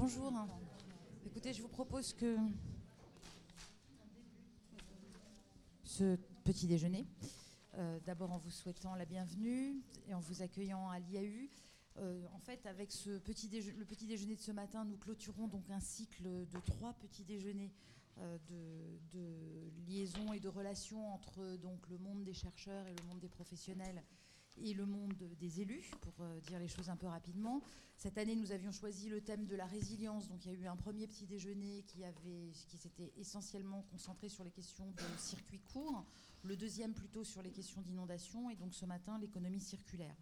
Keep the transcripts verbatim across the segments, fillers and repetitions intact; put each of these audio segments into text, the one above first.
Bonjour. Écoutez, je vous propose que ce petit déjeuner, euh, d'abord en vous souhaitant la bienvenue et en vous accueillant à l'I A U. Euh, en fait, avec ce petit déje- le petit déjeuner de ce matin, nous clôturons donc un cycle de trois petits déjeuners euh, de, de liaison et de relations entre donc, le monde des chercheurs et le monde des professionnels et le monde des élus, pour euh, dire les choses un peu rapidement. Cette année, nous avions choisi le thème de la résilience. Donc, il y a eu un premier petit déjeuner qui, avait, qui s'était essentiellement concentré sur les questions de circuit court, le deuxième plutôt sur les questions d'inondation, et donc ce matin, l'économie circulaire.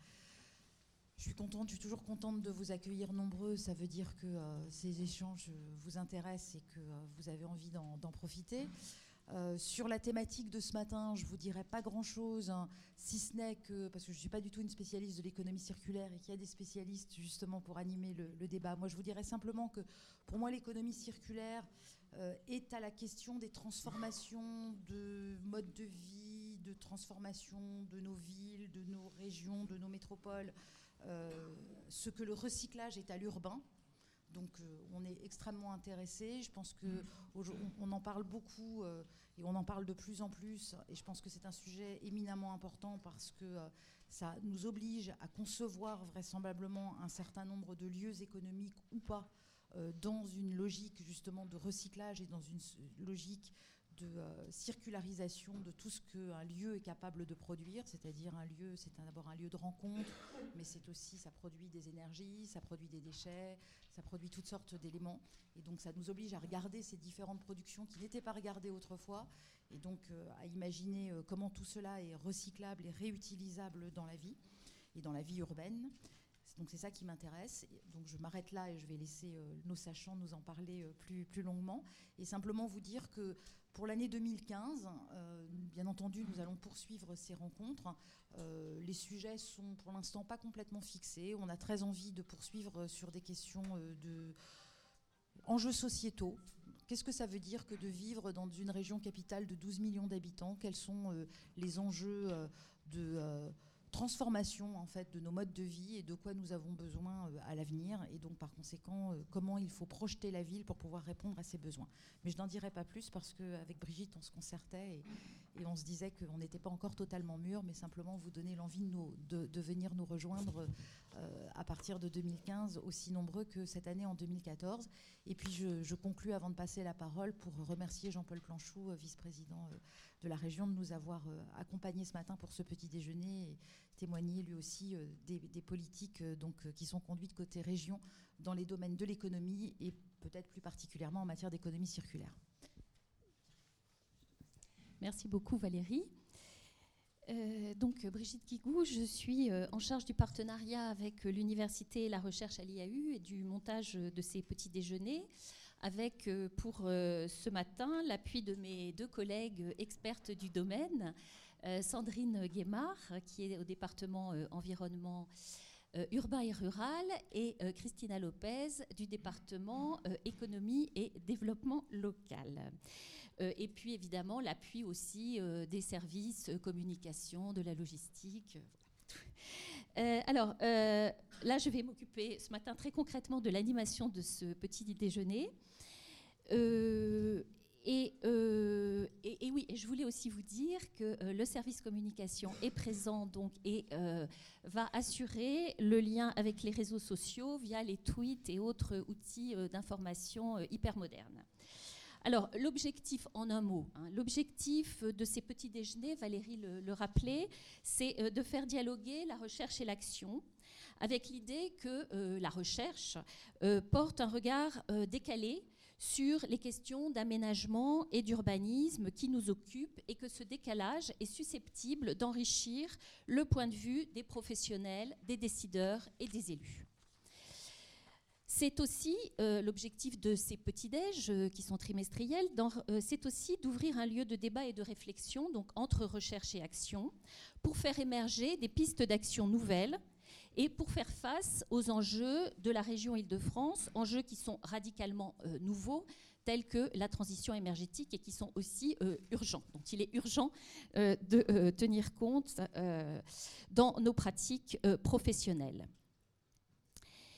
Je suis contente, je suis toujours contente de vous accueillir nombreux. Ça veut dire que euh, ces échanges vous intéressent et que euh, vous avez envie d'en, d'en profiter. Euh, sur la thématique de ce matin, je ne vous dirai pas grand-chose, hein, si ce n'est que, parce que je ne suis pas du tout une spécialiste de l'économie circulaire et qu'il y a des spécialistes justement pour animer le, le débat. Moi, je vous dirais simplement que pour moi, l'économie circulaire euh, est à la question des transformations de mode de vie, de transformation de nos villes, de nos régions, de nos métropoles, euh, ce que le recyclage est à l'urbain. Donc euh, on est extrêmement intéressé. Je pense qu'on on en parle beaucoup euh, et on en parle de plus en plus. Et je pense que c'est un sujet éminemment important parce que euh, ça nous oblige à concevoir vraisemblablement un certain nombre de lieux économiques ou pas euh, dans une logique justement de recyclage et dans une logique de euh, circularisation de tout ce qu'un lieu est capable de produire, c'est-à-dire un lieu, c'est d'abord un lieu de rencontre, mais c'est aussi, ça produit des énergies, ça produit des déchets, ça produit toutes sortes d'éléments. Et donc ça nous oblige à regarder ces différentes productions qui n'étaient pas regardées autrefois, et donc euh, à imaginer euh, comment tout cela est recyclable et réutilisable dans la vie, et dans la vie urbaine. Donc c'est ça qui m'intéresse. Donc je m'arrête là et je vais laisser euh, nos sachants nous en parler euh, plus, plus longuement. Et simplement vous dire que pour l'année deux mille quinze, euh, bien entendu, nous allons poursuivre ces rencontres. Euh, les sujets sont pour l'instant pas complètement fixés. On a très envie de poursuivre sur des questions euh, de enjeux sociétaux. Qu'est-ce que ça veut dire que de vivre dans une région capitale de douze millions d'habitants? Quels sont euh, les enjeux euh, de... Euh, transformation en fait de nos modes de vie et de quoi nous avons besoin euh, à l'avenir, et donc par conséquent euh, comment il faut projeter la ville pour pouvoir répondre à ces besoins. Mais je n'en dirai pas plus parce qu'avec Brigitte on se concertait et, et on se disait qu'on n'était pas encore totalement mûr, mais simplement vous donner l'envie de, nous, de, de venir nous rejoindre euh, à partir de deux mille quinze, aussi nombreux que cette année en deux mille quatorze. Et puis je, je conclus avant de passer la parole pour remercier Jean-Paul Planchou, euh, vice-président euh, de la région, de nous avoir euh, accompagnés ce matin pour ce petit déjeuner et témoigner lui aussi euh, des, des politiques euh, donc, euh, qui sont conduites côté région dans les domaines de l'économie et peut-être plus particulièrement en matière d'économie circulaire. Merci beaucoup Valérie. Euh, donc Brigitte Guigou, je suis euh, en charge du partenariat avec euh, l'université et la recherche à l'I A U et du montage de ces petits déjeuners, avec euh, pour euh, ce matin l'appui de mes deux collègues expertes du domaine, euh, Sandrine Guémard, qui est au département euh, environnement euh, urbain et rural, et euh, Christina Lopez du département euh, économie et développement local. Euh, et puis évidemment l'appui aussi euh, des services euh, communication, de la logistique. Euh, voilà. euh, alors euh, là, je vais m'occuper ce matin très concrètement de l'animation de ce petit déjeuner. Euh, et, euh, et, et oui, et je voulais aussi vous dire que euh, le service communication est présent donc, et euh, va assurer le lien avec les réseaux sociaux via les tweets et autres outils euh, d'information euh, hyper modernes. Alors, l'objectif, en un mot, hein, l'objectif de ces petits déjeuners, Valérie le, le rappelait, c'est euh, de faire dialoguer la recherche et l'action, avec l'idée que euh, la recherche euh, porte un regard euh, décalé sur les questions d'aménagement et d'urbanisme qui nous occupent, et que ce décalage est susceptible d'enrichir le point de vue des professionnels, des décideurs et des élus. C'est aussi euh, l'objectif de ces petits-déj euh, qui sont trimestriels, euh, c'est aussi d'ouvrir un lieu de débat et de réflexion donc entre recherche et action pour faire émerger des pistes d'action nouvelles et pour faire face aux enjeux de la région Île-de-France, enjeux qui sont radicalement euh, nouveaux, tels que la transition énergétique, et qui sont aussi euh, urgents. Donc il est urgent euh, de euh, tenir compte euh, dans nos pratiques euh, professionnelles.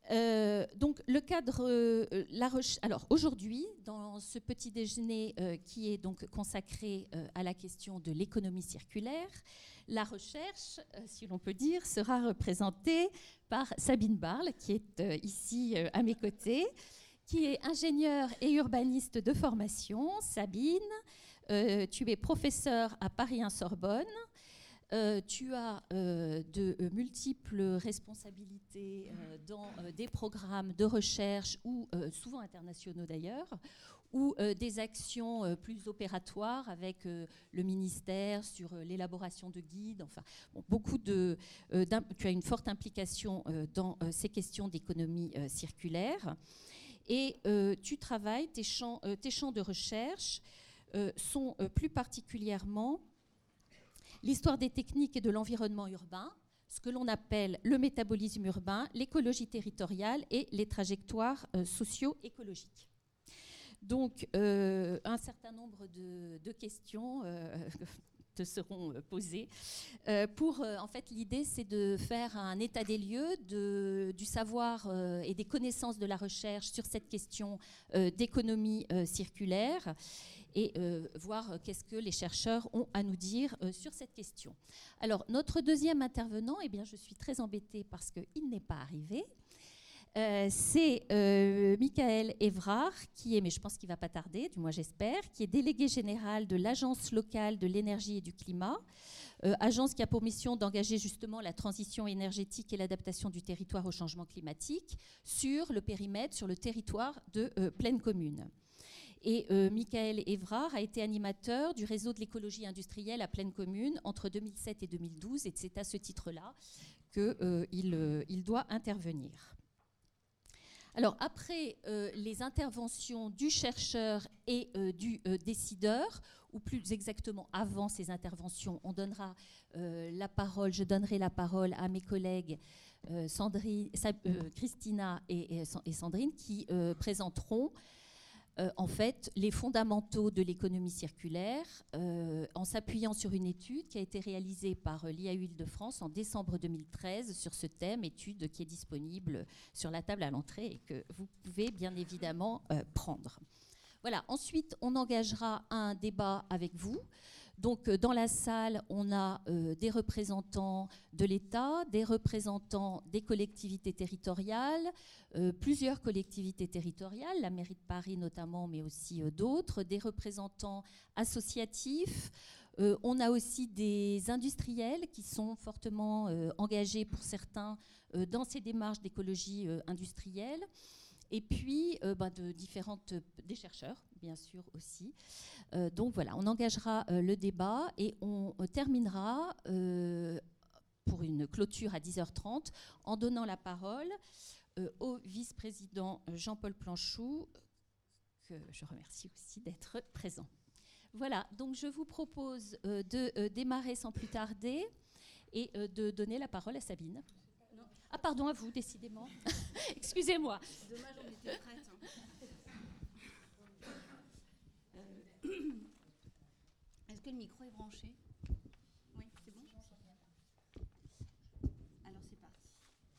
Euh, donc le cadre, euh, la recherche. Alors aujourd'hui, dans ce petit déjeuner euh, qui est donc consacré euh, à la question de l'économie circulaire, la recherche, euh, si l'on peut dire, sera représentée par Sabine Barle, qui est euh, ici euh, à mes côtés, qui est ingénieure et urbaniste de formation. Sabine, euh, tu es professeure à Paris un Sorbonne. Euh, tu as euh, de euh, multiples responsabilités euh, dans euh, des programmes de recherche, ou euh, souvent internationaux d'ailleurs, ou euh, des actions euh, plus opératoires avec euh, le ministère sur euh, l'élaboration de guides. Enfin, bon, beaucoup de, euh, tu as une forte implication euh, dans euh, ces questions d'économie euh, circulaire. Et euh, tu travailles, tes champs, euh, tes champs de recherche euh, sont euh, plus particulièrement l'histoire des techniques et de l'environnement urbain, ce que l'on appelle le métabolisme urbain, l'écologie territoriale et les trajectoires euh, socio-écologiques. Donc, euh, un certain nombre de, de questions euh, te seront posées. Euh, pour, euh, en fait, l'idée, c'est de faire un état des lieux de, du savoir euh, et des connaissances de la recherche sur cette question euh, d'économie euh, circulaire, et euh, voir euh, qu'est-ce que les chercheurs ont à nous dire euh, sur cette question. Alors, notre deuxième intervenant, eh bien, je suis très embêtée parce qu'il n'est pas arrivé. Euh, c'est euh, Michael Évrard, qui est, mais je pense qu'il ne va pas tarder, du moins j'espère, qui est délégué général de l'Agence locale de l'énergie et du climat, euh, agence qui a pour mission d'engager justement la transition énergétique et l'adaptation du territoire au changement climatique sur le périmètre, sur le territoire de euh, Plaine Commune. Et euh, Michael Évrard a été animateur du réseau de l'écologie industrielle à Plaine Commune entre deux mille sept et deux mille douze, et c'est à ce titre-là qu'il euh, euh, il doit intervenir. Alors, après euh, les interventions du chercheur et euh, du euh, décideur, ou plus exactement avant ces interventions, on donnera euh, la parole, je donnerai la parole à mes collègues euh, Sandrine, euh, Christina et, et, et Sandrine, qui euh, présenteront Euh, en fait, les fondamentaux de l'économie circulaire euh, en s'appuyant sur une étude qui a été réalisée par euh, l'I A U Île-de-France en décembre deux mille treize sur ce thème, étude qui est disponible sur la table à l'entrée et que vous pouvez bien évidemment euh, prendre. Voilà, ensuite on engagera un débat avec vous. Donc dans la salle, on a euh, des représentants de l'État, des représentants des collectivités territoriales, euh, plusieurs collectivités territoriales, la mairie de Paris notamment, mais aussi euh, d'autres, des représentants associatifs. Euh, on a aussi des industriels qui sont fortement euh, engagés pour certains euh, dans ces démarches d'écologie euh, industrielle. Et puis euh, bah, de différentes, des chercheurs, bien sûr aussi. Euh, donc voilà, on engagera euh, le débat et on euh, terminera euh, pour une clôture à dix heures trente en donnant la parole euh, au vice-président Jean-Paul Planchou, que je remercie aussi d'être présent. Voilà, donc je vous propose euh, de euh, démarrer sans plus tarder et euh, de donner la parole à Sabine. Ah, pardon, à vous, décidément. Excusez-moi. Dommage, on était prête. Hein. Euh, Est-ce que le micro est branché? Oui, c'est bon. Alors, c'est parti.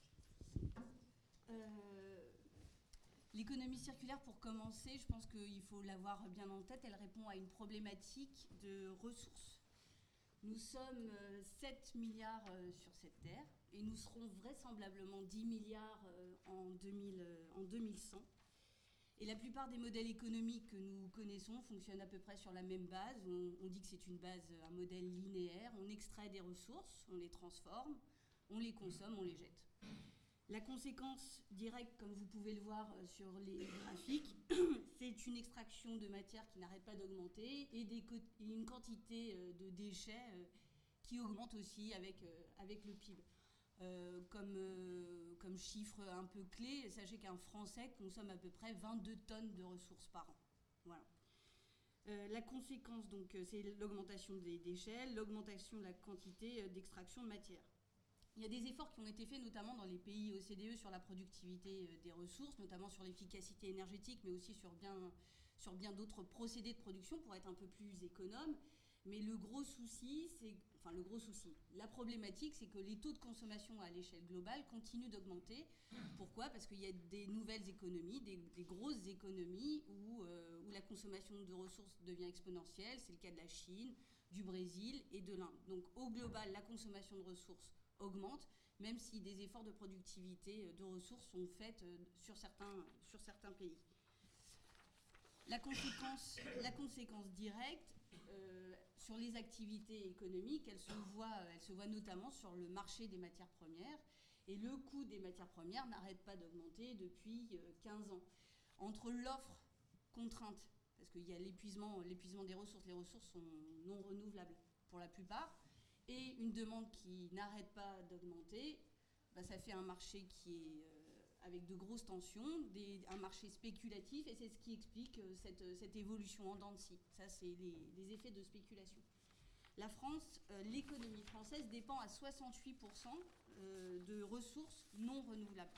Euh, L'économie circulaire, pour commencer, je pense qu'il faut l'avoir bien en tête. Elle répond à une problématique de ressources. Nous sommes sept milliards sur cette terre et nous serons vraisemblablement dix milliards en, deux mille, en deux mille cent. Et la plupart des modèles économiques que nous connaissons fonctionnent à peu près sur la même base. On, on dit que c'est une base, un modèle linéaire. On extrait des ressources, on les transforme, on les consomme, on les jette. La conséquence directe, comme vous pouvez le voir sur les graphiques, c'est une extraction de matière qui n'arrête pas d'augmenter et, des, et une quantité de déchets qui augmente aussi avec, avec le P I B. Euh, comme, euh, comme chiffre un peu clé, sachez qu'un Français consomme à peu près vingt-deux tonnes de ressources par an. Voilà. Euh, la conséquence, donc, c'est l'augmentation des déchets, l'augmentation de la quantité d'extraction de matière. Il y a des efforts qui ont été faits, notamment dans les pays O C D E, sur la productivité des ressources, notamment sur l'efficacité énergétique, mais aussi sur bien, sur bien d'autres procédés de production pour être un peu plus économe. Mais le gros souci, c'est, enfin le gros souci, la problématique, c'est que les taux de consommation à l'échelle globale continuent d'augmenter. Pourquoi ? Parce qu'il y a des nouvelles économies, des, des grosses économies où, euh, où la consommation de ressources devient exponentielle. C'est le cas de la Chine, du Brésil et de l'Inde. Donc au global, la consommation de ressources augmente, même si des efforts de productivité de ressources sont faits sur certains, sur certains pays. La conséquence, la conséquence directe euh, sur les activités économiques, elle se, voit, elle se voit notamment sur le marché des matières premières. Et le coût des matières premières n'arrête pas d'augmenter depuis quinze ans. Entre l'offre contrainte, parce qu'il y a l'épuisement, l'épuisement des ressources, les ressources sont non renouvelables pour la plupart, et une demande qui n'arrête pas d'augmenter, bah ça fait un marché qui est euh, avec de grosses tensions, des, un marché spéculatif, et c'est ce qui explique euh, cette, cette évolution en dents de scie. Ça, c'est les, les effets de spéculation. La France, euh, l'économie française dépend à soixante-huit pour cent euh, de ressources non renouvelables.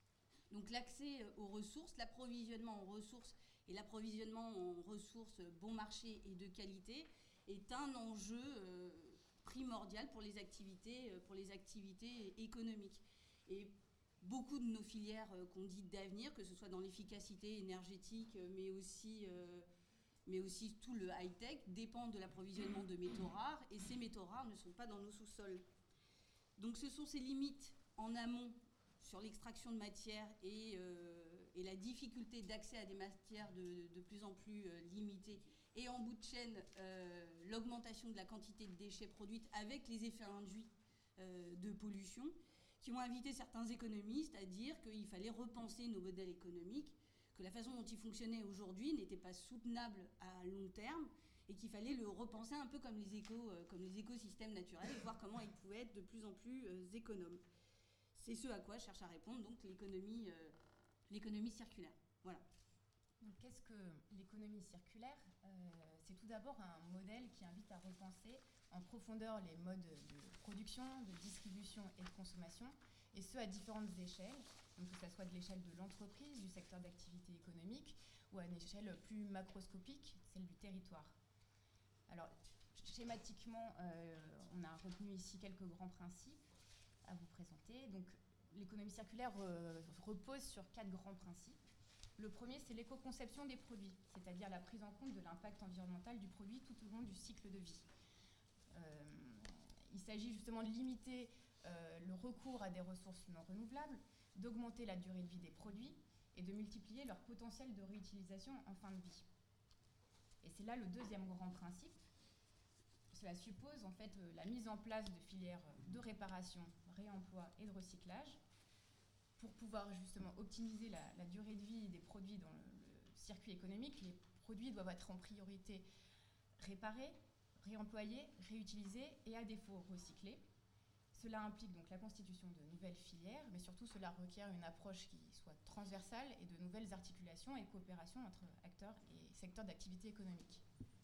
Donc l'accès aux ressources, l'approvisionnement en ressources et l'approvisionnement en ressources bon marché et de qualité est un enjeu euh, primordial pour les activités, pour les activités économiques. Et beaucoup de nos filières euh, qu'on dit d'avenir, que ce soit dans l'efficacité énergétique, mais aussi, euh, mais aussi tout le high-tech, dépendent de l'approvisionnement de métaux rares, et ces métaux rares ne sont pas dans nos sous-sols. Donc ce sont ces limites en amont sur l'extraction de matières et, euh, et la difficulté d'accès à des matières de, de plus en plus euh, limitées, et en bout de chaîne, euh, l'augmentation de la quantité de déchets produites avec les effets induits euh, de pollution, qui ont invité certains économistes à dire qu'il fallait repenser nos modèles économiques, que la façon dont ils fonctionnaient aujourd'hui n'était pas soutenable à long terme, et qu'il fallait le repenser un peu comme les, éco, euh, comme les écosystèmes naturels, et voir comment ils pouvaient être de plus en plus euh, économes. C'est ce à quoi cherche à répondre donc l'économie, euh, l'économie circulaire. Voilà. Donc, qu'est-ce que l'économie circulaire ? euh, C'est tout d'abord un modèle qui invite à repenser en profondeur les modes de production, de distribution et de consommation, et ce à différentes échelles, donc que ce soit de l'échelle de l'entreprise, du secteur d'activité économique, ou à une échelle plus macroscopique, celle du territoire. Alors, schématiquement, euh, on a retenu ici quelques grands principes à vous présenter. Donc, l'économie circulaire euh, repose sur quatre grands principes. Le premier, c'est l'éco-conception des produits, c'est-à-dire la prise en compte de l'impact environnemental du produit tout au long du cycle de vie. Euh, il s'agit justement de limiter euh, le recours à des ressources non renouvelables, d'augmenter la durée de vie des produits et de multiplier leur potentiel de réutilisation en fin de vie. Et c'est là le deuxième grand principe. Cela suppose en fait la mise en place de filières de réparation, réemploi et de recyclage pour pouvoir justement optimiser la, la durée de vie des produits dans le, le circuit économique. Les produits doivent être en priorité réparés, réemployés, réutilisés et à défaut recyclés. Cela implique donc la constitution de nouvelles filières, mais surtout cela requiert une approche qui soit transversale et de nouvelles articulations et coopérations entre acteurs et secteurs d'activité économique.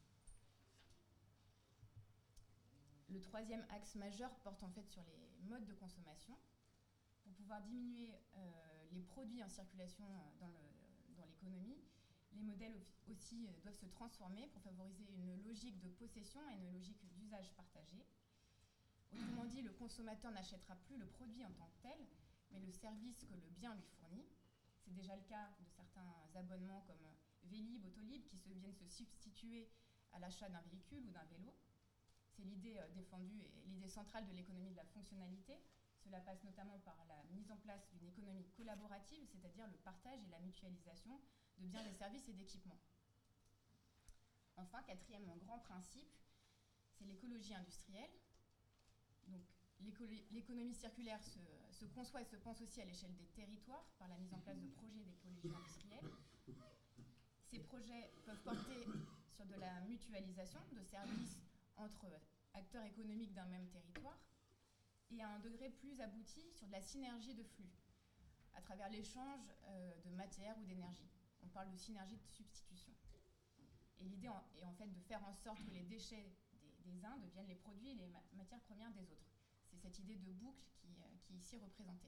Le troisième axe majeur porte en fait sur les modes de consommation. Pour pouvoir diminuer euh, les produits en circulation dans, le, dans l'économie, les modèles aussi doivent se transformer pour favoriser une logique de possession et une logique d'usage partagé. Autrement dit, le consommateur n'achètera plus le produit en tant que tel, mais le service que le bien lui fournit. C'est déjà le cas de certains abonnements comme Vélib, Autolib, qui se viennent se substituer à l'achat d'un véhicule ou d'un vélo. C'est l'idée euh, défendue et l'idée centrale de l'économie de la fonctionnalité. Cela passe notamment par la mise en place d'une économie collaborative, c'est-à-dire le partage et la mutualisation de biens, de services et d'équipements. Enfin, quatrième grand principe, c'est l'écologie industrielle. Donc, l'économie circulaire se, se conçoit et se pense aussi à l'échelle des territoires par la mise en place de projets d'écologie industrielle. Ces projets peuvent porter sur de la mutualisation de services entre acteurs économiques d'un même territoire, et à un degré plus abouti sur de la synergie de flux, à travers l'échange euh, de matière ou d'énergie. On parle de synergie de substitution. Et l'idée en, est en fait de faire en sorte que les déchets des, des uns deviennent les produits et les ma- matières premières des autres. C'est cette idée de boucle qui, euh, qui est ici représentée.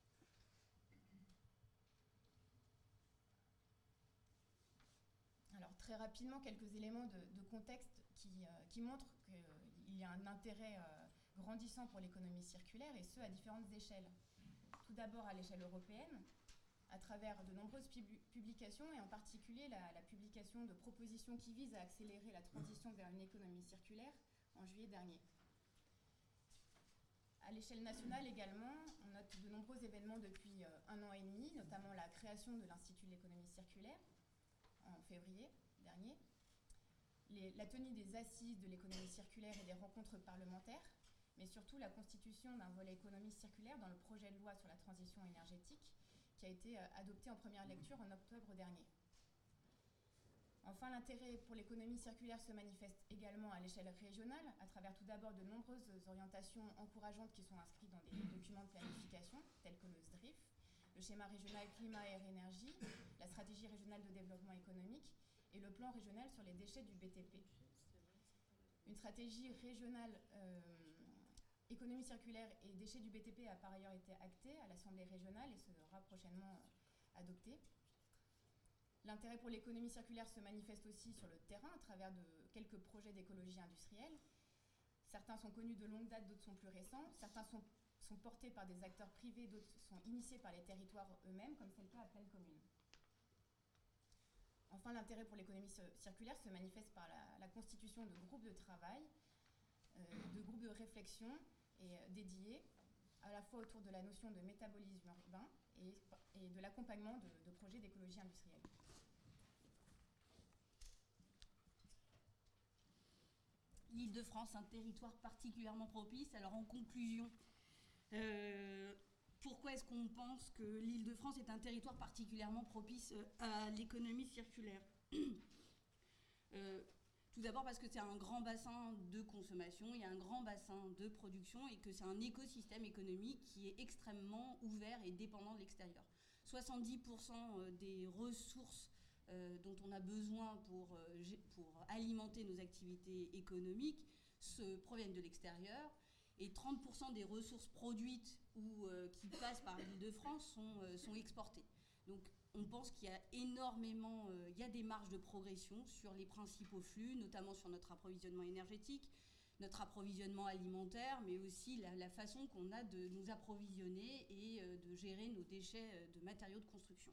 Alors très rapidement, quelques éléments de, de contexte qui, euh, qui montrent qu'il y a un intérêt euh, grandissant pour l'économie circulaire, et ce, à différentes échelles. Tout d'abord à l'échelle européenne, à travers de nombreuses pub- publications, et en particulier la, la publication de propositions qui visent à accélérer la transition vers une économie circulaire en juillet dernier. À l'échelle nationale également, on note de nombreux événements depuis euh, un an et demi, notamment la création de l'Institut de l'économie circulaire en février dernier, les, la tenue des assises de l'économie circulaire et des rencontres parlementaires, mais surtout la constitution d'un volet économie circulaire dans le projet de loi sur la transition énergétique qui a été euh, adopté en première lecture en octobre dernier. Enfin, l'intérêt pour l'économie circulaire se manifeste également à l'échelle régionale, à travers tout d'abord de nombreuses orientations encourageantes qui sont inscrites dans des documents de planification, tels que le S D R I F, le schéma régional climat, air, énergie, la stratégie régionale de développement économique et le plan régional sur les déchets du B T P. Une stratégie régionale euh, économie circulaire et déchets du B T P a par ailleurs été actée à l'Assemblée régionale et sera prochainement euh, adoptée. L'intérêt pour l'économie circulaire se manifeste aussi sur le terrain à travers de quelques projets d'écologie industrielle. Certains sont connus de longue date, d'autres sont plus récents. Certains sont, sont portés par des acteurs privés, d'autres sont initiés par les territoires eux-mêmes, comme c'est le cas à Plaine Commune. Enfin, l'intérêt pour l'économie circulaire se manifeste par la, la constitution de groupes de travail, euh, de groupes de réflexion et, euh, dédiés à la fois autour de la notion de métabolisme urbain et, et de l'accompagnement de, de projets d'écologie industrielle. L'Île-de-France, un territoire particulièrement propice. Alors en conclusion, euh, pourquoi est-ce qu'on pense que l'Île-de-France est un territoire particulièrement propice à l'économie circulaire ? euh, Tout d'abord parce que c'est un grand bassin de consommation, il y a un grand bassin de production et que c'est un écosystème économique qui est extrêmement ouvert et dépendant de l'extérieur. soixante-dix pour cent des ressources Euh, dont on a besoin pour, euh, pour alimenter nos activités économiques se proviennent de l'extérieur, et trente pour cent des ressources produites ou euh, qui passent par l'Île-de-France sont, euh, sont exportées. Donc on pense qu'il y a énormément, euh, il y a des marges de progression sur les principaux flux, notamment sur notre approvisionnement énergétique, notre approvisionnement alimentaire, mais aussi la, la façon qu'on a de nous approvisionner et euh, de gérer nos déchets de matériaux de construction.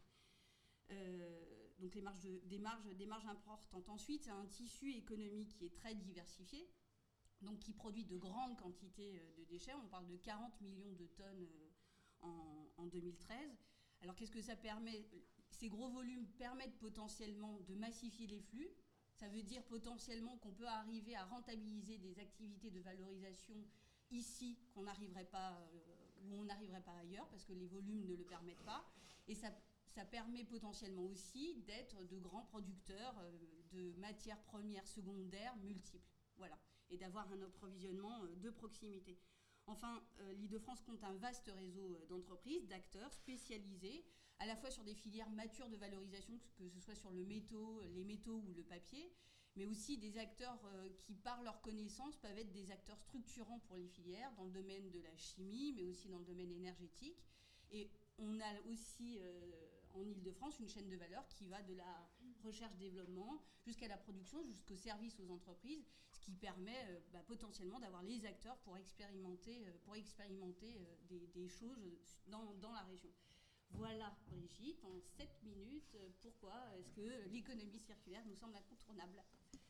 Euh, donc les marges de, des, marges, des marges importantes. Ensuite, c'est un tissu économique qui est très diversifié, donc qui produit de grandes quantités de déchets. On parle de quarante millions de tonnes en, en deux mille treize. Alors qu'est-ce que ça permet ? Ces gros volumes permettent potentiellement de massifier les flux. Ça veut dire potentiellement qu'on peut arriver à rentabiliser des activités de valorisation ici qu'on n'arriverait pas, euh, où on n'arriverait pas ailleurs, parce que les volumes ne le permettent pas. Et ça Ça permet potentiellement aussi d'être de grands producteurs de matières premières secondaires multiples. Voilà. Et d'avoir un approvisionnement de proximité. Enfin, euh, l'Île-de-France compte un vaste réseau d'entreprises, d'acteurs spécialisés, à la fois sur des filières matures de valorisation, que ce soit sur le métaux, les métaux ou le papier, mais aussi des acteurs euh, qui, par leur connaissance, peuvent être des acteurs structurants pour les filières, dans le domaine de la chimie, mais aussi dans le domaine énergétique. Et on a aussi... Euh, en Île-de-France, une chaîne de valeur qui va de la recherche-développement jusqu'à la production, jusqu'au service aux entreprises, ce qui permet euh, bah, potentiellement d'avoir les acteurs pour expérimenter, euh, pour expérimenter euh, des, des choses dans, dans la région. Voilà, Brigitte, en sept minutes, euh, pourquoi est-ce que l'économie circulaire nous semble incontournable ?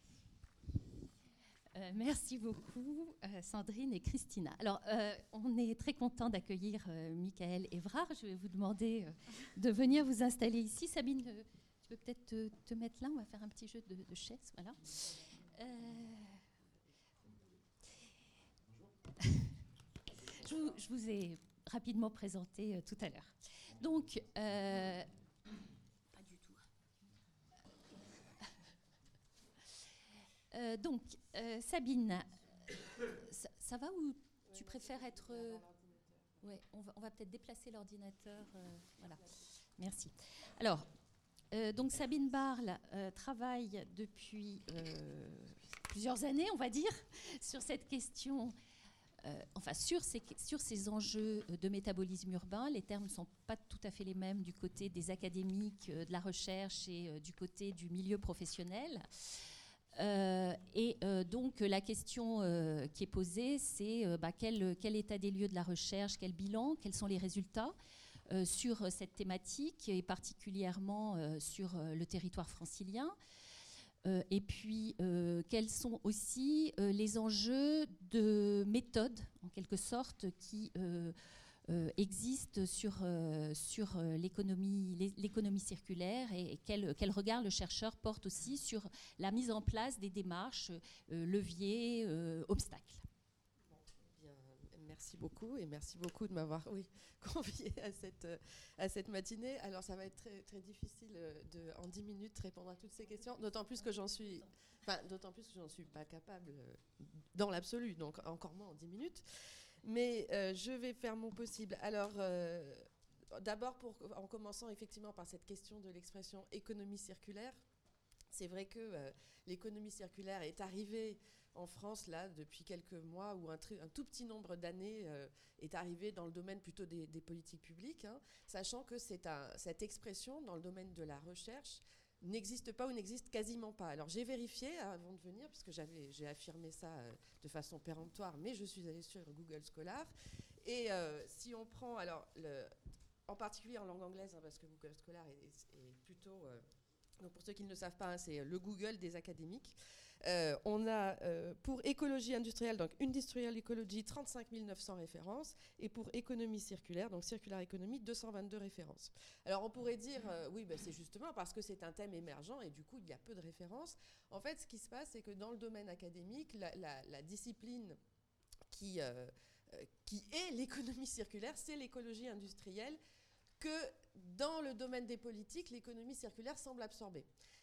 Euh, merci beaucoup, euh, Sandrine et Christina. Alors, euh, on est très content d'accueillir euh, Michael Évrard. Je vais vous demander euh, de venir vous installer ici. Sabine, euh, tu peux peut-être te, te mettre là. On va faire un petit jeu de, de chaises. Voilà. Euh... je, vous, je vous ai rapidement présenté euh, tout à l'heure. Donc, euh, Euh, donc, euh, Sabine, ça, ça va ou tu préfères être... Euh, ouais, on va, on va peut-être déplacer l'ordinateur. Euh, voilà, merci. Alors, euh, donc Sabine Barle euh, travaille depuis euh, plusieurs années, on va dire, sur cette question Euh, enfin, sur ces, sur ces enjeux de métabolisme urbain, les termes ne sont pas tout à fait les mêmes du côté des académiques, euh, de la recherche et euh, du côté du milieu professionnel. Euh, et euh, donc la question euh, qui est posée, c'est euh, bah, quel, quel état des lieux de la recherche, quel bilan, quels sont les résultats euh, sur cette thématique et particulièrement euh, sur euh, le territoire francilien. Euh, et puis euh, quels sont aussi euh, les enjeux de méthode, en quelque sorte, qui euh, Euh, existe sur, euh, sur euh, l'économie, l'économie circulaire et, et quel, quel regard le chercheur porte aussi sur la mise en place des démarches, euh, leviers, euh, obstacles. Bon, bien, merci beaucoup et merci beaucoup de m'avoir oui, convié à cette, à cette matinée. Alors ça va être très, très difficile de, en dix minutes, répondre à toutes ces questions, d'autant plus que j'en suis, enfin, d'autant plus que j'en suis pas capable dans l'absolu, donc encore moins en dix minutes. Mais euh, je vais faire mon possible. Alors, euh, d'abord, pour, en commençant effectivement par cette question de l'expression économie circulaire, c'est vrai que euh, l'économie circulaire est arrivée en France, là, depuis quelques mois, ou un, tr- un tout petit nombre d'années euh, est arrivé dans le domaine plutôt des, des politiques publiques, hein, sachant que c'est un, cette expression, dans le domaine de la recherche, n'existe pas ou n'existe quasiment pas. Alors j'ai vérifié avant de venir, puisque j'avais, j'ai affirmé ça euh, de façon péremptoire, mais je suis allée sur Google Scholar. Et euh, si on prend, alors, le, en particulier en langue anglaise, hein, parce que Google Scholar est, est, est plutôt... Euh, donc pour ceux qui ne le savent pas, hein, c'est le Google des académiques. Euh, on a euh, pour écologie industrielle, donc Industrial Ecology, trente-cinq mille neuf cents références, et pour économie circulaire, donc Circular Economy, deux cent vingt-deux références. Alors on pourrait dire, euh, oui, bah, c'est justement parce que c'est un thème émergent et du coup il y a peu de références. En fait, ce qui se passe, c'est que dans le domaine académique, la, la, la discipline qui, euh, euh, qui est l'économie circulaire, c'est l'écologie industrielle, que dans le domaine des politiques, l'économie circulaire semble absorber.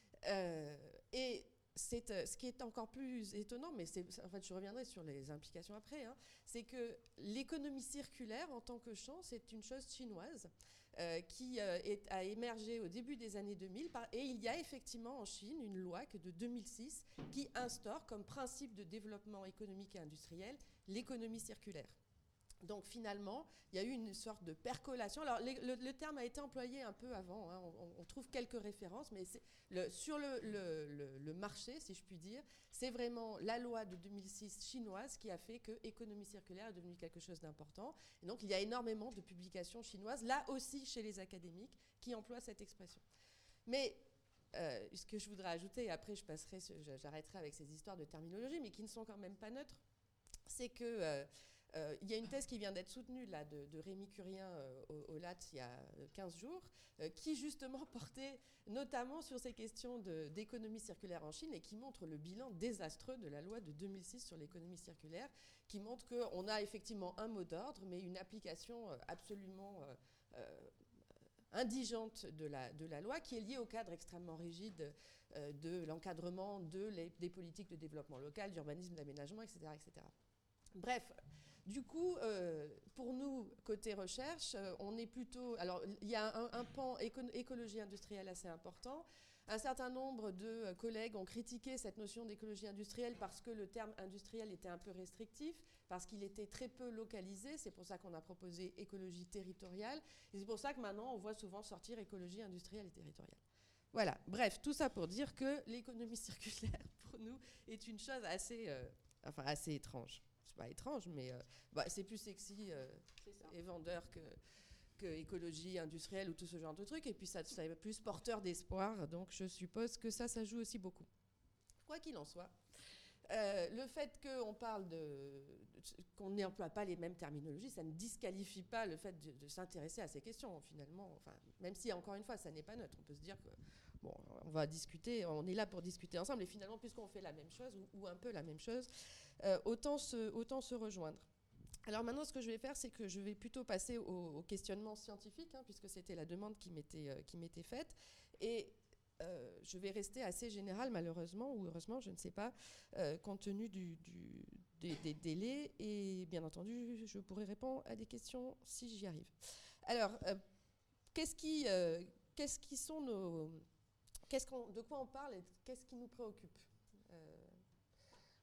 Euh, et c'est, euh, ce qui est encore plus étonnant, mais c'est, en fait, je reviendrai sur les implications après, hein, c'est que l'économie circulaire en tant que champ, c'est une chose chinoise euh, qui euh, est, a émergé au début des années deux mille. Par, et il y a effectivement en Chine une loi que de deux mille six qui instaure comme principe de développement économique et industriel l'économie circulaire. Donc finalement, il y a eu une sorte de percolation. Alors le, le, le terme a été employé un peu avant, hein. on, on trouve quelques références, mais c'est le, sur le, le, le, le marché, si je puis dire, c'est vraiment la loi de deux mille six chinoise qui a fait que l'économie circulaire est devenue quelque chose d'important. Et donc il y a énormément de publications chinoises, là aussi chez les académiques, qui emploient cette expression. Mais euh, ce que je voudrais ajouter, et après je passerai, j'arrêterai avec ces histoires de terminologie, mais qui ne sont quand même pas neutres, c'est que... Euh, Euh, il y a une thèse qui vient d'être soutenue là, de, de Rémi Curien euh, au, au L A T il y a quinze jours, euh, qui justement portait notamment sur ces questions de, d'économie circulaire en Chine et qui montre le bilan désastreux de la loi de deux mille six sur l'économie circulaire, qui montre qu'on a effectivement un mot d'ordre, mais une application euh, absolument euh, euh, indigente de la, de la loi, qui est liée au cadre extrêmement rigide euh, de l'encadrement de les, des politiques de développement local, d'urbanisme, d'aménagement, et cetera, et cetera. Bref. Du coup, euh, pour nous, côté recherche, euh, on est plutôt... Alors, il y a un, un pan éco- écologie industrielle assez important. Un certain nombre de euh, collègues ont critiqué cette notion d'écologie industrielle parce que le terme industriel était un peu restrictif, parce qu'il était très peu localisé. C'est pour ça qu'on a proposé écologie territoriale. Et c'est pour ça que maintenant, on voit souvent sortir écologie industrielle et territoriale. Voilà. Bref, tout ça pour dire que l'économie circulaire, pour nous, est une chose assez, euh, enfin, assez étrange. C'est pas étrange, mais euh, bah, c'est plus sexy euh, et vendeur que, que écologie industrielle ou tout ce genre de trucs. Et puis ça, ça est plus porteur d'espoir. Donc je suppose que ça, ça joue aussi beaucoup. Quoi qu'il en soit, euh, le fait qu'on parle de, de qu'on n'emploie pas les mêmes terminologies, ça ne disqualifie pas le fait de, de s'intéresser à ces questions. Finalement, enfin, même si encore une fois, ça n'est pas neutre. On peut se dire que bon, on va discuter, on est là pour discuter ensemble. Et finalement, puisqu'on fait la même chose ou, ou un peu la même chose. Euh, autant, se, autant se rejoindre. Alors maintenant, ce que je vais faire, c'est que je vais plutôt passer au, au questionnement scientifique, hein, puisque c'était la demande qui m'était, euh, qui m'était faite. Et euh, je vais rester assez général, malheureusement, ou heureusement, je ne sais pas, euh, compte tenu du, du, des, des délais. Et bien entendu, je pourrai répondre à des questions si j'y arrive. Alors, euh, qu'est-ce qui, euh, qu'est-ce qui sont nos... Qu'est-ce qu'on, de quoi on parle et qu'est-ce qui nous préoccupe ? euh,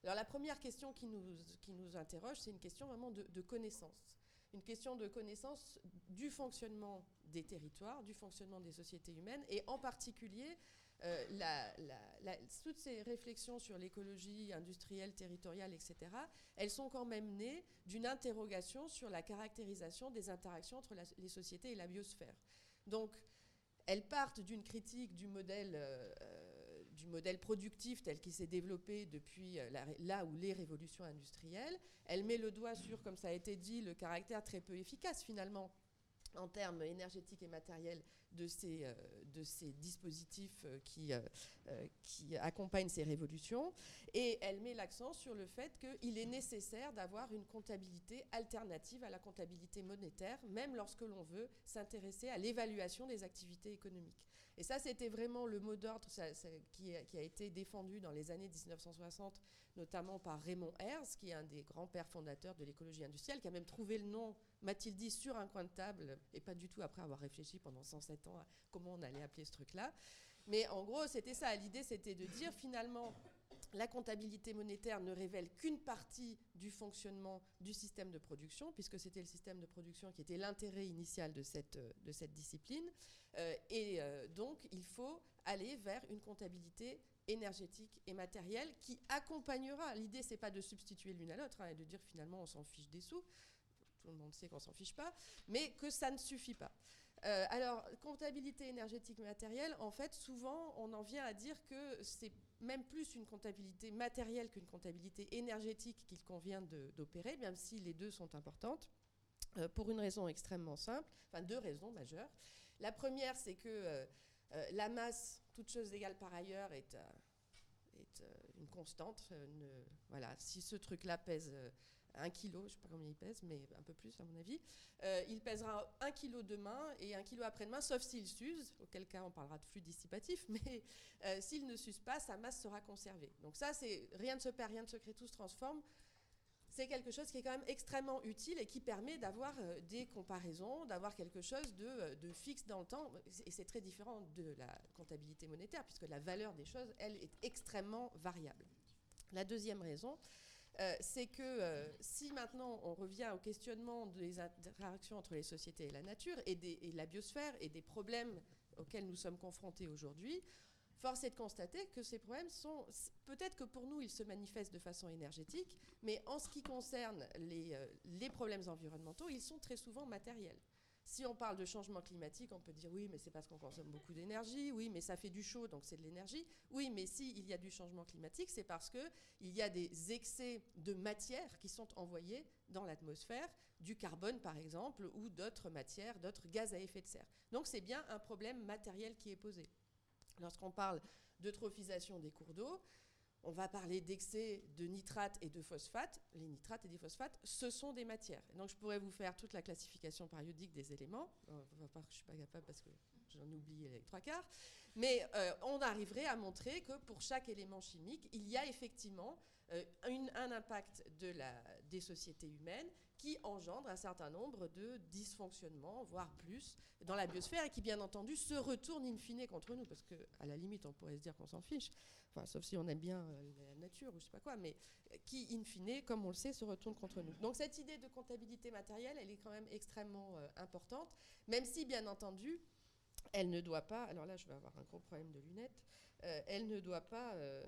Alors la première question qui nous, qui nous interroge, c'est une question vraiment de, de connaissance. Une question de connaissance du fonctionnement des territoires, du fonctionnement des sociétés humaines, et en particulier, euh, la, la, la, toutes ces réflexions sur l'écologie industrielle, territoriale, et cetera, elles sont quand même nées d'une interrogation sur la caractérisation des interactions entre la, les sociétés et la biosphère. Donc, elles partent d'une critique du modèle, euh, du modèle productif tel qu'il s'est développé depuis la, là où les révolutions industrielles. Elle met le doigt sur, comme ça a été dit, le caractère très peu efficace finalement en termes énergétiques et matériels de ces, euh, de ces dispositifs euh, qui, euh, euh, qui accompagnent ces révolutions. Et elle met l'accent sur le fait qu'il est nécessaire d'avoir une comptabilité alternative à la comptabilité monétaire, même lorsque l'on veut s'intéresser à l'évaluation des activités économiques. Et ça, c'était vraiment le mot d'ordre ça, ça, qui, a, qui a été défendu dans les années dix-neuf cent soixante, notamment par Raymond Herz, qui est un des grands pères fondateurs de l'écologie industrielle, qui a même trouvé le nom, m'a-t-il dit, sur un coin de table, et pas du tout après avoir réfléchi pendant cent sept ans à comment on allait appeler ce truc-là. Mais en gros, c'était ça. L'idée, c'était de dire, finalement, la comptabilité monétaire ne révèle qu'une partie du fonctionnement du système de production, puisque c'était le système de production qui était l'intérêt initial de cette, de cette discipline. Euh, et euh, donc, il faut aller vers une comptabilité énergétique et matérielle qui accompagnera. L'idée, c'est pas de substituer l'une à l'autre, hein, et de dire finalement on s'en fiche des sous. Tout le monde sait qu'on s'en fiche pas, mais que ça ne suffit pas. Euh, alors, comptabilité énergétique matérielle, en fait, souvent, on en vient à dire que c'est même plus une comptabilité matérielle qu'une comptabilité énergétique qu'il convient de, d'opérer, même si les deux sont importantes, euh, pour une raison extrêmement simple, enfin deux raisons majeures. La première, c'est que euh, euh, la masse, toute chose égale par ailleurs, est, euh, est euh, une constante. Une, voilà, si ce truc-là pèse euh, un kilo, je ne sais pas combien il pèse, mais un peu plus à mon avis, euh, il pèsera un kilo demain et un kilo après-demain, sauf s'il s'use, auquel cas on parlera de flux dissipatif, mais euh, s'il ne s'use pas, sa masse sera conservée. Donc ça, c'est rien ne se perd, rien ne se crée, tout se transforme. C'est quelque chose qui est quand même extrêmement utile et qui permet d'avoir euh, des comparaisons, d'avoir quelque chose de, de fixe dans le temps. Et c'est très différent de la comptabilité monétaire, puisque la valeur des choses, elle, est extrêmement variable. La deuxième raison, Euh, c'est que euh, si maintenant on revient au questionnement des interactions entre les sociétés et la nature et, des, et la biosphère et des problèmes auxquels nous sommes confrontés aujourd'hui, force est de constater que ces problèmes sont, peut-être que pour nous ils se manifestent de façon énergétique, mais en ce qui concerne les, euh, les problèmes environnementaux, ils sont très souvent matériels. Si on parle de changement climatique, on peut dire oui, mais c'est parce qu'on consomme beaucoup d'énergie, oui, mais ça fait du chaud, donc c'est de l'énergie. Oui, mais s'il y a du changement climatique, c'est parce qu'il y a des excès de matière qui sont envoyés dans l'atmosphère, du carbone par exemple, ou d'autres matières, d'autres gaz à effet de serre. Donc c'est bien un problème matériel qui est posé. Lorsqu'on parle d'eutrophisation des cours d'eau, on va parler d'excès de nitrates et de phosphates. Les nitrates et les phosphates, ce sont des matières. Et donc, je pourrais vous faire toute la classification périodique des éléments. On va voir que je ne suis pas capable parce que j'en oublie les trois quarts. Mais euh, on arriverait à montrer que pour chaque élément chimique, il y a effectivement euh, une, un impact de la, des sociétés humaines qui engendre un certain nombre de dysfonctionnements, voire plus, dans la biosphère et qui, bien entendu, se retournent in fine contre nous. Parce qu'à la limite, on pourrait se dire qu'on s'en fiche. Enfin, sauf si on aime bien la nature ou je ne sais pas quoi, mais qui, in fine, comme on le sait, se retourne contre nous. Donc cette idée de comptabilité matérielle, elle est quand même extrêmement euh, importante, même si, bien entendu, elle ne doit pas... Alors là, je vais avoir un gros problème de lunettes. Euh, elle ne doit pas... Euh,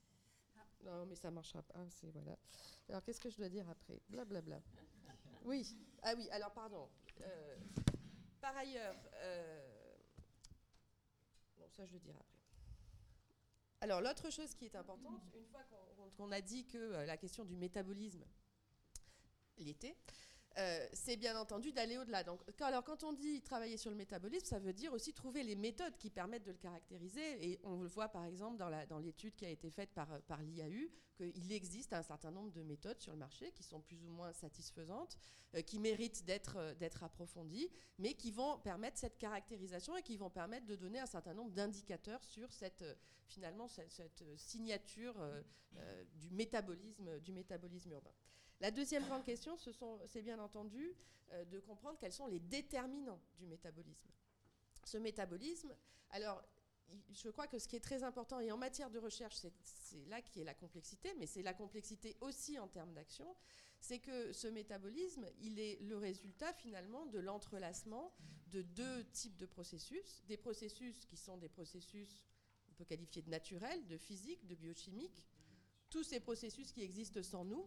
non, mais ça ne marchera pas. C'est, voilà. Alors, qu'est-ce que je dois dire après ? Blablabla. Oui. Ah oui, alors, pardon. Euh, par ailleurs... Euh, non, ça, je le dirai après. Alors, l'autre chose qui est importante, une fois qu'on, qu'on a dit que euh, la question du métabolisme l'était, euh, c'est bien entendu d'aller au-delà. Donc, quand, alors, quand on dit travailler sur le métabolisme, ça veut dire aussi trouver les méthodes qui permettent de le caractériser. Et on le voit, par exemple, dans, la, dans l'étude qui a été faite par, par l'I A U, qu'il existe un certain nombre de méthodes sur le marché qui sont plus ou moins satisfaisantes, euh, qui méritent d'être, euh, d'être approfondies, mais qui vont permettre cette caractérisation et qui vont permettre de donner un certain nombre d'indicateurs sur cette, euh, finalement, cette, cette signature euh, euh, du métabolisme, du métabolisme urbain. La deuxième grande question, ce sont, c'est bien entendu euh, de comprendre quels sont les déterminants du métabolisme. Ce métabolisme, alors, je crois que ce qui est très important, et en matière de recherche, c'est, c'est là qui est la complexité, mais c'est la complexité aussi en termes d'action, c'est que ce métabolisme, il est le résultat finalement de l'entrelacement de deux types de processus, des processus qui sont des processus, on peut qualifier de naturels, de physique, de biochimique, tous ces processus qui existent sans nous,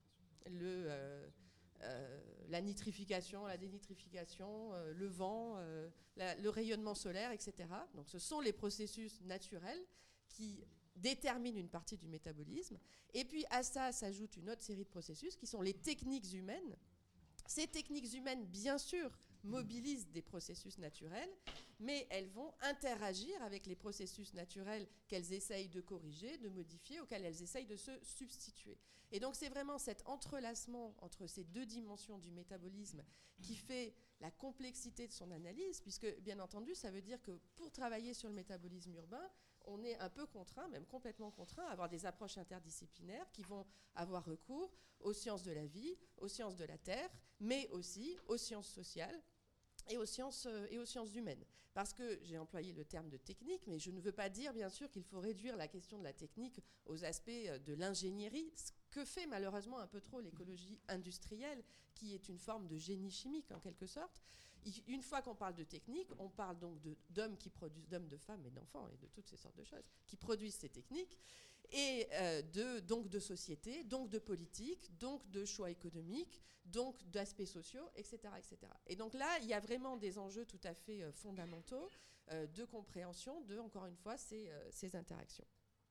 le, euh, euh, la nitrification, la dénitrification, euh, le vent, euh, la, le rayonnement solaire, et cetera. Donc ce sont les processus naturels qui déterminent une partie du métabolisme. Et puis à ça s'ajoute une autre série de processus qui sont les techniques humaines. Ces techniques humaines, bien sûr, mobilisent des processus naturels, mais elles vont interagir avec les processus naturels qu'elles essayent de corriger, de modifier, auxquels elles essayent de se substituer. Et donc c'est vraiment cet entrelacement entre ces deux dimensions du métabolisme qui fait la complexité de son analyse, puisque bien entendu, ça veut dire que pour travailler sur le métabolisme urbain, on est un peu contraint, même complètement contraint, à avoir des approches interdisciplinaires qui vont avoir recours aux sciences de la vie, aux sciences de la terre, mais aussi aux sciences sociales et aux sciences, euh, et aux sciences humaines. Parce que j'ai employé le terme de technique, mais je ne veux pas dire, bien sûr, qu'il faut réduire la question de la technique aux aspects de l'ingénierie, ce que fait malheureusement un peu trop l'écologie industrielle, qui est une forme de génie chimique, en quelque sorte. Une fois qu'on parle de technique, on parle donc de, d'hommes qui produisent, d'hommes, de femmes et d'enfants et de toutes ces sortes de choses, qui produisent ces techniques, et euh, de, donc de société, donc de politique, donc de choix économiques, donc d'aspects sociaux, et cetera, et cetera. Et donc là, il y a vraiment des enjeux tout à fait euh, fondamentaux euh, de compréhension de, encore une fois, ces, euh, ces interactions.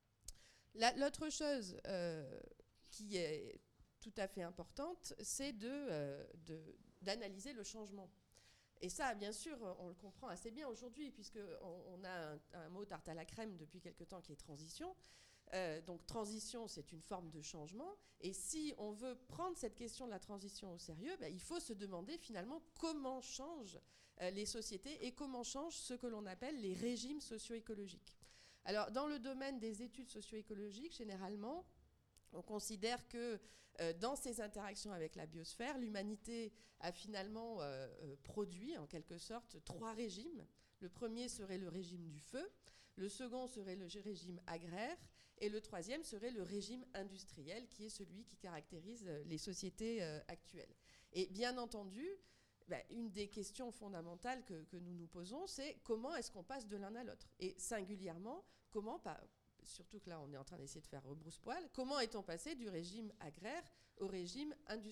La, l'autre chose euh, qui est tout à fait importante, c'est de, euh, de, d'analyser le changement. Et ça, bien sûr, on le comprend assez bien aujourd'hui, puisqu'on on a un, un mot tarte à la crème depuis quelque temps qui est transition. Euh, donc transition, c'est une forme de changement. Et si on veut prendre cette question de la transition au sérieux, ben, il faut se demander finalement comment changent euh, les sociétés et comment changent ce que l'on appelle les régimes socio-écologiques. Alors, dans le domaine des études socio-écologiques, généralement, on considère que euh, dans ces interactions avec la biosphère, l'humanité a finalement euh, euh, produit en quelque sorte trois régimes. Le premier serait le régime du feu, le second serait le régime agraire, et le troisième serait le régime industriel, qui est celui qui caractérise euh, les sociétés euh, actuelles. Et bien entendu, bah, une des questions fondamentales que, que nous nous posons, c'est comment est-ce qu'on passe de l'un à l'autre ? Et singulièrement, comment, pas, surtout que là on est en train d'essayer de faire rebrousse-poil, comment est-on passé du régime agraire au régime industriel ?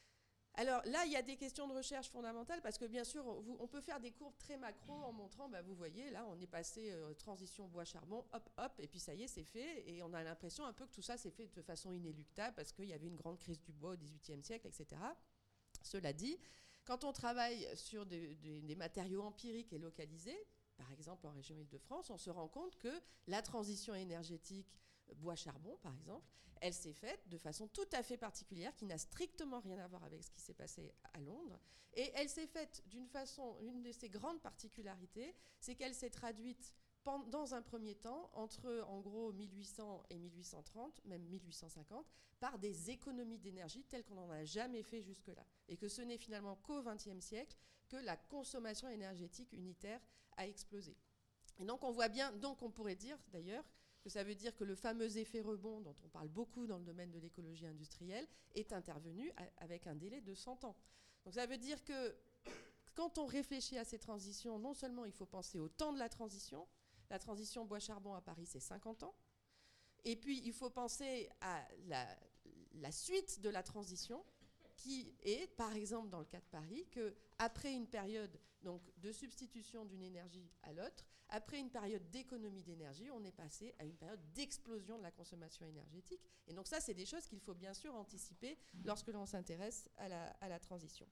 Alors là, il y a des questions de recherche fondamentales parce que bien sûr, on, on peut faire des courbes très macro en montrant, bah, vous voyez, là, on est passé euh, transition bois-charbon, hop, hop, et puis ça y est, c'est fait. Et on a l'impression un peu que tout ça s'est fait de façon inéluctable parce qu'il y avait une grande crise du bois au dix-huitième siècle, et cetera. Cela dit, quand on travaille sur des, des, des matériaux empiriques et localisés, par exemple en région Île-de-France, on se rend compte que la transition énergétique bois-charbon, par exemple, elle s'est faite de façon tout à fait particulière, qui n'a strictement rien à voir avec ce qui s'est passé à Londres. Et elle s'est faite d'une façon, une de ses grandes particularités, c'est qu'elle s'est traduite dans un premier temps, entre en gros mille huit cents et mille huit cent trente, même mille huit cent cinquante, par des économies d'énergie telles qu'on n'en a jamais fait jusque-là. Et que ce n'est finalement qu'au vingtième siècle que la consommation énergétique unitaire a explosé. Et donc on voit bien, donc on pourrait dire d'ailleurs, que ça veut dire que le fameux effet rebond dont on parle beaucoup dans le domaine de l'écologie industrielle est intervenu avec un délai de cent ans. Donc ça veut dire que quand on réfléchit à ces transitions, non seulement il faut penser au temps de la transition, la transition bois-charbon à Paris c'est cinquante ans, et puis il faut penser à la, la suite de la transition, qui est, par exemple dans le cas de Paris, qu'après une période donc, de substitution d'une énergie à l'autre, après une période d'économie d'énergie, on est passé à une période d'explosion de la consommation énergétique. Et donc ça, c'est des choses qu'il faut bien sûr anticiper lorsque l'on s'intéresse à la, à la transition.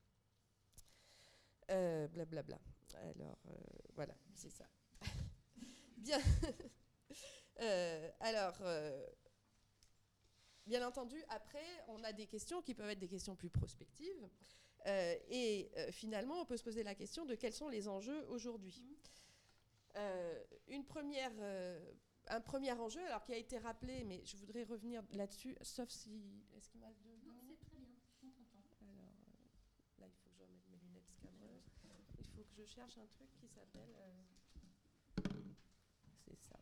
Euh, blablabla. Alors, euh, voilà, c'est ça. Bien. euh, alors... Euh, Bien entendu, après, on a des questions qui peuvent être des questions plus prospectives. Euh, et euh, finalement, on peut se poser la question de quels sont les enjeux aujourd'hui. Euh, une première, euh, un premier enjeu, alors qui a été rappelé, mais je voudrais revenir là-dessus, sauf si... Est-ce qu'il m'a deux minutes ? C'est très bien, on t'entend. Alors, euh, là, il faut que je remette mes lunettes scabreuses. Il faut que je cherche un truc qui s'appelle... Euh, c'est ça.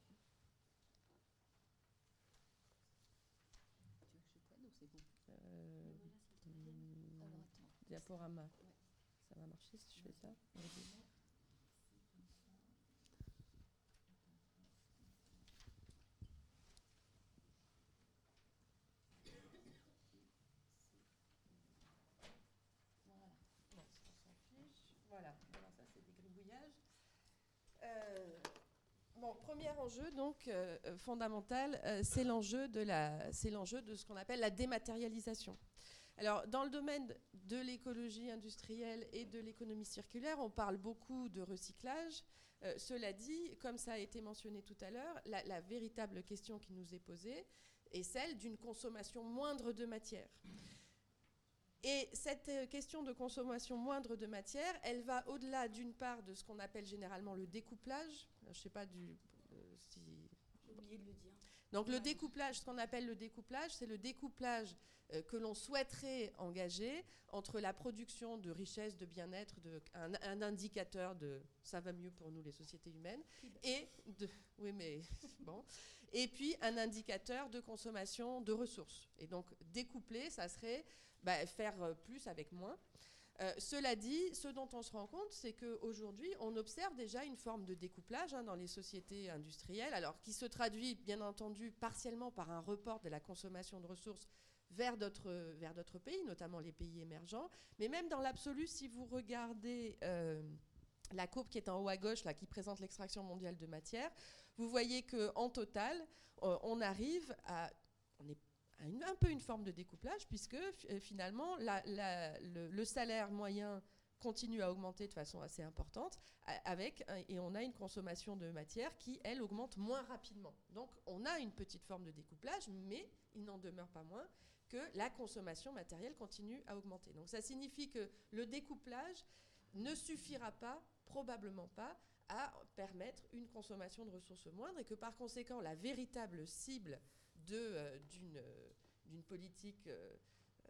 Tu veux que je t'aide ou c'est bon? Euh, hum, Alors attends. diaporama. Ouais. Ça va marcher si je fais ça? Vas-y. Voilà, alors ça c'est des gribouillages. Euh, bon, premier enjeu donc euh, fondamental, euh, c'est l'enjeu de la, c'est l'enjeu de ce qu'on appelle la dématérialisation. Alors, dans le domaine de l'écologie industrielle et de l'économie circulaire, on parle beaucoup de recyclage. Euh, cela dit, comme ça a été mentionné tout à l'heure, la, la véritable question qui nous est posée est celle d'une consommation moindre de matière. Et cette question de consommation moindre de matière, elle va au-delà d'une part de ce qu'on appelle généralement le découplage. Je ne sais pas du, euh, si... J'ai oublié de le dire. Donc ouais. le découplage, ce qu'on appelle le découplage, c'est le découplage euh, que l'on souhaiterait engager entre la production de richesse, de bien-être, de, un, un indicateur de ça va mieux pour nous les sociétés humaines, et de, oui mais bon, et puis un indicateur de consommation de ressources. Et donc découpler, ça serait bah, faire plus avec moins. Euh, cela dit, ce dont on se rend compte, c'est qu'aujourd'hui, on observe déjà une forme de découplage hein, dans les sociétés industrielles, alors qui se traduit, bien entendu, partiellement par un report de la consommation de ressources vers d'autres, vers d'autres pays, notamment les pays émergents. Mais même dans l'absolu, si vous regardez euh, la courbe qui est en haut à gauche, là, qui présente l'extraction mondiale de matière, vous voyez qu'en total, euh, on arrive à... On est Une, un peu une forme de découplage, puisque euh, finalement, la, la, le, le salaire moyen continue à augmenter de façon assez importante, avec, et on a une consommation de matière qui, elle, augmente moins rapidement. Donc, on a une petite forme de découplage, mais il n'en demeure pas moins que la consommation matérielle continue à augmenter. Donc, ça signifie que le découplage ne suffira pas, probablement pas, à permettre une consommation de ressources moindres, et que par conséquent, la véritable cible de, euh, d'une, euh, d'une politique euh, euh,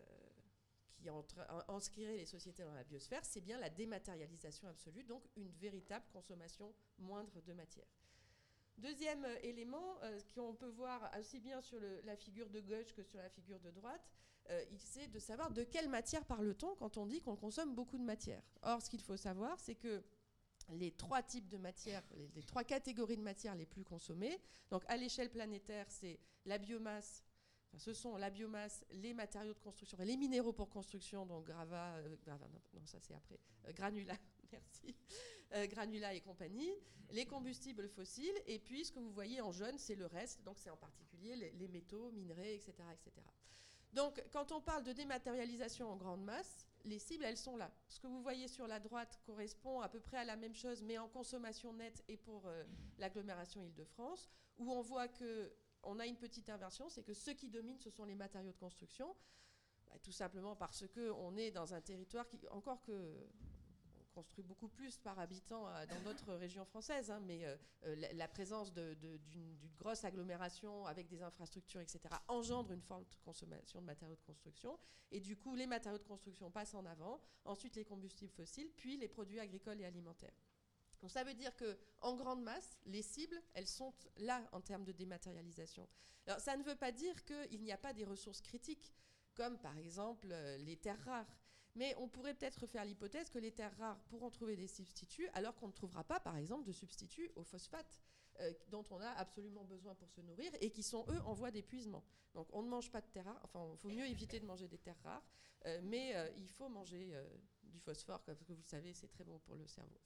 qui entre, en, inscrirait les sociétés dans la biosphère, c'est bien la dématérialisation absolue, donc une véritable consommation moindre de matière. Deuxième euh, élément euh, qu'on peut voir aussi bien sur le, la figure de gauche que sur la figure de droite, euh, c'est de savoir de quelle matière parle-t-on quand on dit qu'on consomme beaucoup de matière. Or, ce qu'il faut savoir, c'est que les trois types de matières, les, les trois catégories de matières les plus consommées. Donc à l'échelle planétaire, c'est la biomasse, enfin, ce sont la biomasse, les matériaux de construction, les minéraux pour construction, donc gravat, euh, gravat non, non, ça c'est après, euh, granulat, merci, euh, granulat et compagnie, les combustibles fossiles, et puis ce que vous voyez en jaune, c'est le reste, donc c'est en particulier les, les métaux, minerais, et cetera, et cetera. Donc quand on parle de dématérialisation en grande masse, les cibles, elles sont là. Ce que vous voyez sur la droite correspond à peu près à la même chose, mais en consommation nette et pour euh, l'agglomération Île-de-France, où on voit qu'on a une petite inversion, c'est que ce qui domine, ce sont les matériaux de construction, bah, tout simplement parce qu'on est dans un territoire qui, encore que... construit beaucoup plus par habitant euh, dans d'autres régions françaises, hein, mais euh, la, la présence de, de, d'une, d'une grosse agglomération avec des infrastructures, et cetera, engendre une forte consommation de matériaux de construction. Et du coup, les matériaux de construction passent en avant, ensuite les combustibles fossiles, puis les produits agricoles et alimentaires. Donc ça veut dire qu'en grande masse, les cibles, elles sont là en termes de dématérialisation. Alors ça ne veut pas dire qu'il n'y a pas des ressources critiques, comme par exemple euh, les terres rares. Mais on pourrait peut-être faire l'hypothèse que les terres rares pourront trouver des substituts, alors qu'on ne trouvera pas, par exemple, de substituts aux phosphates, euh, dont on a absolument besoin pour se nourrir, et qui sont, eux, en voie d'épuisement. Donc on ne mange pas de terres rares, enfin, il faut mieux éviter de manger des terres rares, euh, mais euh, il faut manger euh, du phosphore, parce que vous le savez, c'est très bon pour le cerveau,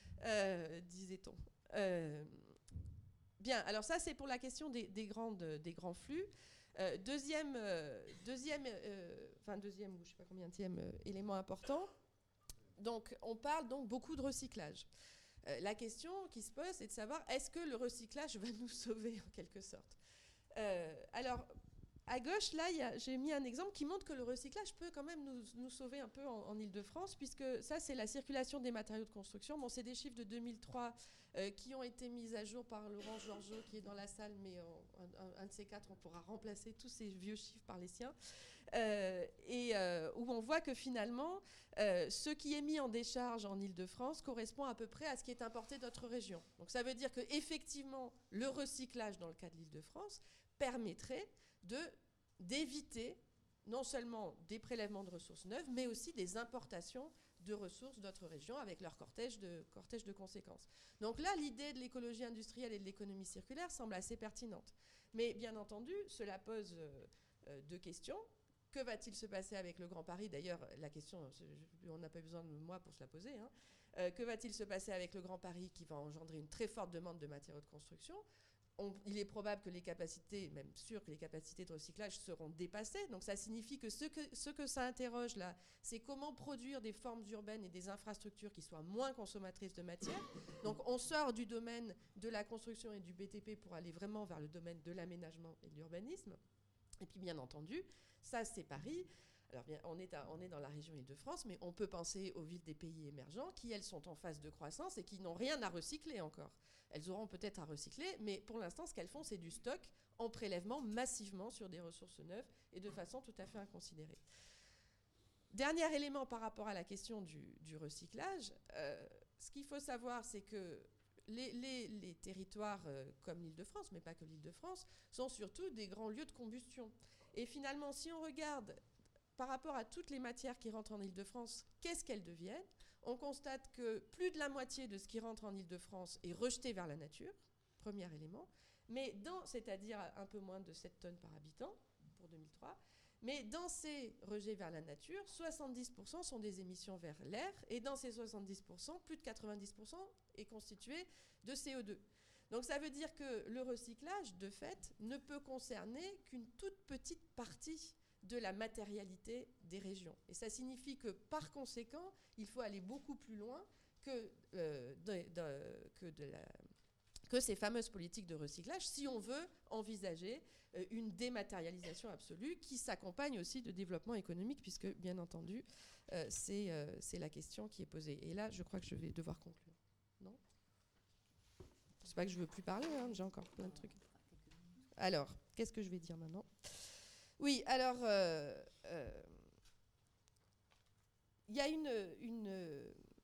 euh, disait-on. Euh, bien, alors ça, c'est pour la question des, des, grandes, des grands flux. Euh, deuxième, euh, deuxième, euh, enfin deuxième ou je ne sais pas combienième euh, élément important. Donc, on parle donc beaucoup de recyclage. Euh, la question qui se pose, c'est de savoir est-ce que le recyclage va nous sauver en quelque sorte. Euh, alors, à gauche, là, il y a- j'ai mis un exemple qui montre que le recyclage peut quand même nous, nous sauver un peu en, en Ile-de-France, puisque ça, c'est la circulation des matériaux de construction. Bon, c'est des chiffres de deux mille trois euh, qui ont été mis à jour par Laurent Georgeot, qui est dans la salle, mais euh, un, un- un de ces quatre, on pourra remplacer tous ces vieux chiffres par les siens. Euh, et euh, où on voit que finalement, euh, ce qui est mis en décharge en Ile-de-France correspond à peu près à ce qui est importé d'autres régions. Donc ça veut dire qu'effectivement, le recyclage dans le cas de l'Ile-de-France permettrait de, d'éviter non seulement des prélèvements de ressources neuves, mais aussi des importations de ressources d'autres régions avec leur cortège de, cortège de conséquences. Donc là, l'idée de l'écologie industrielle et de l'économie circulaire semble assez pertinente. Mais bien entendu, cela pose euh, euh, deux questions. Que va-t-il se passer avec le Grand Paris? D'ailleurs, la question, on n'a pas besoin de moi pour se la poser. Hein. Euh, que va-t-il se passer avec le Grand Paris qui va engendrer une très forte demande de matériaux de construction? On, il est probable que les capacités, même sûr que les capacités de recyclage seront dépassées. Donc ça signifie que ce que, ce que ça interroge là, c'est comment produire des formes urbaines et des infrastructures qui soient moins consommatrices de matière. Donc on sort du domaine de la construction et du B T P pour aller vraiment vers le domaine de l'aménagement et de l'urbanisme. Et puis bien entendu, ça c'est Paris. Alors bien, on est, à, on est dans la région Île-de-France, mais on peut penser aux villes des pays émergents qui, elles, sont en phase de croissance et qui n'ont rien à recycler encore. Elles auront peut-être à recycler, mais pour l'instant, ce qu'elles font, c'est du stock en prélèvement massivement sur des ressources neuves et de façon tout à fait inconsidérée. Dernier élément par rapport à la question du, du recyclage, euh, ce qu'il faut savoir, c'est que les, les, les territoires euh, comme l'Île-de-France, mais pas que l'Île-de-France, sont surtout des grands lieux de combustion. Et finalement, si on regarde par rapport à toutes les matières qui rentrent en Île-de-France, qu'est-ce qu'elles deviennent? On constate que plus de la moitié de ce qui rentre en Île-de-France est rejeté vers la nature, premier élément, mais dans, c'est-à-dire un peu moins de sept tonnes par habitant pour deux mille trois, mais dans ces rejets vers la nature, soixante-dix pour cent sont des émissions vers l'air, et dans ces soixante-dix pour cent, plus de quatre-vingt-dix pour cent est constitué de C O deux. Donc ça veut dire que le recyclage, de fait, ne peut concerner qu'une toute petite partie de la matérialité des régions. Et ça signifie que, par conséquent, il faut aller beaucoup plus loin que, euh, de, de, que, de la, que ces fameuses politiques de recyclage si on veut envisager euh, une dématérialisation absolue qui s'accompagne aussi de développement économique, puisque, bien entendu, euh, c'est, euh, c'est la question qui est posée. Et là, je crois que je vais devoir conclure. Non ? C'est pas que je veux plus parler, hein, j'ai encore plein de trucs. Alors, qu'est-ce que je vais dire maintenant ? Oui, alors, euh, euh, il y a une, une,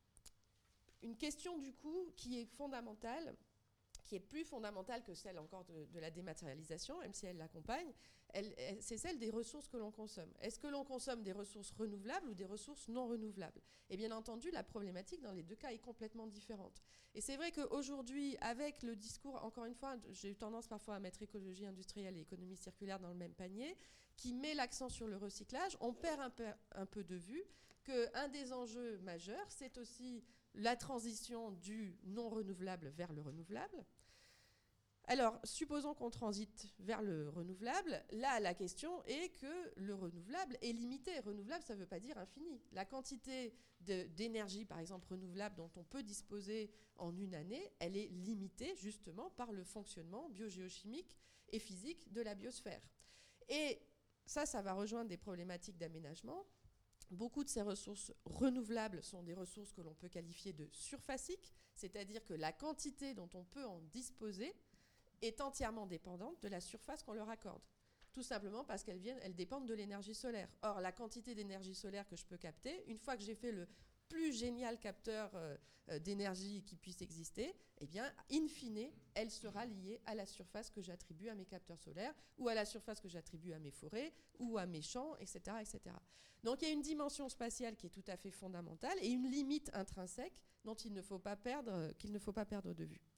une question du coup qui est fondamentale, qui est plus fondamentale que celle encore de, de la dématérialisation, même si elle l'accompagne, elle, elle, c'est celle des ressources que l'on consomme. Est-ce que l'on consomme des ressources renouvelables ou des ressources non renouvelables? Et bien entendu, la problématique dans les deux cas est complètement différente. Et c'est vrai qu'aujourd'hui, avec le discours, encore une fois, j'ai eu tendance parfois à mettre écologie industrielle et économie circulaire dans le même panier, qui met l'accent sur le recyclage, on perd un peu, un peu de vue qu'un des enjeux majeurs, c'est aussi la transition du non renouvelable vers le renouvelable. Alors, supposons qu'on transite vers le renouvelable. Là, la question est que le renouvelable est limité. Renouvelable, ça ne veut pas dire infini. La quantité de, d'énergie, par exemple, renouvelable dont on peut disposer en une année, elle est limitée justement par le fonctionnement biogéochimique et physique de la biosphère. Et ça, ça va rejoindre des problématiques d'aménagement. Beaucoup de ces ressources renouvelables sont des ressources que l'on peut qualifier de surfaciques, c'est-à-dire que la quantité dont on peut en disposer est entièrement dépendante de la surface qu'on leur accorde. Tout simplement parce qu'elles viennent, elles dépendent de l'énergie solaire. Or, la quantité d'énergie solaire que je peux capter, une fois que j'ai fait le plus génial capteur euh, d'énergie qui puisse exister, eh bien, in fine, elle sera liée à la surface que j'attribue à mes capteurs solaires ou à la surface que j'attribue à mes forêts ou à mes champs, et cetera, et cetera. Donc, il y a une dimension spatiale qui est tout à fait fondamentale et une limite intrinsèque dont il ne faut pas perdre, qu'il ne faut pas perdre de vue.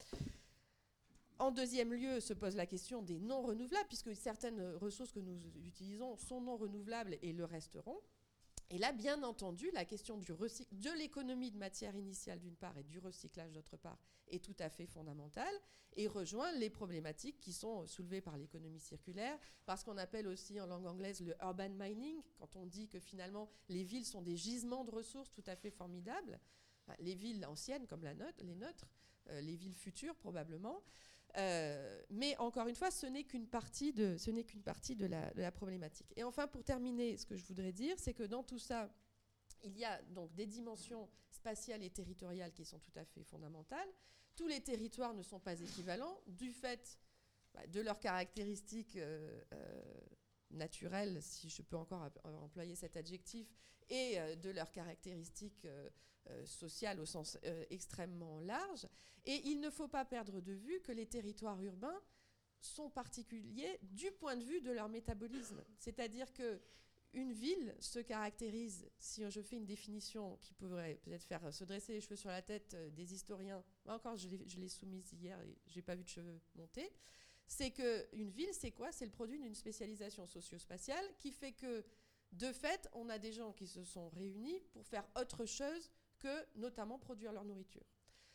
En deuxième lieu, se pose la question des non renouvelables, puisque certaines ressources que nous utilisons sont non renouvelables et le resteront. Et là, bien entendu, la question du recyc- de l'économie de matière initiale d'une part et du recyclage d'autre part est tout à fait fondamentale et rejoint les problématiques qui sont soulevées par l'économie circulaire, par ce qu'on appelle aussi en langue anglaise le urban mining, quand on dit que finalement les villes sont des gisements de ressources tout à fait formidables, les villes anciennes comme la nôtre, les nôtres, euh, les villes futures probablement. Euh, mais encore une fois, ce n'est qu'une partie, de, ce n'est qu'une partie de, la, de la problématique. Et enfin, pour terminer, ce que je voudrais dire, c'est que dans tout ça, il y a donc des dimensions spatiales et territoriales qui sont tout à fait fondamentales. Tous les territoires ne sont pas équivalents du fait bah, de leurs caractéristiques euh, euh, naturelles, si je peux encore employer cet adjectif, et euh, de leurs caractéristiques euh, euh, sociales au sens euh, extrêmement large. Et il ne faut pas perdre de vue que les territoires urbains sont particuliers du point de vue de leur métabolisme. C'est-à-dire qu'une ville se caractérise, si je fais une définition qui pourrait peut-être faire se dresser les cheveux sur la tête des historiens, moi encore je l'ai, je l'ai soumise hier et je n'ai pas vu de cheveux monter, c'est qu'une ville, c'est quoi ? C'est le produit d'une spécialisation socio-spatiale qui fait que, de fait, on a des gens qui se sont réunis pour faire autre chose que notamment produire leur nourriture.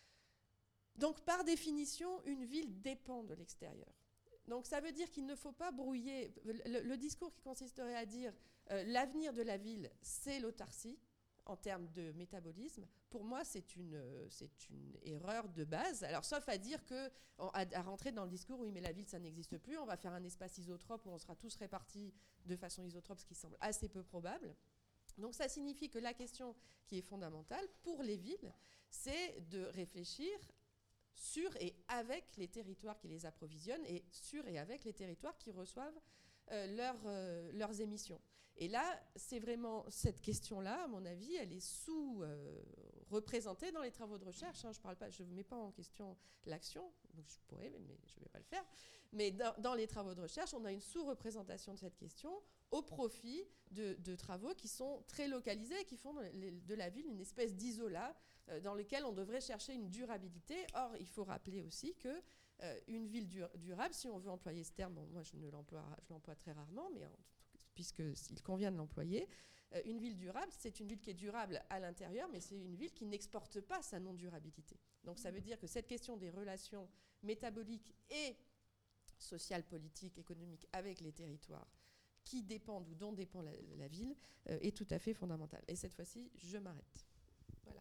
Donc, par définition, une ville dépend de l'extérieur. Donc, ça veut dire qu'il ne faut pas brouiller. Le, le discours qui consisterait à dire euh, l'avenir de la ville, c'est l'autarcie, en termes de métabolisme, pour moi, c'est une, c'est une erreur de base. Alors, sauf à dire que, à, à rentrer dans le discours, oui, mais la ville, ça n'existe plus, on va faire un espace isotrope où on sera tous répartis de façon isotrope, ce qui semble assez peu probable. Donc, ça signifie que la question qui est fondamentale pour les villes, c'est de réfléchir sur et avec les territoires qui les approvisionnent et sur et avec les territoires qui reçoivent euh, leur, euh, leurs émissions. Et là, c'est vraiment cette question-là, à mon avis, elle est sous-représentée euh, dans les travaux de recherche. Hein. Je parle pas, je ne mets pas en question l'action, donc je pourrais, mais, mais je ne vais pas le faire. Mais dans, dans les travaux de recherche, on a une sous-représentation de cette question au profit de, de travaux qui sont très localisés, qui font de, de la ville une espèce d'isolat euh, dans lequel on devrait chercher une durabilité. Or, il faut rappeler aussi que euh, une ville dur, durable, si on veut employer ce terme, bon, moi je ne l'emploie, je l'emploie très rarement, mais en, puisqu'il convient de l'employer, euh, une ville durable, c'est une ville qui est durable à l'intérieur, mais c'est une ville qui n'exporte pas sa non-durabilité. Donc ça veut dire que cette question des relations métaboliques et sociales, politiques, économiques avec les territoires qui dépendent ou dont dépend la, la ville euh, est tout à fait fondamentale. Et cette fois-ci, je m'arrête. Voilà.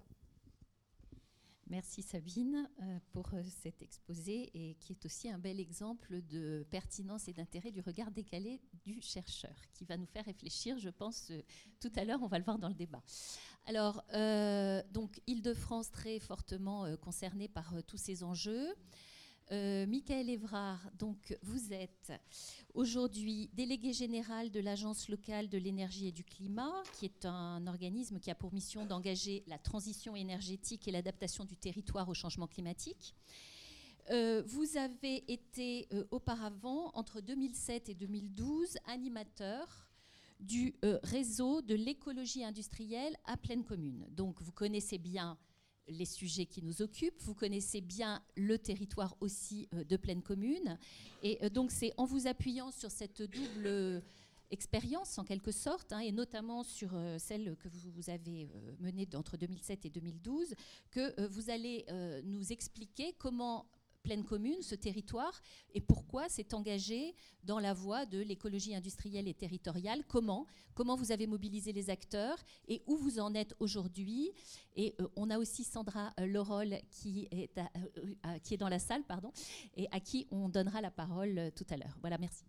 Merci Sabine euh, pour euh, cet exposé et qui est aussi un bel exemple de pertinence et d'intérêt du regard décalé du chercheur qui va nous faire réfléchir, je pense, euh, tout à l'heure, on va le voir dans le débat. Alors, euh, donc, Île-de-France très fortement euh, concernée par euh, tous ces enjeux. Euh, Michaël Évrard, donc vous êtes aujourd'hui délégué général de l'Agence locale de l'énergie et du climat, qui est un organisme qui a pour mission d'engager la transition énergétique et l'adaptation du territoire au changement climatique. Euh, vous avez été euh, auparavant, entre deux mille sept et deux mille douze, animateur du euh, réseau de l'écologie industrielle à Plaine Commune. Donc vous connaissez bien les sujets qui nous occupent. Vous connaissez bien le territoire aussi euh, de Plaine Commune. Et euh, donc, c'est en vous appuyant sur cette double euh, expérience, en quelque sorte, hein, et notamment sur euh, celle que vous, vous avez euh, menée entre deux mille sept et deux mille douze, que euh, vous allez euh, nous expliquer comment Plaine Commune, ce territoire, et pourquoi s'est engagé dans la voie de l'écologie industrielle et territoriale. Comment Comment vous avez mobilisé les acteurs et où vous en êtes aujourd'hui. Et euh, on a aussi Sandra euh, Lorol qui est, à, euh, à, qui est dans la salle, pardon, et à qui on donnera la parole euh, tout à l'heure. Voilà, merci.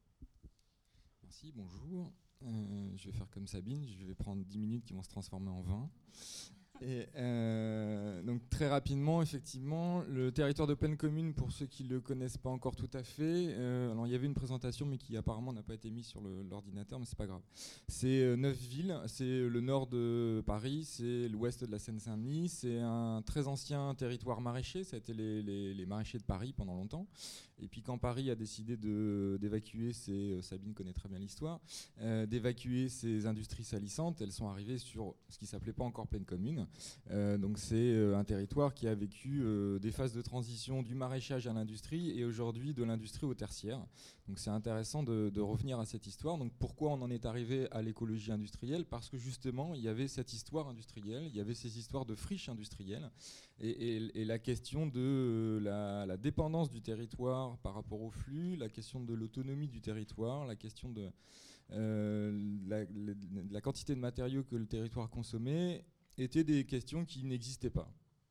Merci, bonjour. Euh, je vais faire comme Sabine, je vais prendre dix minutes qui vont se transformer en vingt. Et euh, donc très rapidement, effectivement, le territoire de Plaine Commune, pour ceux qui ne le connaissent pas encore tout à fait, euh, alors il y avait une présentation mais qui apparemment n'a pas été mise sur le, l'ordinateur, mais c'est pas grave. C'est euh, neuf villes, c'est le nord de Paris, c'est l'ouest de la Seine-Saint-Denis, c'est un très ancien territoire maraîcher, ça a été les, les, les maraîchers de Paris pendant longtemps. Et puis quand Paris a décidé de, d'évacuer, ses, Sabine connaît très bien l'histoire, euh, d'évacuer ses industries salissantes, elles sont arrivées sur ce qui s'appelait pas encore Plaine Commune. Euh, donc c'est euh, un territoire qui a vécu euh, des phases de transition du maraîchage à l'industrie et aujourd'hui de l'industrie au tertiaire. Donc c'est intéressant de, de revenir à cette histoire. Donc pourquoi on en est arrivé à l'écologie industrielle ? Parce que justement il y avait cette histoire industrielle, il y avait ces histoires de friches industrielles et, et, et la question de euh, la, la dépendance du territoire par rapport au flux, la question de l'autonomie du territoire, la question de euh, la, la, la quantité de matériaux que le territoire consommait étaient des questions qui n'existaient pas.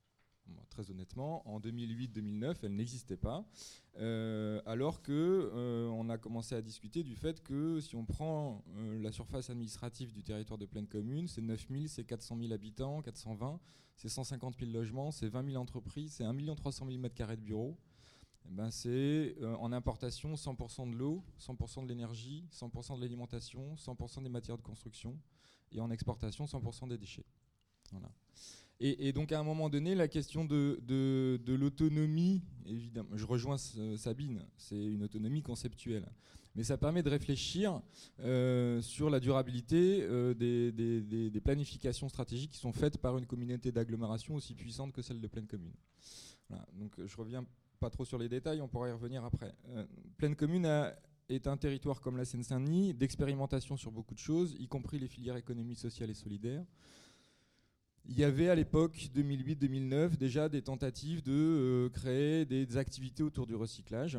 Bon, très honnêtement, en deux mille huit deux mille neuf, elle n'existait pas. Euh, alors qu'on euh, a commencé à discuter du fait que si on prend euh, la surface administrative du territoire de Plaine Commune, c'est neuf mille, c'est quatre cent mille habitants, quatre cent vingt, c'est cent cinquante mille logements, c'est vingt mille entreprises, c'est un million trois cent mille mètres carrés de bureaux. Et ben c'est euh, en importation cent pour cent de l'eau, cent pour cent de l'énergie, cent pour cent de l'alimentation, cent pour cent des matières de construction, et en exportation cent pour cent des déchets. Voilà. Et, et donc à un moment donné, la question de, de, de l'autonomie, évidemment, je rejoins euh, Sabine, c'est une autonomie conceptuelle. Mais ça permet de réfléchir euh, sur la durabilité euh, des, des, des, des planifications stratégiques qui sont faites par une communauté d'agglomération aussi puissante que celle de Plaine Commune. Voilà, donc je reviens pas trop sur les détails, on pourra y revenir après. Euh, Plaine Commune a, est un territoire comme la Seine-Saint-Denis d'expérimentation sur beaucoup de choses, y compris les filières économie sociale et solidaire. Il y avait à l'époque, deux mille huit deux mille neuf, déjà des tentatives de euh, créer des, des activités autour du recyclage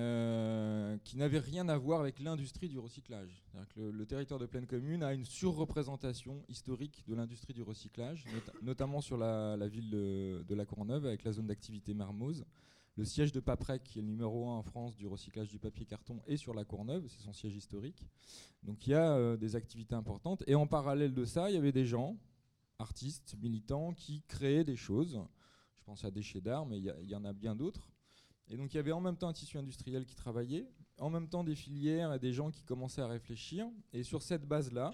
euh, qui n'avaient rien à voir avec l'industrie du recyclage. C'est-à-dire que le, le territoire de Plaine Commune a une surreprésentation historique de l'industrie du recyclage, not notamment sur la, la ville de, de La Courneuve avec la zone d'activité Mermoz. Le siège de Paprec, qui est le numéro un en France du recyclage du papier carton, est sur La Courneuve, c'est son siège historique. Donc il y a euh, des activités importantes. Et en parallèle de ça, il y avait des gens, artistes, militants, qui créaient des choses. Je pense à Déchets d'Art, mais il y, y en a bien d'autres. Et donc il y avait en même temps un tissu industriel qui travaillait, en même temps des filières et des gens qui commençaient à réfléchir. Et sur cette base-là,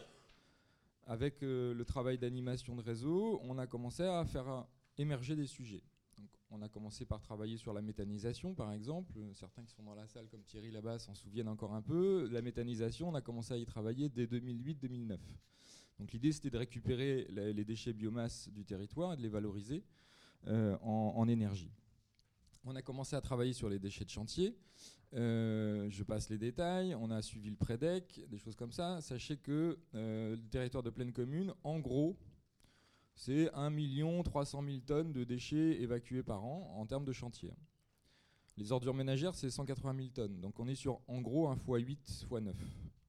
avec euh, le travail d'animation de réseau, on a commencé à faire euh, émerger des sujets. Donc, on a commencé par travailler sur la méthanisation, par exemple. Certains qui sont dans la salle, comme Thierry là-bas, s'en souviennent encore un peu. La méthanisation, on a commencé à y travailler dès deux mille huit deux mille neuf. Donc l'idée, c'était de récupérer la, les déchets biomasse du territoire et de les valoriser euh, en, en énergie. On a commencé à travailler sur les déchets de chantier. Euh, je passe les détails. On a suivi le Prédec, des choses comme ça. Sachez que euh, le territoire de Plaine Commune, en gros, c'est un million trois cent mille tonnes de déchets évacués par an en termes de chantier. Les ordures ménagères, c'est cent quatre-vingt mille tonnes. Donc on est sur, en gros, un fois huit, fois neuf.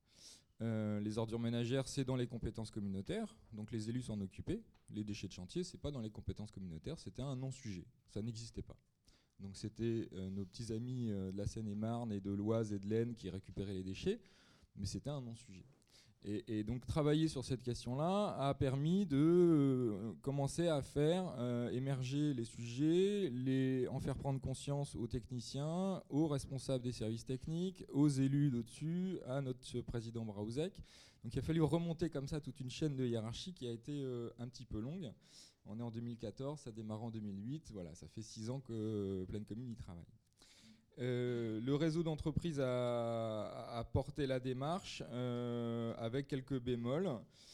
Euh, les ordures ménagères, c'est dans les compétences communautaires, donc les élus s'en occupaient. Les déchets de chantier, c'est pas dans les compétences communautaires, c'était un non-sujet, ça n'existait pas. Donc c'était euh, nos petits amis euh, de la Seine-et-Marne et de l'Oise et de l'Aisne qui récupéraient les déchets, mais c'était un non-sujet. Et, et donc travailler sur cette question-là a permis de euh, commencer à faire euh, émerger les sujets, les, en faire prendre conscience aux techniciens, aux responsables des services techniques, aux élus d'au-dessus, à notre président Braouzek. Donc il a fallu remonter comme ça toute une chaîne de hiérarchie qui a été euh, un petit peu longue. On est en deux mille quatorze, ça démarre en deux mille huit, voilà, ça fait six ans que euh, Plaine Commune y travaille. Euh, le réseau d'entreprises a, a porté la démarche euh, avec quelques bémols,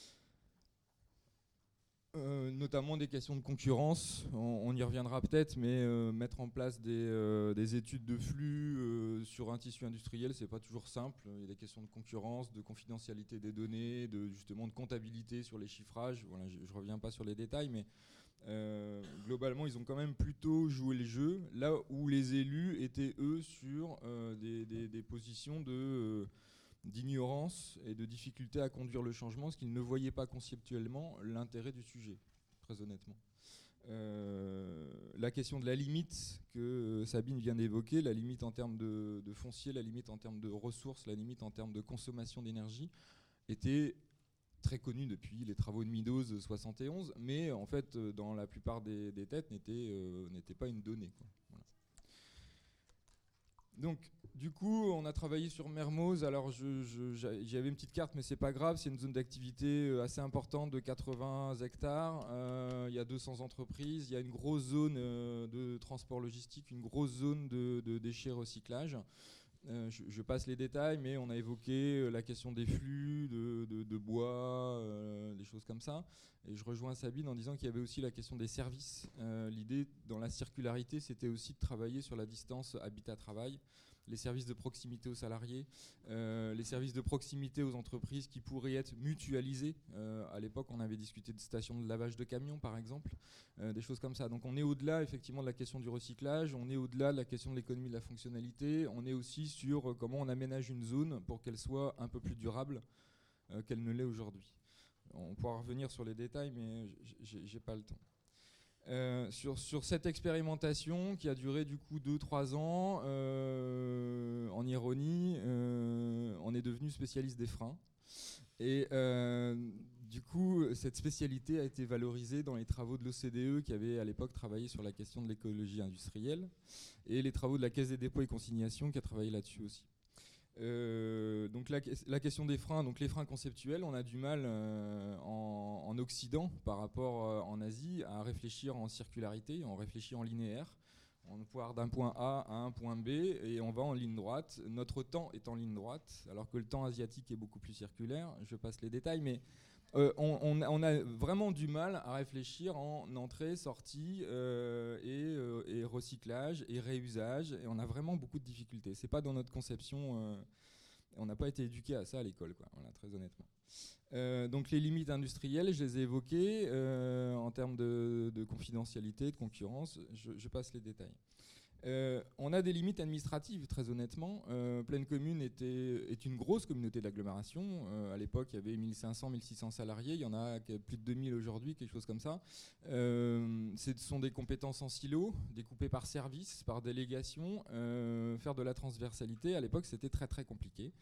euh, notamment des questions de concurrence. On, on y reviendra peut-être, mais euh, mettre en place des, euh, des études de flux euh, sur un tissu industriel, c'est pas toujours simple. Il y a des questions de concurrence, de confidentialité des données, de justement de comptabilité sur les chiffrages. Voilà, je, je reviens pas sur les détails, mais Euh, globalement, ils ont quand même plutôt joué le jeu, là où les élus étaient, eux, sur euh, des, des, des positions de, euh, d'ignorance et de difficulté à conduire le changement, parce qu'ils ne voyaient pas conceptuellement l'intérêt du sujet, très honnêtement. Euh, la question de la limite que Sabine vient d'évoquer, la limite en termes de, de foncier, la limite en termes de ressources, la limite en termes de consommation d'énergie, était très connu depuis les travaux de Meadows soixante et onze, mais en fait, euh, dans la plupart des, des têtes, n'était euh, n'était pas une donnée, quoi. Voilà. Donc, du coup, on a travaillé sur Mermoz. Alors, je, je, j'avais une petite carte, mais c'est pas grave. C'est une zone d'activité assez importante de quatre-vingts hectares. Euh, il y a deux cents entreprises. Il y a une grosse zone euh, de transport logistique, une grosse zone de, de déchets recyclage. Euh, je, je passe les détails, mais on a évoqué euh, la question des flux, de, de, de bois, euh, des choses comme ça. Et je rejoins Sabine en disant qu'il y avait aussi la question des services. Euh, l'idée dans la circularité, c'était aussi de travailler sur la distance habitat-travail, les services de proximité aux salariés, euh, les services de proximité aux entreprises qui pourraient être mutualisés. Euh, à l'époque, on avait discuté de stations de lavage de camions, par exemple, euh, des choses comme ça. Donc on est au-delà, effectivement, de la question du recyclage, on est au-delà de la question de l'économie de la fonctionnalité, on est aussi sur euh, comment on aménage une zone pour qu'elle soit un peu plus durable euh, qu'elle ne l'est aujourd'hui. On pourra revenir sur les détails, mais j'ai, j'ai pas le temps. Euh, sur, sur cette expérimentation qui a duré du coup deux trois ans, euh, en ironie, euh, on est devenu spécialiste des freins. Et euh, du coup, cette spécialité a été valorisée dans les travaux de l'O C D E qui avait à l'époque travaillé sur la question de l'écologie industrielle et les travaux de la Caisse des dépôts et consignations qui a travaillé là-dessus aussi. Euh, donc la, la question des freins, donc les freins conceptuels, on a du mal euh, en, en Occident par rapport euh, en Asie à réfléchir en circularité, on réfléchit en linéaire. On part d'un point A à un point B et on va en ligne droite. Notre temps est en ligne droite, alors que le temps asiatique est beaucoup plus circulaire. Je passe les détails, mais euh, on, on, on a vraiment du mal à réfléchir en entrée, sortie euh, et, euh, et recyclage et réusage. Et on a vraiment beaucoup de difficultés. C'est pas dans notre conception. Euh, on n'a pas été éduqué à ça à l'école, quoi. Voilà, très honnêtement. Euh, donc les limites industrielles, je les ai évoquées euh, en termes de, de confidentialité, de concurrence. Je, je passe les détails. Euh, on a des limites administratives, très honnêtement. Euh, Plaine Commune était, est une grosse communauté d'agglomération. Euh, à l'époque, il y avait mille cinq cents, mille six cents salariés. Il y en a plus de deux mille aujourd'hui, quelque chose comme ça. Euh, ce sont des compétences en silo, découpées par service, par délégation. Euh, faire de la transversalité, à l'époque, c'était très très compliqué.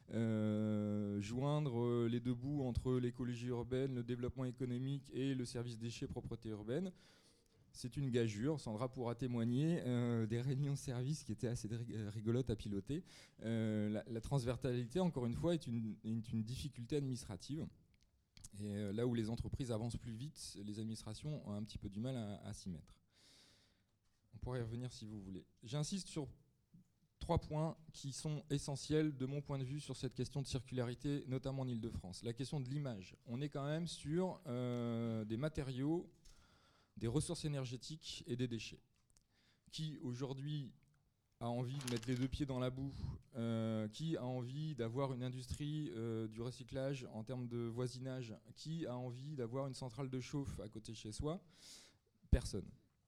Euh, joindre les deux bouts entre l'écologie urbaine, le développement économique et le service déchets propreté urbaine, c'est une gageure. Sandra pourra témoigner euh, des réunions de service qui étaient assez rigolotes à piloter. Euh, la, la transversalité, encore une fois, est une, est une difficulté administrative. Et euh, là où les entreprises avancent plus vite, les administrations ont un petit peu du mal à, à s'y mettre. On pourrait y revenir si vous voulez. J'insiste sur trois points qui sont essentiels de mon point de vue sur cette question de circularité, notamment en Ile-de-France. La question de l'image. On est quand même sur euh, des matériaux, des ressources énergétiques et des déchets. Qui aujourd'hui a envie de mettre les deux pieds dans la boue, euh, qui a envie d'avoir une industrie euh, du recyclage en termes de voisinage, qui a envie d'avoir une centrale de chauffe à côté de chez soi? Personne.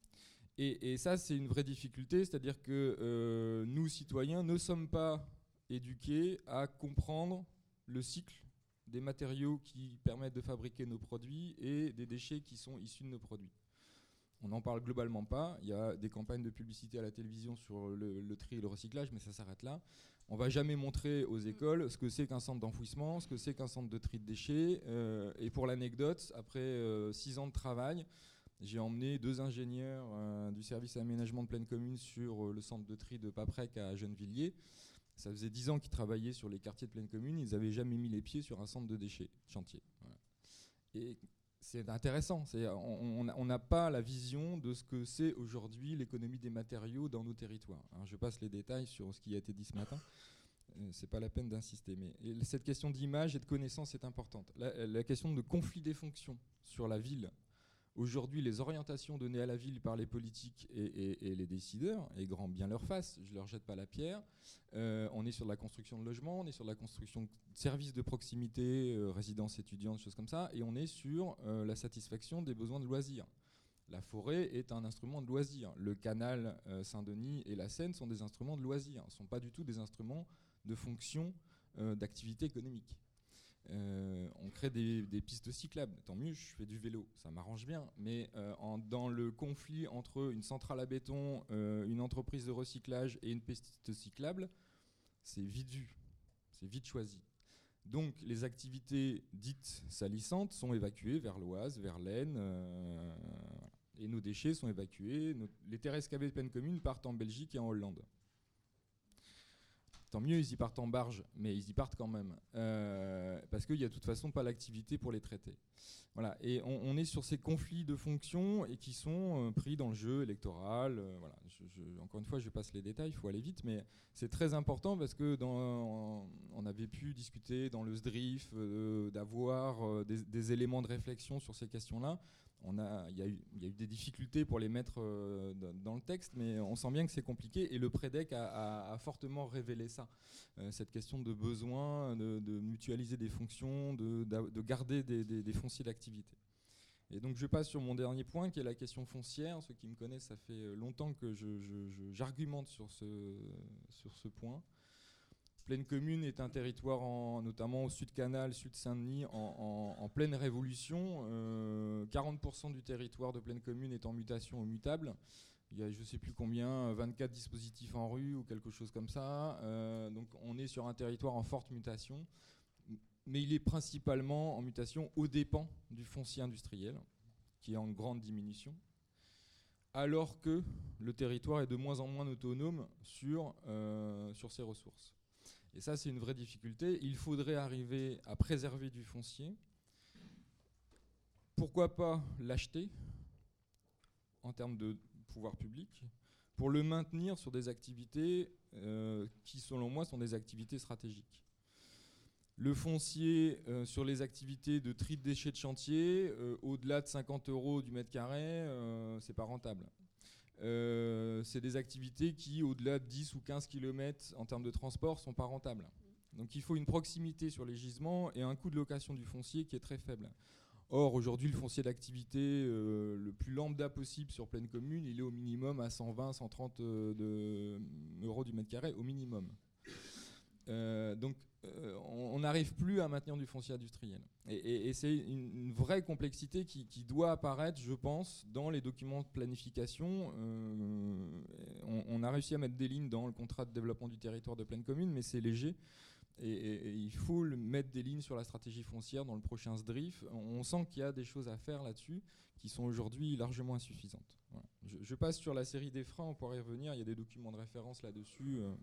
Et, et ça, c'est une vraie difficulté, c'est-à-dire que euh, nous, citoyens, ne sommes pas éduqués à comprendre le cycle des matériaux qui permettent de fabriquer nos produits et des déchets qui sont issus de nos produits. On n'en parle globalement pas. Il y a des campagnes de publicité à la télévision sur le, le tri et le recyclage, mais ça s'arrête là. On ne va jamais montrer aux écoles ce que c'est qu'un centre d'enfouissement, ce que c'est qu'un centre de tri de déchets. Euh, et pour l'anecdote, après euh, six ans de travail, j'ai emmené deux ingénieurs euh, du service aménagement de Plaine Commune sur euh, le centre de tri de Paprec à Gennevilliers. Ça faisait dix ans qu'ils travaillaient sur les quartiers de Plaine Commune. Ils n'avaient jamais mis les pieds sur un centre de déchets, chantier. Voilà. Et c'est intéressant. C'est, on n'a pas la vision de ce que c'est aujourd'hui l'économie des matériaux dans nos territoires. Alors, je passe les détails sur ce qui a été dit ce matin. Euh, c'est pas la peine d'insister. Mais cette question d'image et de connaissance est importante. La, la question de conflit des fonctions sur la ville. Aujourd'hui, les orientations données à la ville par les politiques et, et, et les décideurs, et grand bien leur face, je ne leur jette pas la pierre, euh, on est sur la construction de logements, on est sur la construction de services de proximité, euh, résidences étudiantes, choses comme ça, et on est sur euh, la satisfaction des besoins de loisirs. La forêt est un instrument de loisir. Le canal euh, Saint-Denis et la Seine sont des instruments de loisir, ne sont pas du tout des instruments de fonction euh, d'activité économique. Euh, on crée des, des pistes cyclables, tant mieux, je fais du vélo, ça m'arrange bien, mais euh, en, dans le conflit entre une centrale à béton, euh, une entreprise de recyclage et une piste cyclable, c'est vite vu, c'est vite choisi. Donc les activités dites salissantes sont évacuées vers l'Oise, vers l'Aisne, euh, et nos déchets sont évacués, nos, les terres excavées de Plaine Commune partent en Belgique et en Hollande. Tant mieux, ils y partent en barge, mais ils y partent quand même, euh, parce qu'il n'y a de toute façon pas l'activité pour les traiter. Voilà. Et on, on est sur ces conflits de fonctions et qui sont euh, pris dans le jeu électoral. Euh, voilà. je, je, encore une fois, je passe les détails, il faut aller vite, mais c'est très important parce que dans, on avait pu discuter dans le S D R I F euh, d'avoir euh, des, des éléments de réflexion sur ces questions-là. On a, il y a eu, il y a eu des difficultés pour les mettre euh, dans le texte, mais on sent bien que c'est compliqué et le Prédec a, a, a fortement révélé ça. Euh, cette question de besoin de, de mutualiser des fonctions, de, de garder des, des, des fonciers d'activité. Et donc je passe sur mon dernier point qui est la question foncière. Ceux qui me connaissent, ça fait longtemps que je, je, je, j'argumente sur ce, sur ce point. Plaine Commune est un territoire, en, notamment au Sud-Canal, Sud-Saint-Denis, en, en, en pleine révolution. Euh, quarante pour cent du territoire de Plaine Commune est en mutation ou mutable. Il y a je ne sais plus combien, vingt-quatre dispositifs en rue ou quelque chose comme ça. Euh, donc on est sur un territoire en forte mutation, mais il est principalement en mutation aux dépens du foncier industriel, qui est en grande diminution, alors que le territoire est de moins en moins autonome sur, euh, sur ses ressources. Et ça, c'est une vraie difficulté. Il faudrait arriver à préserver du foncier. Pourquoi pas l'acheter en termes de pouvoir public pour le maintenir sur des activités euh, qui, selon moi, sont des activités stratégiques. Le foncier euh, sur les activités de tri de déchets de chantier, euh, au-delà de cinquante euros du mètre carré, euh, c'est pas rentable. Euh, c'est des activités qui, au-delà de dix ou quinze kilomètres en termes de transport, sont pas rentables. Donc il faut une proximité sur les gisements et un coût de location du foncier qui est très faible. Or, aujourd'hui, le foncier d'activité euh, le plus lambda possible sur Plaine Commune, il est au minimum à cent vingt, cent trente euh, de, euros du mètre carré, au minimum. Euh, donc, euh, on n'arrive plus à maintenir du foncier industriel. Et, et, et c'est une, une vraie complexité qui, qui doit apparaître, je pense, dans les documents de planification. Euh, on, on a réussi à mettre des lignes dans le contrat de développement du territoire de Plaine Commune, mais c'est léger. Et, et, et il faut le mettre des lignes sur la stratégie foncière dans le prochain S D R I F. On sent qu'il y a des choses à faire là-dessus qui sont aujourd'hui largement insuffisantes. Voilà. Je, je passe sur la série des freins, on pourrait y revenir, il y a des documents de référence là-dessus. Euh.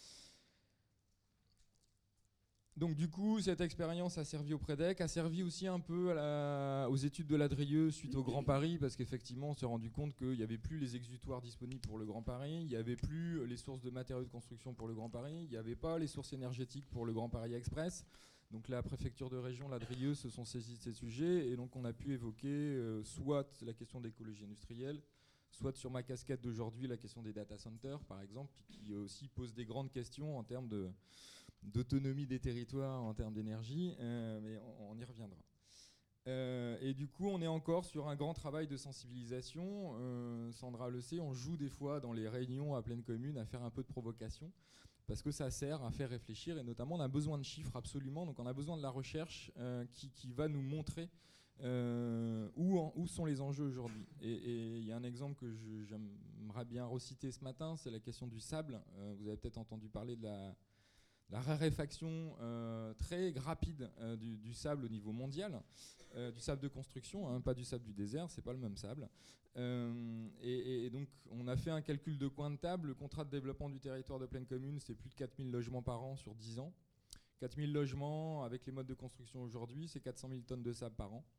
Donc du coup, cette expérience a servi au Prédec, a servi aussi un peu à la, aux études de la Drieux suite au Grand Paris, parce qu'effectivement, on s'est rendu compte qu'il n'y avait plus les exutoires disponibles pour le Grand Paris, il n'y avait plus les sources de matériaux de construction pour le Grand Paris, il n'y avait pas les sources énergétiques pour le Grand Paris Express. Donc la préfecture de région, la Drieux, se sont saisis de ces sujets, et donc on a pu évoquer euh, soit la question d'écologie industrielle, soit sur ma casquette d'aujourd'hui, la question des data centers, par exemple, qui aussi pose des grandes questions en termes de... d'autonomie des territoires en termes d'énergie, euh, mais on, on y reviendra. Euh, et du coup, on est encore sur un grand travail de sensibilisation. Euh, Sandra le sait, on joue des fois dans les réunions à Plaine Commune à faire un peu de provocation, parce que ça sert à faire réfléchir, et notamment on a besoin de chiffres absolument, donc on a besoin de la recherche euh, qui, qui va nous montrer euh, où, en, où sont les enjeux aujourd'hui. Et il y a un exemple que je, j'aimerais bien reciter ce matin, c'est la question du sable. Euh, vous avez peut-être entendu parler de la... la raréfaction euh, très rapide euh, du, du sable au niveau mondial, euh, du sable de construction, hein, pas du sable du désert, c'est pas le même sable. Euh, et, et donc on a fait un calcul de coin de table, le contrat de développement du territoire de Plaine Commune, c'est plus de quatre mille logements par an sur dix ans. quatre mille logements avec les modes de construction aujourd'hui, c'est quatre cent mille tonnes de sable par an.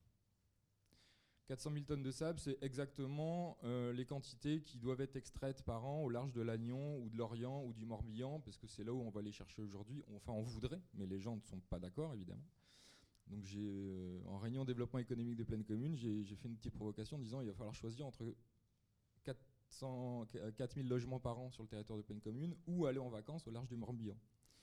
quatre cent mille tonnes de sable, c'est exactement euh, les quantités qui doivent être extraites par an au large de Lannion ou de Lorient ou du Morbihan, parce que c'est là où on va les chercher aujourd'hui. Enfin, on voudrait, mais les gens ne sont pas d'accord, évidemment. Donc, j'ai, euh, en réunion développement économique de Plaine Commune, j'ai, j'ai fait une petite provocation en disant qu'il va falloir choisir entre quatre cents, quatre mille logements par an sur le territoire de Plaine Commune ou aller en vacances au large du Morbihan.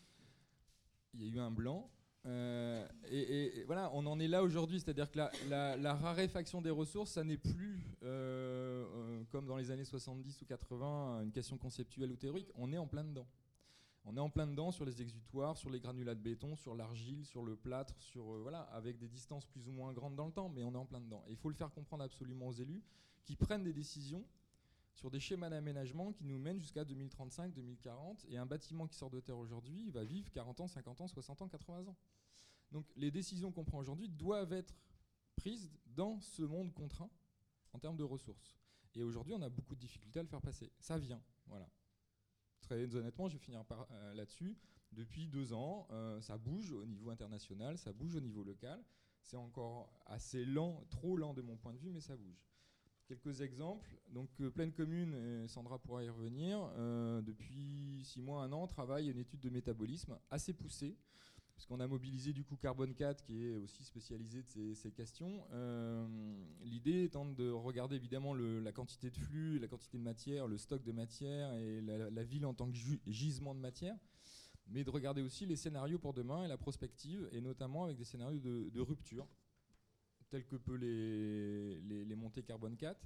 Il y a eu un blanc. Euh, et, et, et voilà, on en est là aujourd'hui, c'est-à-dire que la, la, la raréfaction des ressources, ça n'est plus euh, euh, comme dans les années soixante-dix ou quatre-vingts, une question conceptuelle ou théorique. On est en plein dedans. On est en plein dedans sur les exutoires, sur les granulats de béton, sur l'argile, sur le plâtre, sur euh, voilà, avec des distances plus ou moins grandes dans le temps, mais on est en plein dedans. Et il faut le faire comprendre absolument aux élus qui prennent des décisions sur des schémas d'aménagement qui nous mènent jusqu'à deux mille trente-cinq, deux mille quarante. Et un bâtiment qui sort de terre aujourd'hui, il va vivre quarante ans, cinquante ans, soixante ans, quatre-vingts ans. Donc les décisions qu'on prend aujourd'hui doivent être prises dans ce monde contraint en termes de ressources. Et aujourd'hui, on a beaucoup de difficultés à le faire passer. Ça vient, voilà. Très honnêtement, je vais finir par, euh, là-dessus. Depuis deux ans, euh, ça bouge au niveau international, ça bouge au niveau local. C'est encore assez lent, trop lent de mon point de vue, mais ça bouge. Quelques exemples. Donc, euh, Plaine Commune, et Sandra pourra y revenir, euh, depuis six mois, un an, travaille à une étude de métabolisme assez poussée, puisqu'on a mobilisé du coup Carbone quatre, qui est aussi spécialisé de ces, ces questions. Euh, l'idée étant de regarder évidemment le, la quantité de flux, la quantité de matière, le stock de matière et la, la ville en tant que ju- gisement de matière, mais de regarder aussi les scénarios pour demain et la prospective, et notamment avec des scénarios de, de rupture, tels que peut les, les, les monter Carbone quatre,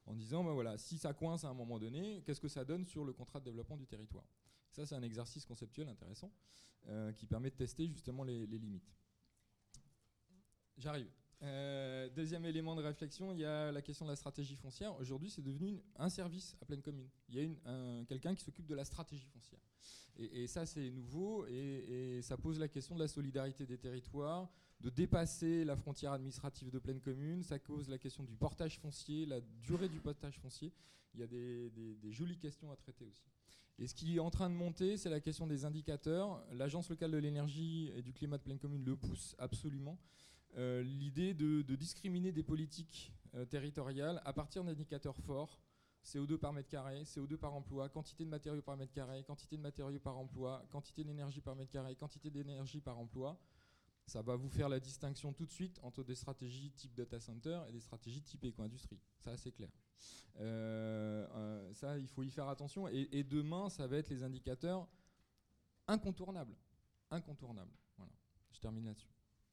en disant, ben voilà, si ça coince à un moment donné, qu'est-ce que ça donne sur le contrat de développement du territoire? Ça, c'est un exercice conceptuel intéressant euh, qui permet de tester justement les, les limites. J'arrive. Euh, deuxième élément de réflexion, il y a la question de la stratégie foncière. Aujourd'hui, c'est devenu une, un service à Plaine Commune. Il y a une, un, quelqu'un qui s'occupe de la stratégie foncière. Et, et ça, c'est nouveau et, et ça pose la question de la solidarité des territoires, de dépasser la frontière administrative de Plaine Commune. Ça pose la question du portage foncier, la durée du portage foncier. Il y a des, des, des jolies questions à traiter aussi. Et ce qui est en train de monter, c'est la question des indicateurs. L'Agence locale de l'énergie et du climat de Plaine Commune le pousse absolument. Euh, l'idée de, de discriminer des politiques euh, territoriales à partir d'indicateurs forts, C O deux par mètre carré, C O deux par emploi, quantité de matériaux par mètre carré, quantité de matériaux par emploi, quantité d'énergie par mètre carré, quantité d'énergie par emploi. Ça va vous faire la distinction tout de suite entre des stratégies type data center et des stratégies type éco-industrie. Ça, c'est clair. Euh, euh, ça, il faut y faire attention. Et, et demain, ça va être les indicateurs incontournables. Incontournables. Voilà. Je termine là-dessus.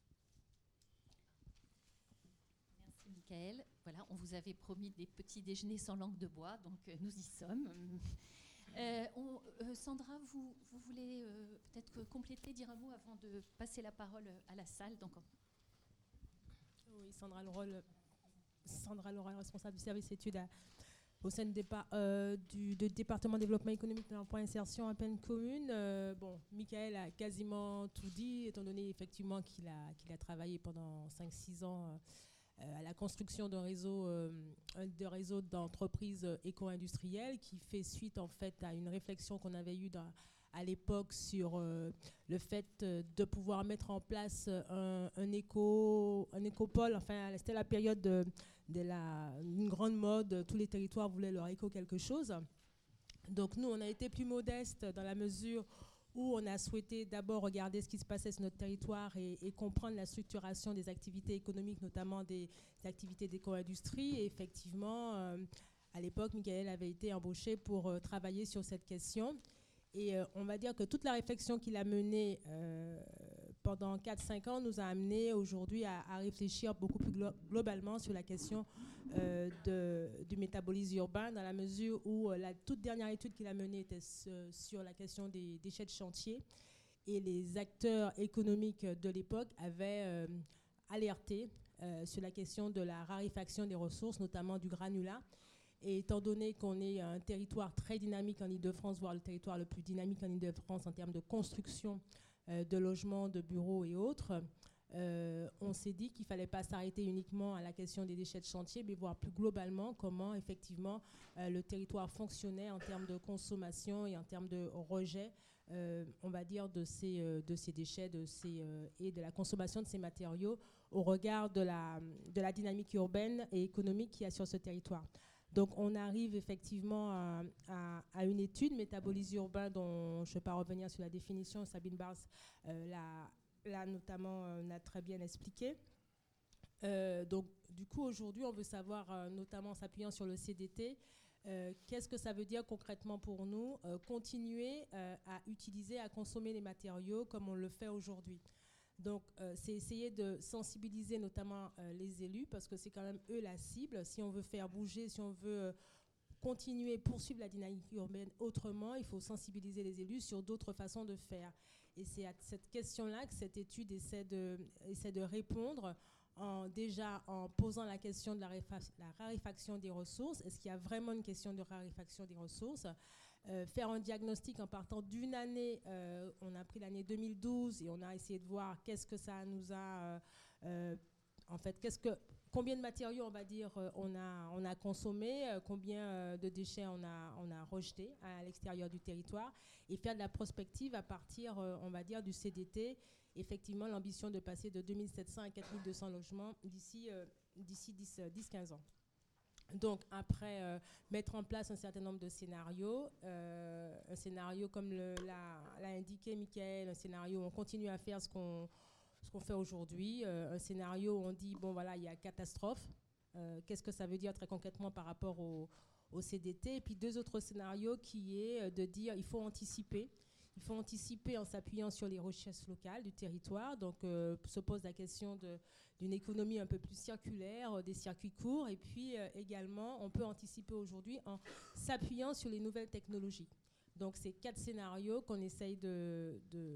Merci Michael. Voilà, on vous avait promis des petits déjeuners sans langue de bois, donc euh, nous y sommes. Euh, on, euh, Sandra, vous, vous voulez euh, peut-être compléter, dire un mot avant de passer la parole à la salle. Donc, oui, Sandra Leroy, Sandra Leroy, responsable du service études à, au sein du, dépa, euh, du de département développement économique de l'emploi et insertion à Plaine Commune. Euh, bon, Michael a quasiment tout dit, étant donné effectivement qu'il a, qu'il a travaillé pendant cinq six ans euh, à la construction d'un réseau, euh, de réseau d'entreprises éco-industrielles qui fait suite en fait à une réflexion qu'on avait eue dans, à l'époque sur euh, le fait euh, de pouvoir mettre en place un, un, éco, un écopole. Enfin, c'était la période de, de la, une grande mode, tous les territoires voulaient leur éco quelque chose. Donc nous, on a été plus modestes dans la mesure où on a souhaité d'abord regarder ce qui se passait sur notre territoire et, et comprendre la structuration des activités économiques, notamment des, des activités d'éco-industrie. Et effectivement, euh, à l'époque, Michael avait été embauché pour euh, travailler sur cette question. Et euh, on va dire que toute la réflexion qu'il a menée euh, pendant quatre cinq ans nous a amené aujourd'hui à, à réfléchir beaucoup plus glo globalement sur la question euh, de, du métabolisme urbain, dans la mesure où euh, la toute dernière étude qu'il a menée était euh, sur la question des déchets de chantier. Et les acteurs économiques de l'époque avaient euh, alerté euh, sur la question de la raréfaction des ressources, notamment du granulat. Et étant donné qu'on est un territoire très dynamique en Île-de-France, voire le territoire le plus dynamique en Île-de-France en termes de construction euh, de logements, de bureaux et autres, euh, on s'est dit qu'il ne fallait pas s'arrêter uniquement à la question des déchets de chantier, mais voir plus globalement comment effectivement euh, le territoire fonctionnait en termes de consommation et en termes de rejet, euh, on va dire, de ces, euh, de ces déchets de ces, euh, et de la consommation de ces matériaux au regard de la, de la dynamique urbaine et économique qu'il y a sur ce territoire. Donc on arrive effectivement à, à, à une étude métabolisme urbain dont je ne vais pas revenir sur la définition, Sabine Bars euh, l'a, l'a notamment euh, l'a très bien expliqué. Euh, donc du coup aujourd'hui on veut savoir, euh, notamment en s'appuyant sur le C D T, euh, qu'est-ce que ça veut dire concrètement pour nous, euh, continuer euh, à utiliser, à consommer les matériaux comme on le fait aujourd'hui. Donc, euh, c'est essayer de sensibiliser notamment euh, les élus, parce que c'est quand même eux la cible. Si on veut faire bouger, si on veut euh, continuer, poursuivre la dynamique urbaine autrement, il faut sensibiliser les élus sur d'autres façons de faire. Et c'est à cette question-là que cette étude essaie de, essaie de répondre, en, déjà en posant la question de la, la raréfaction des ressources. Est-ce qu'il y a vraiment une question de raréfaction des ressources ? Euh, faire un diagnostic en partant d'une année, euh, on a pris l'année deux mille douze et on a essayé de voir qu'est-ce que ça nous a, euh, euh, en fait, qu'est-ce que, combien de matériaux, on va dire, euh, on a, on a consommé, euh, combien euh, de déchets on a, on a rejetés à l'extérieur du territoire, et faire de la prospective à partir, euh, on va dire, du C D T. Effectivement, l'ambition de passer de deux mille sept cents à quatre mille deux cents logements d'ici euh, d'ici dix à quinze ans. Donc, après, euh, mettre en place un certain nombre de scénarios, euh, un scénario comme le, l'a, l'a indiqué Michael, un scénario où on continue à faire ce qu'on, ce qu'on fait aujourd'hui, euh, un scénario où on dit, bon voilà, il y a catastrophe, euh, qu'est-ce que ça veut dire très concrètement par rapport au, au C D T, et puis deux autres scénarios qui est de dire, il faut anticiper, Il faut anticiper en s'appuyant sur les recherches locales du territoire. Donc, euh, se pose la question de, d'une économie un peu plus circulaire, euh, des circuits courts. Et puis, euh, également, on peut anticiper aujourd'hui en s'appuyant sur les nouvelles technologies. Donc, c'est quatre scénarios qu'on essaye de, de,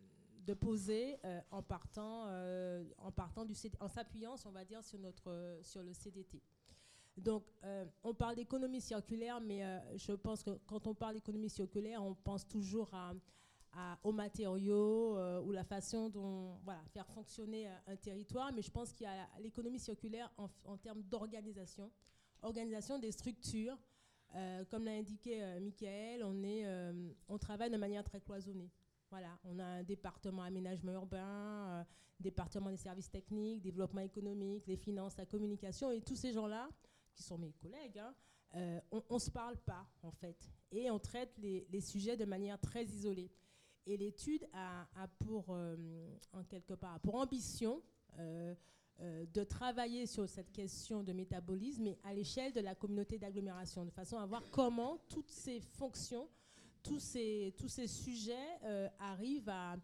de poser euh, en partant, euh, en, partant du C D, en s'appuyant, on va dire, sur, notre, euh, sur le C D T. Donc, euh, on parle d'économie circulaire, mais euh, je pense que quand on parle d'économie circulaire, on pense toujours à, à, aux matériaux euh, ou la façon dont voilà, faire fonctionner euh, un territoire. Mais je pense qu'il y a l'économie circulaire en, en termes d'organisation, organisation des structures. Euh, comme l'a indiqué euh, Michael, on, est, euh, on travaille de manière très cloisonnée. Voilà, on a un département aménagement urbain, euh, département des services techniques, développement économique, les finances, la communication, et tous ces gens-là, qui sont mes collègues, hein, euh, on ne se parle pas, en fait. Et on traite les, les sujets de manière très isolée. Et l'étude a, a pour, euh, en quelque part, pour ambition euh, euh, de travailler sur cette question de métabolisme, mais à l'échelle de la communauté d'agglomération, de façon à voir comment toutes ces fonctions, tous ces, tous ces sujets euh, arrivent à...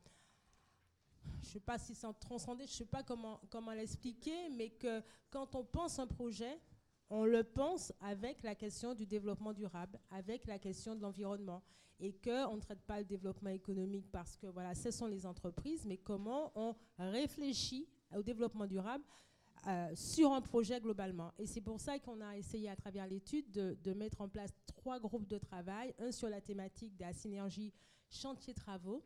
Je ne sais pas si c'est transcender, je ne sais pas comment, comment l'expliquer, mais que quand on pense un projet, on le pense avec la question du développement durable, avec la question de l'environnement, et qu'on ne traite pas le développement économique parce que voilà, ce sont les entreprises, mais comment on réfléchit au développement durable euh, sur un projet globalement. Et c'est pour ça qu'on a essayé à travers l'étude de, de mettre en place trois groupes de travail, un sur la thématique de la synergie chantier-travaux,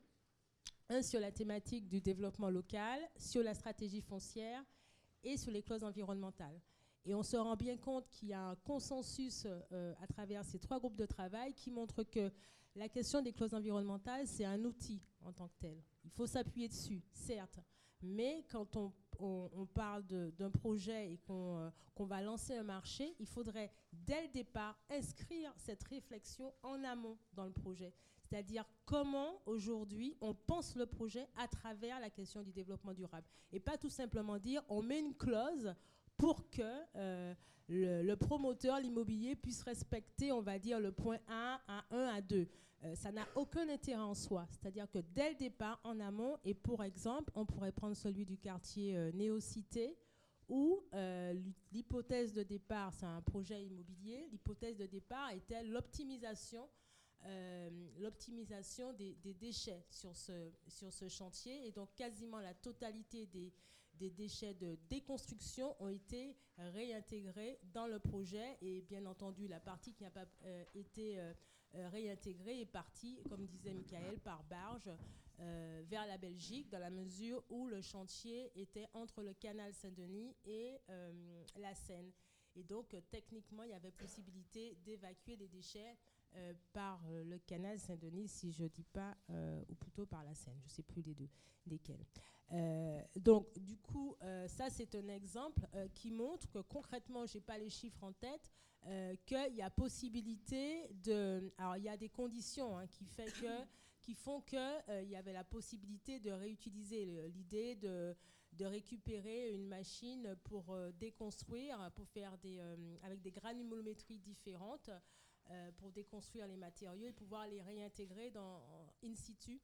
un sur la thématique du développement local, sur la stratégie foncière et sur les clauses environnementales. Et on se rend bien compte qu'il y a un consensus euh, à travers ces trois groupes de travail qui montre que la question des clauses environnementales, c'est un outil en tant que tel. Il faut s'appuyer dessus, certes, mais quand on, on, on parle d'un projet et qu'on euh, qu'on va lancer un marché, il faudrait dès le départ inscrire cette réflexion en amont dans le projet. C'est-à-dire comment aujourd'hui on pense le projet à travers la question du développement durable. Et pas tout simplement dire on met une clause pour que euh, le, le promoteur, l'immobilier, puisse respecter, on va dire, le point un, A un, A deux. Euh, ça n'a aucun intérêt en soi. C'est-à-dire que dès le départ, en amont, et pour exemple, on pourrait prendre celui du quartier euh, Néo-Cité, où euh, l'hypothèse de départ, c'est un projet immobilier, l'hypothèse de départ était l'optimisation euh, l'optimisation des, des déchets sur ce, sur ce chantier, et donc quasiment la totalité des des déchets de déconstruction ont été réintégrés dans le projet, et bien entendu la partie qui n'a pas euh, été euh, réintégrée est partie, comme disait Michael, par barge euh, vers la Belgique, dans la mesure où le chantier était entre le canal Saint-Denis et euh, la Seine. Et donc euh, techniquement il y avait possibilité d'évacuer les déchets euh, par euh, le canal Saint-Denis, si je ne dis pas, euh, ou plutôt par la Seine, je ne sais plus les deux, lesquels. Euh, donc, du coup, euh, ça, c'est un exemple euh, qui montre que concrètement, je n'ai pas les chiffres en tête, euh, qu'il y a possibilité de... Alors, il y a des conditions hein, qui, fait que, qui font qu'il euh, y avait la possibilité de réutiliser l'idée de, de récupérer une machine pour euh, déconstruire, pour faire des, euh, avec des granulométries différentes, euh, pour déconstruire les matériaux et pouvoir les réintégrer dans, in situ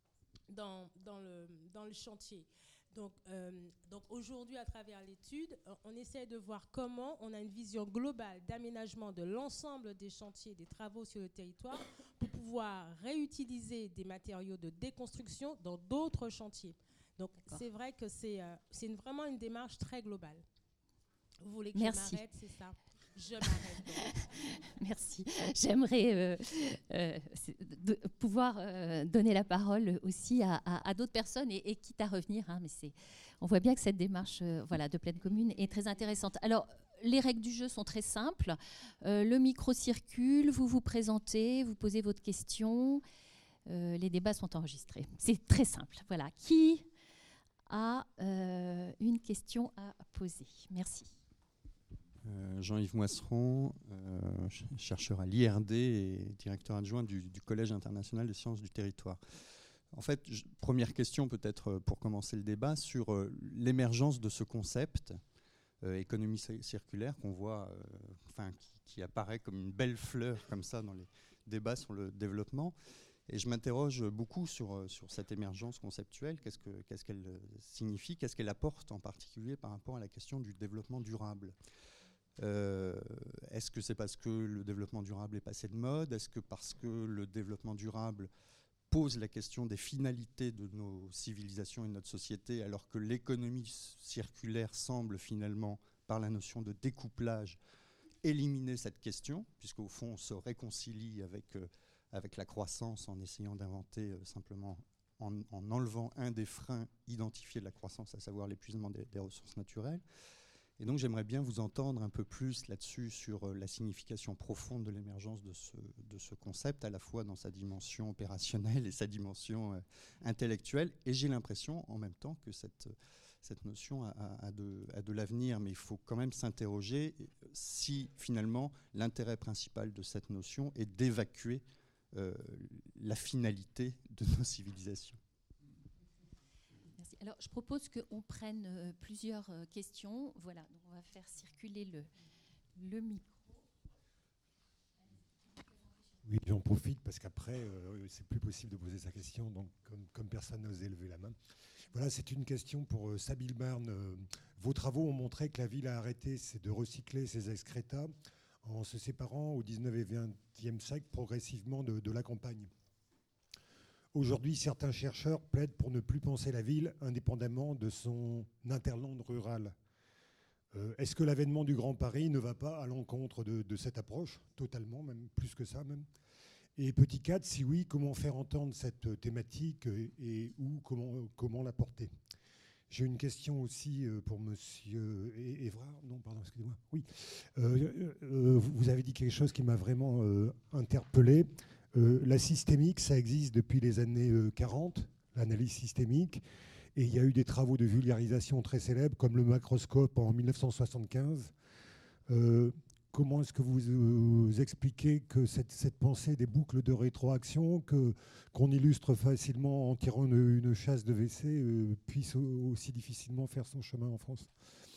Dans, dans, le, dans le chantier. Donc, euh, donc aujourd'hui, à travers l'étude, on essaie de voir comment on a une vision globale d'aménagement de l'ensemble des chantiers, des travaux sur le territoire, pour pouvoir réutiliser des matériaux de déconstruction dans d'autres chantiers. Donc c'est vrai que c'est euh, c'est une, vraiment une démarche très globale. Vous voulez que Merci. je m'arrête, c'est ça? Je m'arrête. Merci. J'aimerais euh, euh, de pouvoir euh, donner la parole aussi à, à, à d'autres personnes, et, et quitte à revenir. Hein, mais c'est, on voit bien que cette démarche euh, voilà, de pleine commune est très intéressante. Alors, les règles du jeu sont très simples. Euh, le micro circule, vous vous présentez, vous posez votre question. Euh, les débats sont enregistrés. C'est très simple. Voilà. Qui a euh, une question à poser? Merci. Euh, Jean-Yves Moisseron, euh, chercheur à l'I R D et directeur adjoint du, du Collège international des sciences du territoire. En fait, je, première question peut-être pour commencer le débat sur euh, l'émergence de ce concept, euh, économie circulaire, qu'on voit, euh, enfin, qui, qui apparaît comme une belle fleur comme ça dans les débats sur le développement. Et je m'interroge beaucoup sur, sur cette émergence conceptuelle, qu'est-ce que, qu'est-ce qu'elle signifie, qu'est-ce qu'elle apporte en particulier par rapport à la question du développement durable. Euh, est-ce que c'est parce que le développement durable est passé de mode? Est-ce que parce que le développement durable pose la question des finalités de nos civilisations et de notre société, alors que l'économie circulaire semble finalement, par la notion de découplage, éliminer cette question, puisqu'au fond on se réconcilie avec... Euh, avec la croissance en essayant d'inventer euh, simplement, en, en enlevant un des freins identifiés de la croissance, à savoir l'épuisement des, des ressources naturelles. Et donc j'aimerais bien vous entendre un peu plus là-dessus sur euh, la signification profonde de l'émergence de ce, de ce concept, à la fois dans sa dimension opérationnelle et sa dimension euh, intellectuelle. Et j'ai l'impression en même temps que cette, cette notion a, a, a de, a de l'avenir, mais il faut quand même s'interroger si finalement l'intérêt principal de cette notion est d'évacuer Euh, la finalité de nos civilisations. Merci. Alors, je propose qu'on prenne euh, plusieurs euh, questions. Voilà, donc on va faire circuler le, le micro. Oui, j'en profite parce qu'après, euh, c'est plus possible de poser sa question, donc comme, comme personne n'a osé lever la main. Voilà, c'est une question pour euh, Sabine Barne. Euh, vos travaux ont montré que la ville a arrêté c'est de recycler ses excrétas en se séparant au dix-neuvième et vingtième siècle progressivement de, de la campagne. Aujourd'hui, certains chercheurs plaident pour ne plus penser la ville indépendamment de son hinterland rural. Euh, est-ce que l'avènement du Grand Paris ne va pas à l'encontre de, de cette approche, totalement, même plus que ça même? Et petit quatre, si oui, comment faire entendre cette thématique et, et où, comment, comment la porter? J'ai une question aussi pour Monsieur Évrard. Non, pardon, excusez-moi. Oui. Euh, euh, vous avez dit quelque chose qui m'a vraiment euh, interpellé. Euh, la systémique, ça existe depuis les années euh, quarante, l'analyse systémique. Et il y a eu des travaux de vulgarisation très célèbres, comme le macroscope en mille neuf cent soixante-quinze. Euh, comment est-ce que vous, euh, vous expliquez que cette, cette pensée des boucles de rétroaction, que, qu'on illustre facilement en tirant une, une chasse de W C, euh, puisse aussi difficilement faire son chemin en France?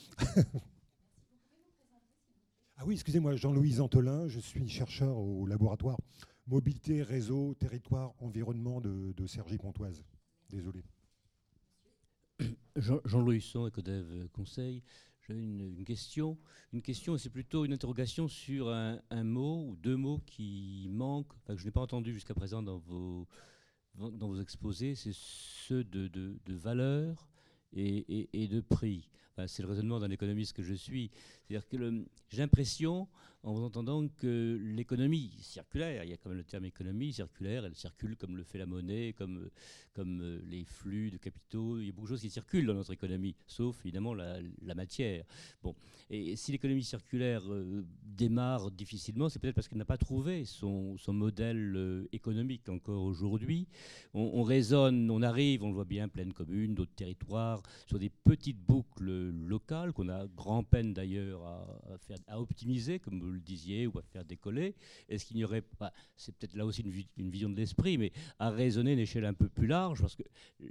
Ah oui, excusez-moi, Jean-Louis Antolin, je suis chercheur au laboratoire Mobilité, Réseau, Territoire, Environnement de, de Cergy-Pontoise. Désolé. Jean- Jean-Louis Husson, Ecodev Conseil. J'ai une, une question. Une question, c'est plutôt une interrogation sur un, un mot ou deux mots qui manquent, enfin, que je n'ai pas entendu jusqu'à présent dans vos, dans vos exposés. C'est ceux de, de, de valeur et, et, et de prix. Enfin, c'est le raisonnement d'un économiste que je suis. C'est-à-dire que le, j'ai l'impression, en vous entendant, que l'économie circulaire, il y a quand même le terme économie circulaire, elle circule comme le fait la monnaie, comme, comme euh, les flux de capitaux. Il y a beaucoup de choses qui circulent dans notre économie, sauf évidemment la, la matière. Bon. Et si l'économie circulaire euh, démarre difficilement, c'est peut-être parce qu'elle n'a pas trouvé son, son modèle euh, économique encore aujourd'hui. On, on raisonne, on arrive, on le voit bien, pleine commune, d'autres territoires, sur des petites boucles locales qu'on a grand-peine d'ailleurs à, à, faire, à optimiser, comme vous le disiez, ou à faire décoller. Est-ce qu'il n'y aurait pas, c'est peut-être là aussi une, une vision de l'esprit, mais à raisonner à une échelle un peu plus large, parce que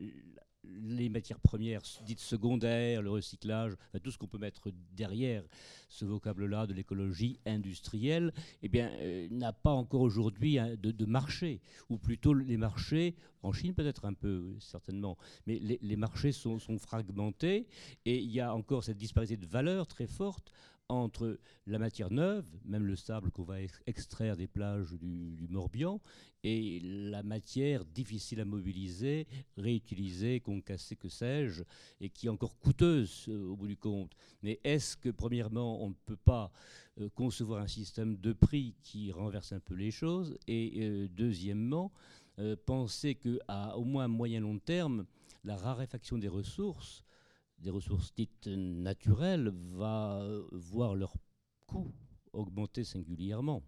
les matières premières dites secondaires, le recyclage, enfin, tout ce qu'on peut mettre derrière ce vocable-là de l'écologie industrielle, eh bien, euh, n'a pas encore aujourd'hui hein, de, de marché, ou plutôt les marchés, en Chine peut-être un peu, certainement, mais les, les marchés sont, sont fragmentés, et il y a encore cette disparité de valeur très forte entre la matière neuve, même le sable qu'on va extraire des plages du, du Morbihan, et la matière difficile à mobiliser, réutiliser, concasser, que sais-je, et qui est encore coûteuse euh, au bout du compte. Mais est-ce que, premièrement, on ne peut pas euh, concevoir un système de prix qui renverse un peu les choses, et euh, deuxièmement, euh, penser qu'à au moins moyen long terme, la raréfaction des ressources, des ressources dites naturelles, va voir leur coût augmenter singulièrement,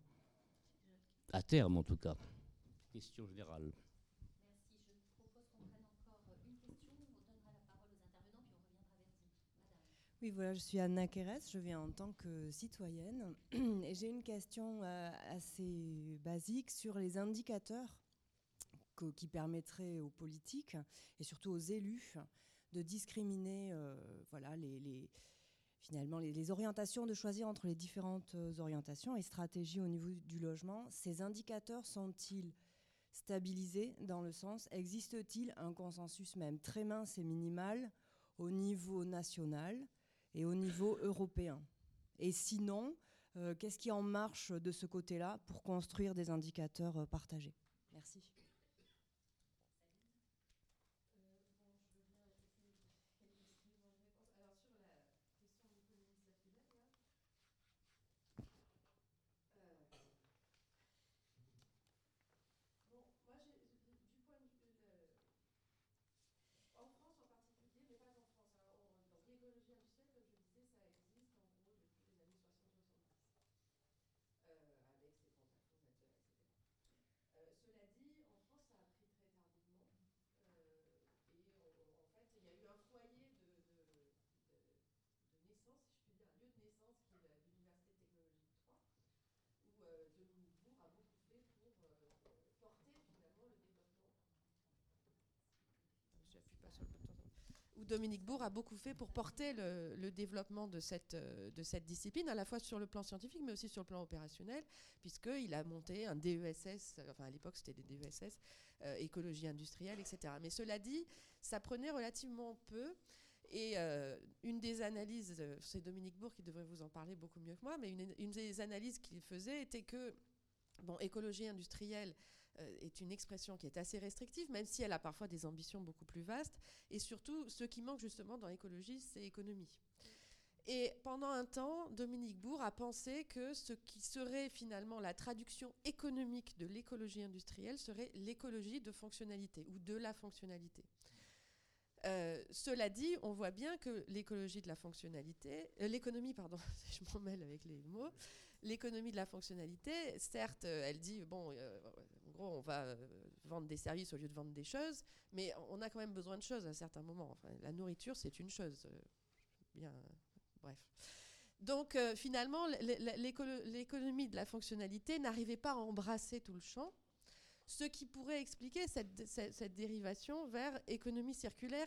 à terme en tout cas. Question générale. Merci. Je propose qu'on prenne encore une question. On donnera la parole aux intervenants, puis on reviendra vers vous. Madame. Oui, voilà, je suis Anna Kérès, je viens en tant que citoyenne. Et j'ai une question euh, assez basique sur les indicateurs que, qui permettraient aux politiques et surtout aux élus de discriminer euh, voilà, les, les, finalement les, les orientations, de choisir entre les différentes orientations et stratégies au niveau du logement. Ces indicateurs sont-ils stabilisé dans le sens, existe-t-il un consensus même très mince et minimal au niveau national et au niveau européen? Et sinon, euh, qu'est-ce qui en marche de ce côté-là pour construire des indicateurs euh, partagés? Merci. où Dominique Bourg a beaucoup fait pour porter le, le développement de cette, de cette discipline, à la fois sur le plan scientifique, mais aussi sur le plan opérationnel, puisqu'il a monté un D E S S, enfin à l'époque c'était des D E S S, euh, écologie industrielle, et cetera. Mais cela dit, ça prenait relativement peu. Et euh, une des analyses, euh, c'est Dominique Bourg qui devrait vous en parler beaucoup mieux que moi, mais une, une des analyses qu'il faisait était que, bon, écologie industrielle euh, est une expression qui est assez restrictive, même si elle a parfois des ambitions beaucoup plus vastes. Et surtout, ce qui manque justement dans l'écologie, c'est économie. Et pendant un temps, Dominique Bourg a pensé que ce qui serait finalement la traduction économique de l'écologie industrielle serait l'écologie de fonctionnalité ou de la fonctionnalité. Euh, cela dit, on voit bien que l'écologie de la fonctionnalité, euh, l'économie, pardon, je m'en mêle avec les mots, l'économie de la fonctionnalité, certes, euh, elle dit, bon, euh, en gros, on va euh, vendre des services au lieu de vendre des choses, mais on a quand même besoin de choses à certains moments. Enfin, la nourriture, c'est une chose. Euh, bien, euh, bref. Donc, euh, finalement, l'écolo- l'économie de la fonctionnalité n'arrivait pas à embrasser tout le champ, ce qui pourrait expliquer cette, cette, cette dérivation vers économie circulaire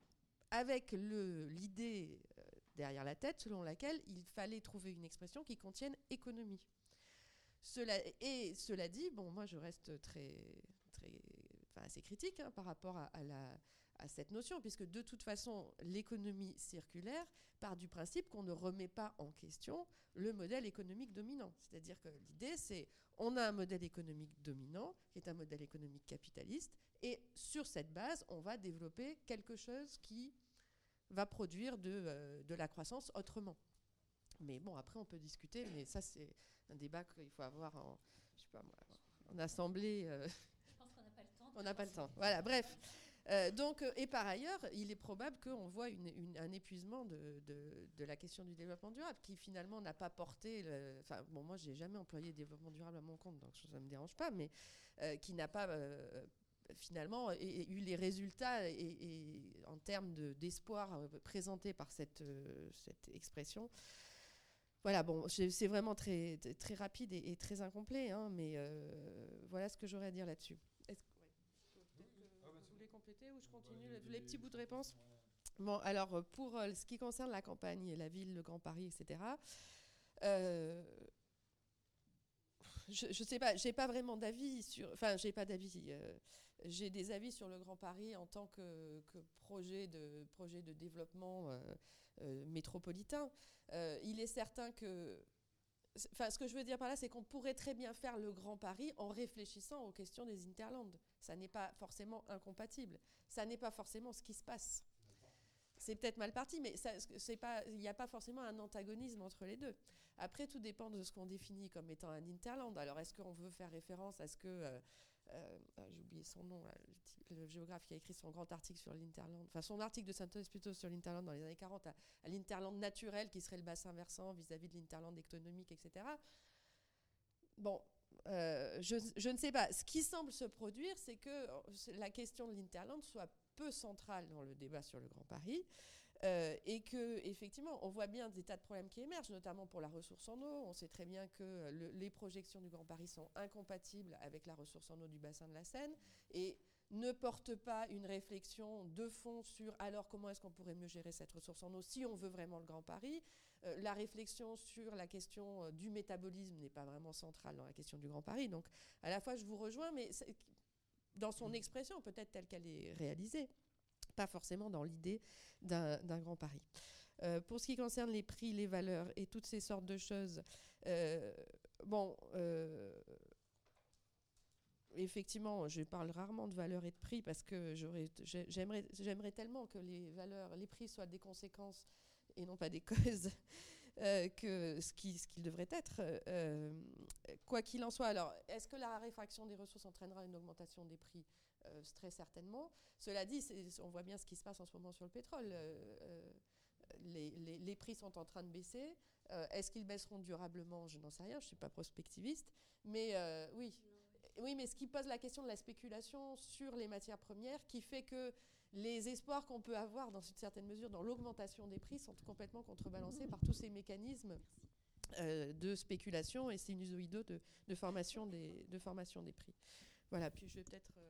avec le, l'idée euh, derrière la tête selon laquelle il fallait trouver une expression qui contienne économie. Cela, et cela dit, bon, moi je reste très, très, enfin, assez critique hein, par rapport à, à, la, à cette notion, puisque de toute façon, l'économie circulaire part du principe qu'on ne remet pas en question le modèle économique dominant. C'est-à-dire que l'idée, c'est on a un modèle économique dominant, qui est un modèle économique capitaliste, et sur cette base, on va développer quelque chose qui va produire de, euh, de la croissance autrement. Mais bon, après, on peut discuter, mais ça, c'est un débat qu'il faut avoir en, je sais pas moi, en assemblée. Euh, je pense qu'on n'a pas le temps. On n'a pas le temps. Voilà, bref. Euh, donc, euh, et par ailleurs, il est probable qu'on voit une, une, un épuisement de, de, de la question du développement durable, qui finalement n'a pas porté. Enfin, bon, moi, j'ai jamais employé développement durable à mon compte, donc ça ne me dérange pas, mais euh, qui n'a pas euh, finalement et, et eu les résultats et, et en termes de, d'espoir euh, présentés par cette, euh, cette expression. Voilà, bon, c'est vraiment très, très rapide et, et très incomplet, hein, mais euh, voilà ce que j'aurais à dire là-dessus. Est-ce que, ouais, que vous voulez compléter ou je continue les, les petits bouts de réponse? Bon, alors pour euh, ce qui concerne la campagne, la ville, le Grand Paris, et cetera. Euh, je, je sais pas, j'ai pas vraiment d'avis sur. Enfin, j'ai pas d'avis. Euh, j'ai des avis sur le Grand Paris en tant que, que projet de projet de développement euh, euh, métropolitain. Euh, il est certain que. Enfin, ce que je veux dire par là, c'est qu'on pourrait très bien faire le Grand Paris en réfléchissant aux questions des Interlands. Ça n'est pas forcément incompatible. Ça n'est pas forcément ce qui se passe. C'est peut-être mal parti, mais il n'y a pas forcément un antagonisme entre les deux. Après, tout dépend de ce qu'on définit comme étant un Interland. Alors, est-ce qu'on veut faire référence à ce que... Euh, euh, j'ai oublié son nom, là, le, le géographe qui a écrit son grand article sur l'Interland, enfin son article de synthèse plutôt sur l'Interland dans les années quarante, à, à l'Interland naturel qui serait le bassin versant vis-à-vis de l'Interland économique, et cetera. Bon, euh, je, je ne sais pas. Ce qui semble se produire, c'est que la question de l'Interland soit peu centrale dans le débat sur le Grand Paris, euh, et que effectivement, on voit bien des tas de problèmes qui émergent, notamment pour la ressource en eau. On sait très bien que le, les projections du Grand Paris sont incompatibles avec la ressource en eau du bassin de la Seine et ne portent pas une réflexion de fond sur alors comment est-ce qu'on pourrait mieux gérer cette ressource en eau si on veut vraiment le Grand Paris. Euh, la réflexion sur la question euh, du métabolisme n'est pas vraiment centrale dans la question du Grand Paris. Donc à la fois je vous rejoins, mais dans son expression, peut-être telle qu'elle est réalisée, pas forcément dans l'idée d'un, d'un Grand Paris. Euh, pour ce qui concerne les prix, les valeurs et toutes ces sortes de choses, euh, bon, euh, effectivement, je parle rarement de valeurs et de prix parce que j'aurais, j'aimerais, j'aimerais tellement que les valeurs, les prix soient des conséquences et non pas des causes, euh, que ce, qui, ce qu'ils devraient être. Euh, quoi qu'il en soit, alors, est-ce que la raréfaction des ressources entraînera une augmentation des prix ? euh, Très certainement. Cela dit, c'est, on voit bien ce qui se passe en ce moment sur le pétrole. Euh, euh, Les, les, les prix sont en train de baisser. Euh, est-ce qu'ils baisseront durablement ? Je n'en sais rien, je ne suis pas prospectiviste. Mais euh, oui. oui, mais ce qui pose la question de la spéculation sur les matières premières, qui fait que les espoirs qu'on peut avoir, dans une certaine mesure, dans l'augmentation des prix, sont complètement contrebalancés par tous ces mécanismes euh, de spéculation et sinusoïdaux de, de, formation des, de formation des prix. Voilà, puis je vais peut-être... Euh,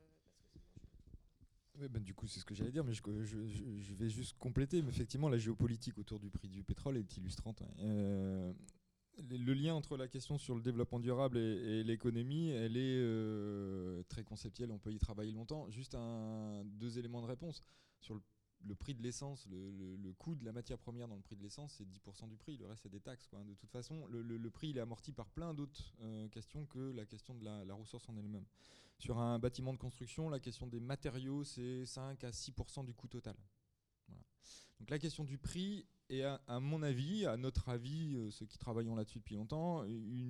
Oui, ben, du coup, c'est ce que j'allais dire, mais je, je, je vais juste compléter. Mais effectivement, la géopolitique autour du prix du pétrole est illustrante. Ouais. Euh, le lien entre la question sur le développement durable et, et l'économie, elle est euh, très conceptuelle, on peut y travailler longtemps. Juste un, deux éléments de réponse. Sur le, le prix de l'essence, le, le, le coût de la matière première dans le prix de l'essence, c'est dix pour cent du prix, le reste c'est des taxes, quoi. De toute façon, le, le, le prix il est amorti par plein d'autres euh, questions que la question de la, la ressource en elle-même. Sur un bâtiment de construction, la question des matériaux, c'est cinq à six pour cent du coût total. Voilà. Donc la question du prix est, à, à mon avis, à notre avis, euh, ceux qui travaillent là-dessus depuis longtemps,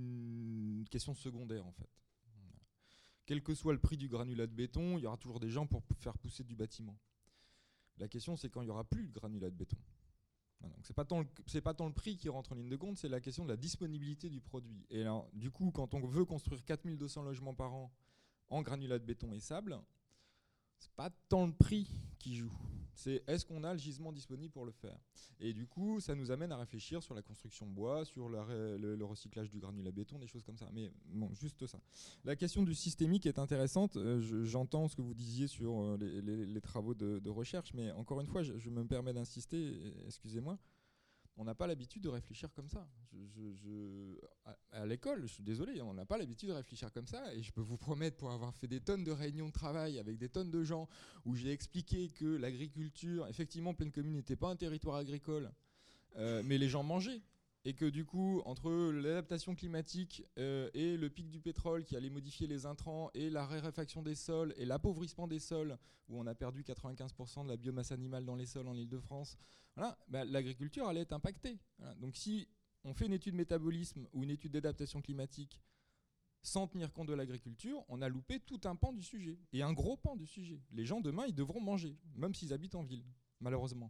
une question secondaire en fait. Voilà. Quel que soit le prix du granulat de béton, il y aura toujours des gens pour faire pousser du bâtiment. La question, c'est quand il n'y aura plus de granulat de béton. Voilà. Donc c'est pas tant le, c'est pas tant le prix qui rentre en ligne de compte, c'est la question de la disponibilité du produit. Et alors, du coup, quand on veut construire quatre mille deux cents logements par an en granulat de béton et sable, c'est pas tant le prix qui joue, c'est est-ce qu'on a le gisement disponible pour le faire. Et du coup, ça nous amène à réfléchir sur la construction bois, sur la, le, le recyclage du granulat béton, des choses comme ça. Mais bon, juste ça. La question du systémique est intéressante. Euh, je, j'entends ce que vous disiez sur euh, les, les, les travaux de, de recherche, mais encore une fois, je, je me permets d'insister, excusez-moi, on n'a pas l'habitude de réfléchir comme ça. Je, je, je, à, à l'école, je suis désolé, on n'a pas l'habitude de réfléchir comme ça. Et je peux vous promettre, pour avoir fait des tonnes de réunions de travail avec des tonnes de gens, où j'ai expliqué que l'agriculture, effectivement, Plaine Commune n'était pas un territoire agricole, euh, mais les gens mangeaient. Et que du coup, entre l'adaptation climatique euh, et le pic du pétrole qui allait modifier les intrants et la raréfaction des sols et l'appauvrissement des sols, où on a perdu quatre-vingt-quinze pour cent de la biomasse animale dans les sols en Île-de-France, voilà, bah, l'agriculture allait être impactée. Voilà. Donc si on fait une étude métabolisme ou une étude d'adaptation climatique sans tenir compte de l'agriculture, on a loupé tout un pan du sujet, et un gros pan du sujet. Les gens demain, ils devront manger, même s'ils habitent en ville, malheureusement.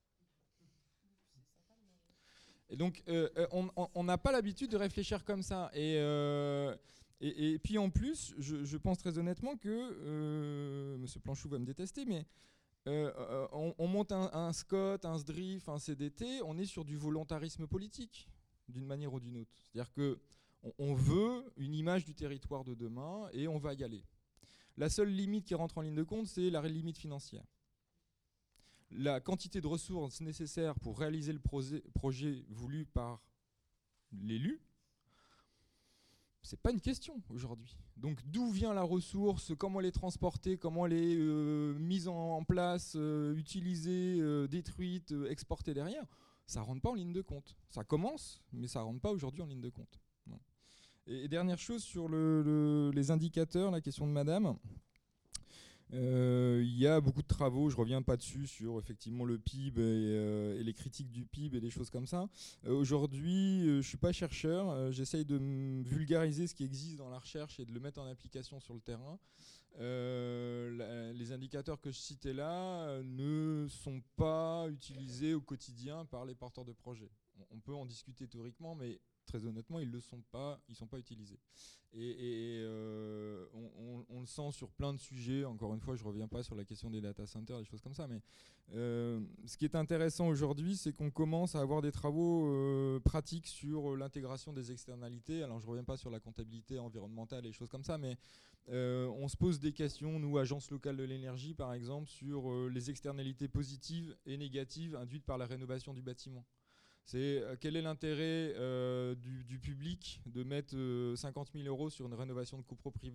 Et donc, euh, on n'a pas l'habitude de réfléchir comme ça. Et, euh, et, et puis en plus, je, je pense très honnêtement que, euh, M. Planchou va me détester, mais euh, on, on monte un, un SCOT, un SDRIF, un C D T, on est sur du volontarisme politique, d'une manière ou d'une autre. C'est-à-dire qu'on on veut une image du territoire de demain et on va y aller. La seule limite qui rentre en ligne de compte, c'est la limite financière. La quantité de ressources nécessaires pour réaliser le projet, projet voulu par l'élu, c'est pas une question aujourd'hui. Donc d'où vient la ressource, comment elle est transportée, comment elle est euh, mise en, en place, euh, utilisée, euh, détruite, euh, exportée derrière, ça rentre pas en ligne de compte. Ça commence, mais ça rentre pas aujourd'hui en ligne de compte. Bon. Et, et dernière chose sur le, le, les indicateurs, la question de madame. Il euh, y a beaucoup de travaux, je ne reviens pas dessus, sur effectivement le P I B et, euh, et les critiques du P I B et des choses comme ça. Euh, Aujourd'hui, euh, je ne suis pas chercheur, euh, j'essaye de vulgariser ce qui existe dans la recherche et de le mettre en application sur le terrain. Euh, la, les indicateurs que je citais là euh, ne sont pas utilisés au quotidien par les porteurs de projets. On, on peut en discuter théoriquement, mais très honnêtement, ils ne sont pas, ils sont pas utilisés. Et, et euh, on, on, on le sent sur plein de sujets. Encore une fois, je ne reviens pas sur la question des data centers, des choses comme ça. Mais euh, ce qui est intéressant aujourd'hui, c'est qu'on commence à avoir des travaux euh, pratiques sur l'intégration des externalités. Alors, je ne reviens pas sur la comptabilité environnementale et des choses comme ça, mais euh, on se pose des questions, nous, agence locale de l'énergie, par exemple, sur euh, les externalités positives et négatives induites par la rénovation du bâtiment. C'est euh, quel est l'intérêt euh, du, du public de mettre euh, cinquante mille euros sur une rénovation de copro privée ?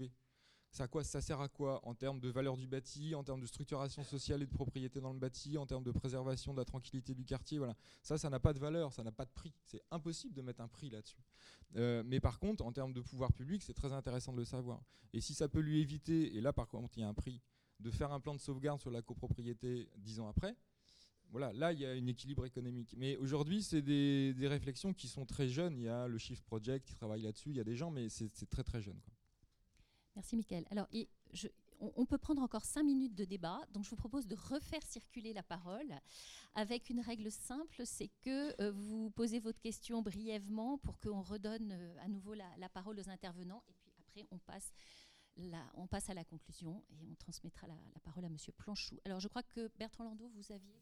Ça, quoi, ça sert à quoi en termes de valeur du bâti, en termes de structuration sociale et de propriété dans le bâti, en termes de préservation de la tranquillité du quartier, voilà. Ça, ça n'a pas de valeur, ça n'a pas de prix. C'est impossible de mettre un prix là-dessus. Euh, mais par contre, en termes de pouvoir public, c'est très intéressant de le savoir. Et si ça peut lui éviter, et là par contre il y a un prix, de faire un plan de sauvegarde sur la copropriété dix ans après, voilà, là il y a un équilibre économique. Mais aujourd'hui, c'est des, des réflexions qui sont très jeunes. Il y a le Shift Project qui travaille là-dessus, il y a des gens, mais c'est très très jeune, quoi. Merci Mickaël. Alors, et je, on, on peut prendre encore cinq minutes de débat, donc je vous propose de refaire circuler la parole avec une règle simple, c'est que euh, vous posez votre question brièvement pour qu'on redonne euh, à nouveau la, la parole aux intervenants, et puis après on passe, la, on passe à la conclusion et on transmettra la, la parole à Monsieur Planchou. Alors je crois que Bertrand Landau, vous aviez...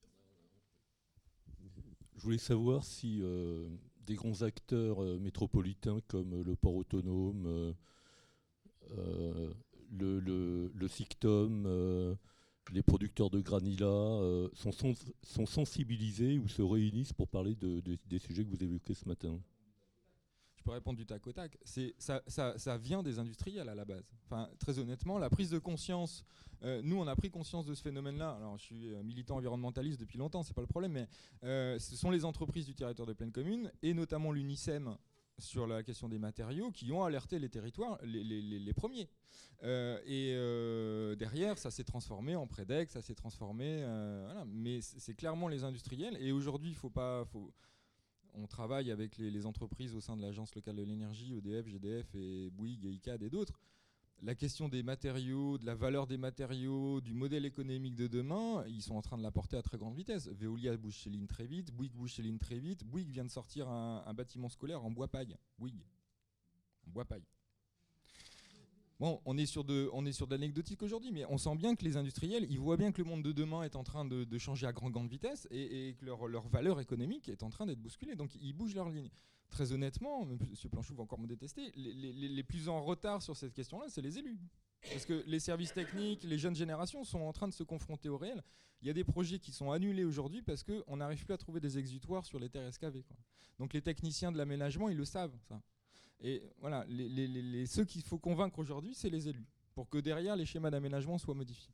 Je voulais savoir si euh, des grands acteurs euh, métropolitains comme euh, le port autonome, euh, euh, le, le, le SICTOM, euh, les producteurs de granulats euh, sont, sens sont sensibilisés ou se réunissent pour parler de, de, des sujets que vous évoquez ce matin. Je peux répondre du tac au tac. Ça, ça, ça vient des industriels à la base. Enfin, très honnêtement, la prise de conscience, euh, nous on a pris conscience de ce phénomène-là. Alors je suis militant environnementaliste depuis longtemps, c'est pas le problème, mais euh, ce sont les entreprises du territoire de Plaine Commune, et notamment l'UNICEM sur la question des matériaux, qui ont alerté les territoires, les, les, les, les premiers. Euh, et euh, derrière, ça s'est transformé en Prédex, ça s'est transformé... Euh, voilà. Mais c'est clairement les industriels, et aujourd'hui, il faut pas... Faut, on travaille avec les, les entreprises au sein de l'Agence locale de l'énergie, E D F, G D F et Bouygues et I C A D et d'autres. La question des matériaux, de la valeur des matériaux, du modèle économique de demain, ils sont en train de la porter à très grande vitesse. Veolia bouge chez Line très vite, Bouygues bouge chez Line très vite. Bouygues vient de sortir un, un bâtiment scolaire en bois paille. Bouygues. En bois paille. Bon, on est sur de, on est sur de l'anecdotique aujourd'hui, mais on sent bien que les industriels, ils voient bien que le monde de demain est en train de, de changer à grande, grande vitesse, et, et que leur, leur valeur économique est en train d'être bousculée. Donc ils bougent leur ligne. Très honnêtement, M. Planchou va encore me détester, les, les, les plus en retard sur cette question-là, c'est les élus. Parce que les services techniques, les jeunes générations sont en train de se confronter au réel. Il y a des projets qui sont annulés aujourd'hui parce qu'on n'arrive plus à trouver des exutoires sur les terres excavées, quoi. Donc les techniciens de l'aménagement, ils le savent, ça. Et voilà, les, les, les, les, ceux qu'il faut convaincre aujourd'hui, c'est les élus, pour que derrière, les schémas d'aménagement soient modifiés.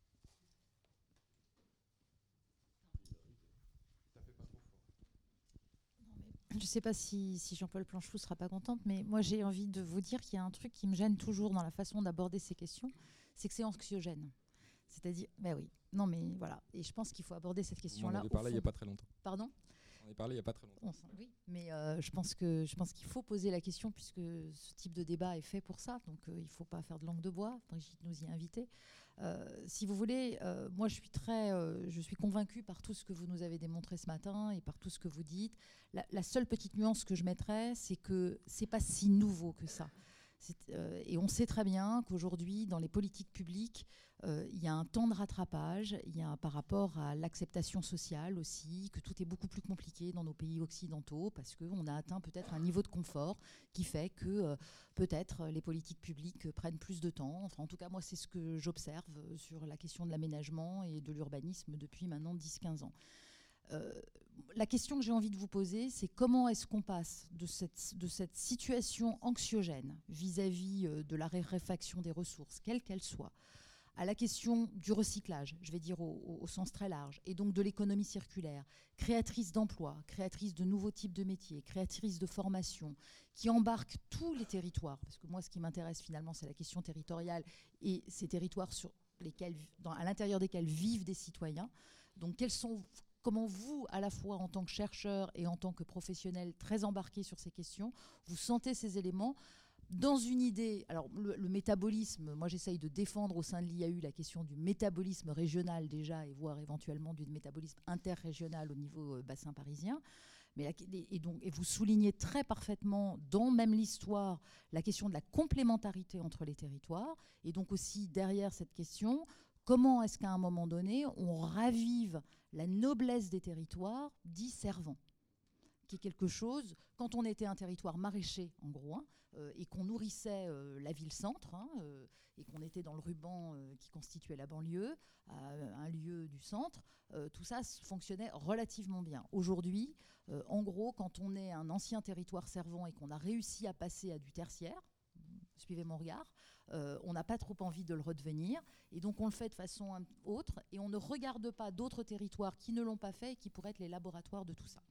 Je ne sais pas si, si Jean-Paul Planchou ne sera pas contente, mais moi j'ai envie de vous dire qu'il y a un truc qui me gêne toujours dans la façon d'aborder ces questions, c'est que c'est anxiogène. C'est-à-dire, ben oui, non mais voilà, et je pense qu'il faut aborder cette question-là. On en avait parlé il n'y a pas très longtemps. Pardon ? On en a parlé il n'y a pas très longtemps. Oui, mais euh, je pense que je pense qu'il faut poser la question puisque ce type de débat est fait pour ça, donc euh, il ne faut pas faire de langue de bois. Brigitte nous y a invités. Euh, si vous voulez, euh, moi je suis très, euh, je suis convaincue par tout ce que vous nous avez démontré ce matin et par tout ce que vous dites. La, la seule petite nuance que je mettrais, c'est que c'est pas si nouveau que ça. Euh, et on sait très bien qu'aujourd'hui, dans les politiques publiques, euh, il y a un temps de rattrapage, il y a par rapport à l'acceptation sociale aussi, que tout est beaucoup plus compliqué dans nos pays occidentaux parce qu'on a atteint peut-être un niveau de confort qui fait que euh, peut-être les politiques publiques prennent plus de temps. Enfin, en tout cas, moi, c'est ce que j'observe sur la question de l'aménagement et de l'urbanisme depuis maintenant dix à quinze ans. Euh, la question que j'ai envie de vous poser, c'est comment est-ce qu'on passe de cette, de cette situation anxiogène vis-à-vis euh, de la raréfaction des ressources, quelle qu'elle soit, à la question du recyclage, je vais dire au, au, au sens très large, et donc de l'économie circulaire, créatrice d'emplois, créatrice de nouveaux types de métiers, créatrice de formation, qui embarque tous les territoires, parce que moi ce qui m'intéresse finalement c'est la question territoriale et ces territoires sur lesquels, dans, à l'intérieur desquels vivent des citoyens. Donc quels sont... Comment vous, à la fois en tant que chercheur et en tant que professionnel très embarqué sur ces questions, vous sentez ces éléments dans une idée. Alors le, le métabolisme, moi j'essaye de défendre au sein de l'I A U la question du métabolisme régional déjà, et voire éventuellement du métabolisme interrégional au niveau euh, bassin parisien. Mais la, et, donc, et vous soulignez très parfaitement dans même l'histoire la question de la complémentarité entre les territoires, et donc aussi derrière cette question, comment est-ce qu'à un moment donné on ravive la noblesse des territoires dits servants, qui est quelque chose, quand on était un territoire maraîcher en gros, hein, euh, et qu'on nourrissait euh, la ville-centre, hein, euh, et qu'on était dans le ruban euh, qui constituait la banlieue, euh, un lieu du centre, euh, tout ça fonctionnait relativement bien. Aujourd'hui, euh, en gros, quand on est un ancien territoire servant et qu'on a réussi à passer à du tertiaire, suivez mon regard, euh, on n'a pas trop envie de le redevenir. Et donc on le fait de façon un, autre et on ne regarde pas d'autres territoires qui ne l'ont pas fait et qui pourraient être les laboratoires de tout ça.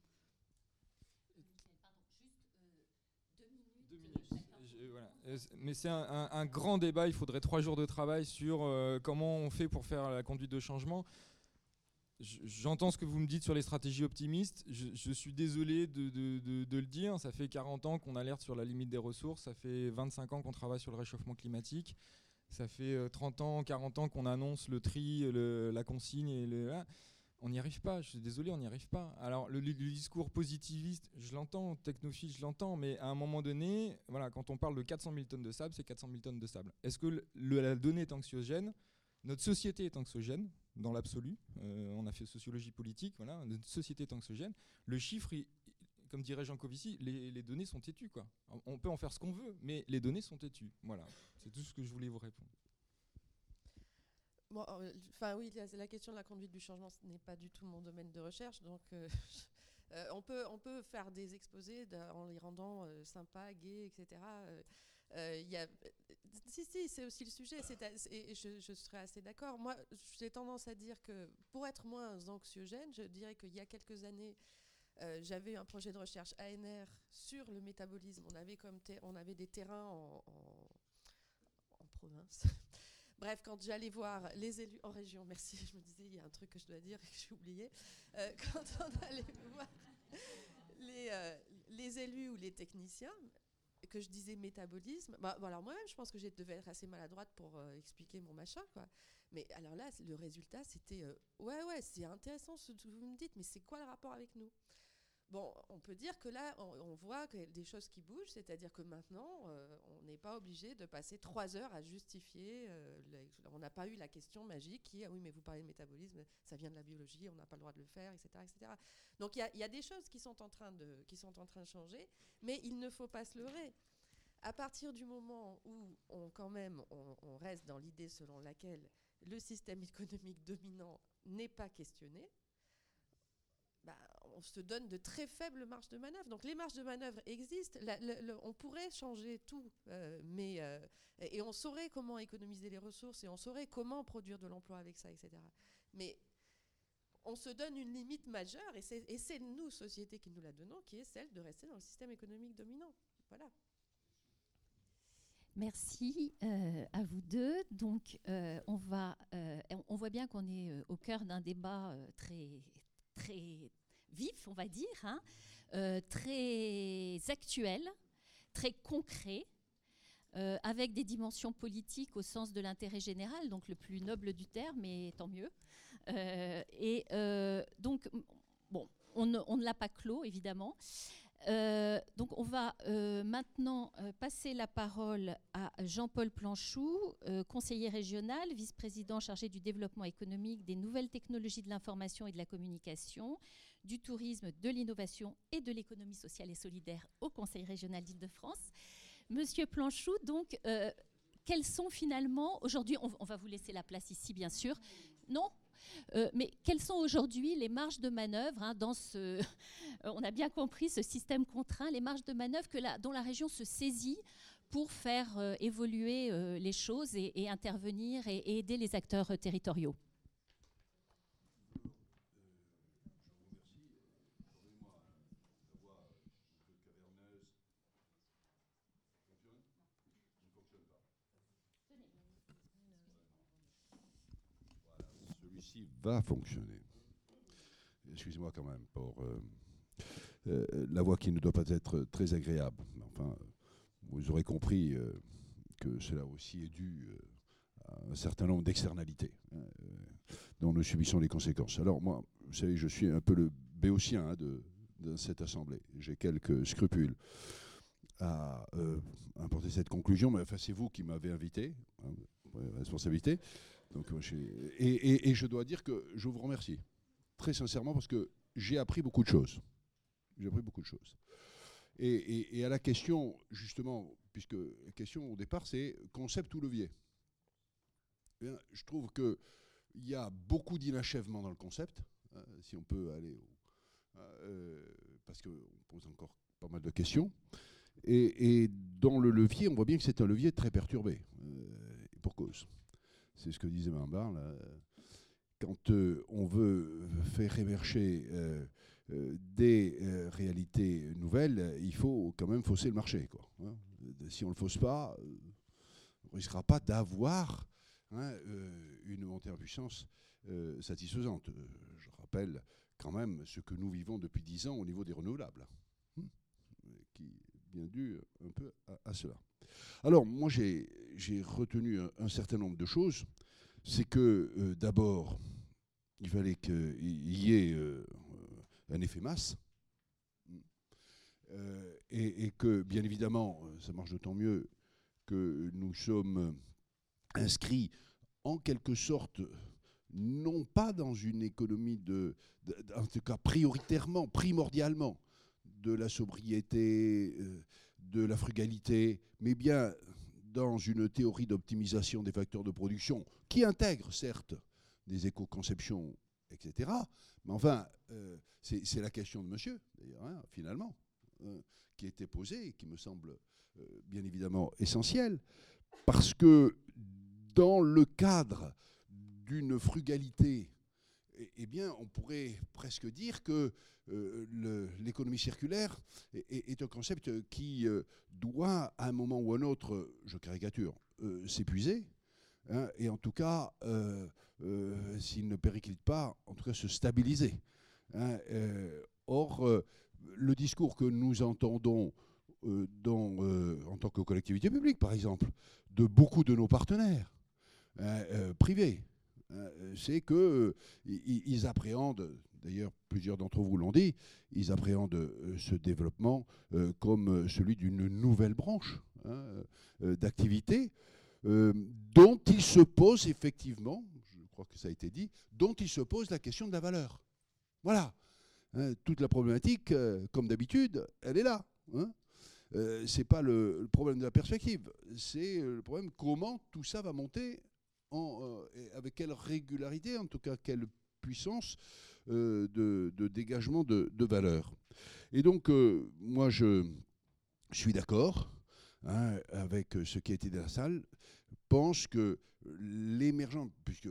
Je, voilà. Mais c'est un, un, un grand débat, il faudrait trois jours de travail sur euh, comment on fait pour faire la conduite de changement. J'entends ce que vous me dites sur les stratégies optimistes. Je, je suis désolé de, de, de, de le dire. Ça fait quarante ans qu'on alerte sur la limite des ressources. Ça fait vingt-cinq ans qu'on travaille sur le réchauffement climatique. Ça fait trente ans, quarante ans qu'on annonce le tri, le, la consigne. Et le, ah, on n'y arrive pas. Je suis désolé, on n'y arrive pas. Alors, le, le discours positiviste, je l'entends. Technophile, je l'entends. Mais à un moment donné, voilà, quand on parle de quatre cent mille tonnes de sable, c'est quatre cent mille tonnes de sable. Est-ce que le, le, la donnée est anxiogène ? Notre société est anxiogène, dans l'absolu. Euh, on a fait sociologie politique, voilà. Notre société est anxiogène. Le chiffre, il, comme dirait Jean Covici, les, les données sont têtues, quoi. On peut en faire ce qu'on veut, mais les données sont têtues. Voilà, c'est tout ce que je voulais vous répondre. Bon, enfin oui, la, la question de la conduite du changement, ce n'est pas du tout mon domaine de recherche, donc euh, euh, on peut on peut faire des exposés en les rendant euh, sympas, gais, et cetera. Euh, Euh, y a, si, si, c'est aussi le sujet, c'est, et je, je serais assez d'accord. Moi, j'ai tendance à dire que pour être moins anxiogène, je dirais qu'il y a quelques années, euh, j'avais un projet de recherche A N R sur le métabolisme. On avait, comme ter- on avait des terrains en, en, en province. Bref, quand j'allais voir les élus en région, merci, je me disais, il y a un truc que je dois dire et que j'ai oublié. Euh, quand on allait voir les, euh, les élus ou les techniciens, que je disais métabolisme, bah, bon alors moi-même je pense que je devais être assez maladroite pour euh, expliquer mon machin, quoi. Mais alors là, le résultat c'était euh, ouais ouais c'est intéressant ce que vous me dites, mais c'est quoi le rapport avec nous? Bon, on peut dire que là on, on voit que des choses qui bougent, c'est-à-dire que maintenant euh, on n'est pas obligé de passer trois heures à justifier, euh, les, on n'a pas eu la question magique qui est ah oui mais vous parlez de métabolisme, ça vient de la biologie, on n'a pas le droit de le faire, et cetera, et cetera. Donc il y, y a des choses qui sont en train de qui sont en train de changer, mais il ne faut pas se leurrer. À partir du moment où on quand même on, on reste dans l'idée selon laquelle le système économique dominant n'est pas questionné, bah, on se donne de très faibles marges de manœuvre. Donc les marges de manœuvre existent, la, le, le, on pourrait changer tout, euh, mais, euh, et on saurait comment économiser les ressources et on saurait comment produire de l'emploi avec ça, et cetera. Mais on se donne une limite majeure et c'est, et c'est nous, société, qui nous la donnons, qui est celle de rester dans le système économique dominant. Voilà. Merci euh, à vous deux. Donc, euh, on, va, euh, on voit bien qu'on est euh, au cœur d'un débat euh, très, très vif, on va dire, hein, euh, très actuel, très concret, euh, avec des dimensions politiques au sens de l'intérêt général, donc le plus noble du terme, mais tant mieux. Euh, et euh, donc, bon, on ne, on ne l'a pas clos, évidemment. Euh, donc on va euh, maintenant euh, passer la parole à Jean-Paul Planchou, euh, conseiller régional, vice-président chargé du développement économique, des nouvelles technologies de l'information et de la communication, du tourisme, de l'innovation et de l'économie sociale et solidaire au Conseil régional d'Île-de-France. Monsieur Planchou, donc, euh, quels sont finalement, aujourd'hui, on, on va vous laisser la place ici bien sûr, non ? Euh, mais quelles sont aujourd'hui les marges de manœuvre hein, dans ce, on a bien compris ce système contraint, les marges de manœuvre que la, dont la région se saisit pour faire euh, évoluer euh, les choses et, et intervenir et, et aider les acteurs euh, territoriaux. Celui-ci va fonctionner. Excusez-moi quand même pour euh, euh, la voix qui ne doit pas être très agréable. Enfin, vous aurez compris euh, que cela aussi est dû euh, à un certain nombre d'externalités hein, euh, dont nous subissons les conséquences. Alors moi, vous savez, je suis un peu le béotien hein, de, de cette assemblée. J'ai quelques scrupules à euh, apporter cette conclusion, mais enfin, c'est vous qui m'avez invité, hein, responsabilité. Donc, et, et, et je dois dire que je vous remercie très sincèrement parce que j'ai appris beaucoup de choses. J'ai appris beaucoup de choses. Et, et, et à la question, justement, puisque la question au départ, c'est concept ou levier. Eh bien, je trouve qu'il y a beaucoup d'inachèvement dans le concept, hein, si on peut aller au, euh, parce qu'on pose encore pas mal de questions. Et, et dans le levier, on voit bien que c'est un levier très perturbé, euh, et pour cause. C'est ce que disait Mme Barle. Quand euh, on veut faire émerger euh, euh, des euh, réalités nouvelles, il faut quand même fausser le marché, quoi, hein. Si on ne le fausse pas, euh, on ne risquera pas d'avoir, hein, euh, une montée en puissance euh, satisfaisante. Euh, je rappelle quand même ce que nous vivons depuis dix ans au niveau des renouvelables, hein, qui est bien dû un peu à, à cela. Alors, moi, j'ai retenu un, un certain nombre de choses. C'est que, euh, d'abord, il fallait qu'il y ait euh, un effet masse, euh, et, et que, bien évidemment, ça marche d'autant mieux que nous sommes inscrits, en quelque sorte, non pas dans une économie de, de en tout cas prioritairement, primordialement, de la sobriété, euh, de la frugalité, mais bien dans une théorie d'optimisation des facteurs de production qui intègre, certes, des éco-conceptions, et cetera. Mais enfin, euh, c'est la question de monsieur, d'ailleurs, hein, finalement, euh, qui a été posée et qui me semble euh, bien évidemment essentielle, parce que dans le cadre d'une frugalité, eh, eh bien, on pourrait presque dire que euh, l'économie circulaire est, est, est un concept qui euh, doit, à un moment ou à un autre, je caricature, euh, s'épuiser, hein, et en tout cas, euh, euh, s'il ne périclite pas, en tout cas se stabiliser, hein. Euh, or, euh, le discours que nous entendons euh, dans, euh, en tant que collectivité publique, par exemple, de beaucoup de nos partenaires hein, euh, privés, c'est qu'ils appréhendent, d'ailleurs plusieurs d'entre vous l'ont dit, ils appréhendent euh, ce développement euh, comme celui d'une nouvelle branche, hein, euh, d'activité euh, dont il se pose effectivement, je crois que ça a été dit, dont il se pose la question de la valeur. Voilà. Hein, toute la problématique, euh, comme d'habitude, elle est là. Hein. Euh, ce n'est pas le, le problème de la perspective, c'est le problème comment tout ça va monter. En, euh, avec quelle régularité, en tout cas quelle puissance euh, de, de dégagement de, de valeur. Et donc, euh, moi, je, je suis d'accord hein, avec ce qui a été dit dans la salle, pense que l'émergence, puisque,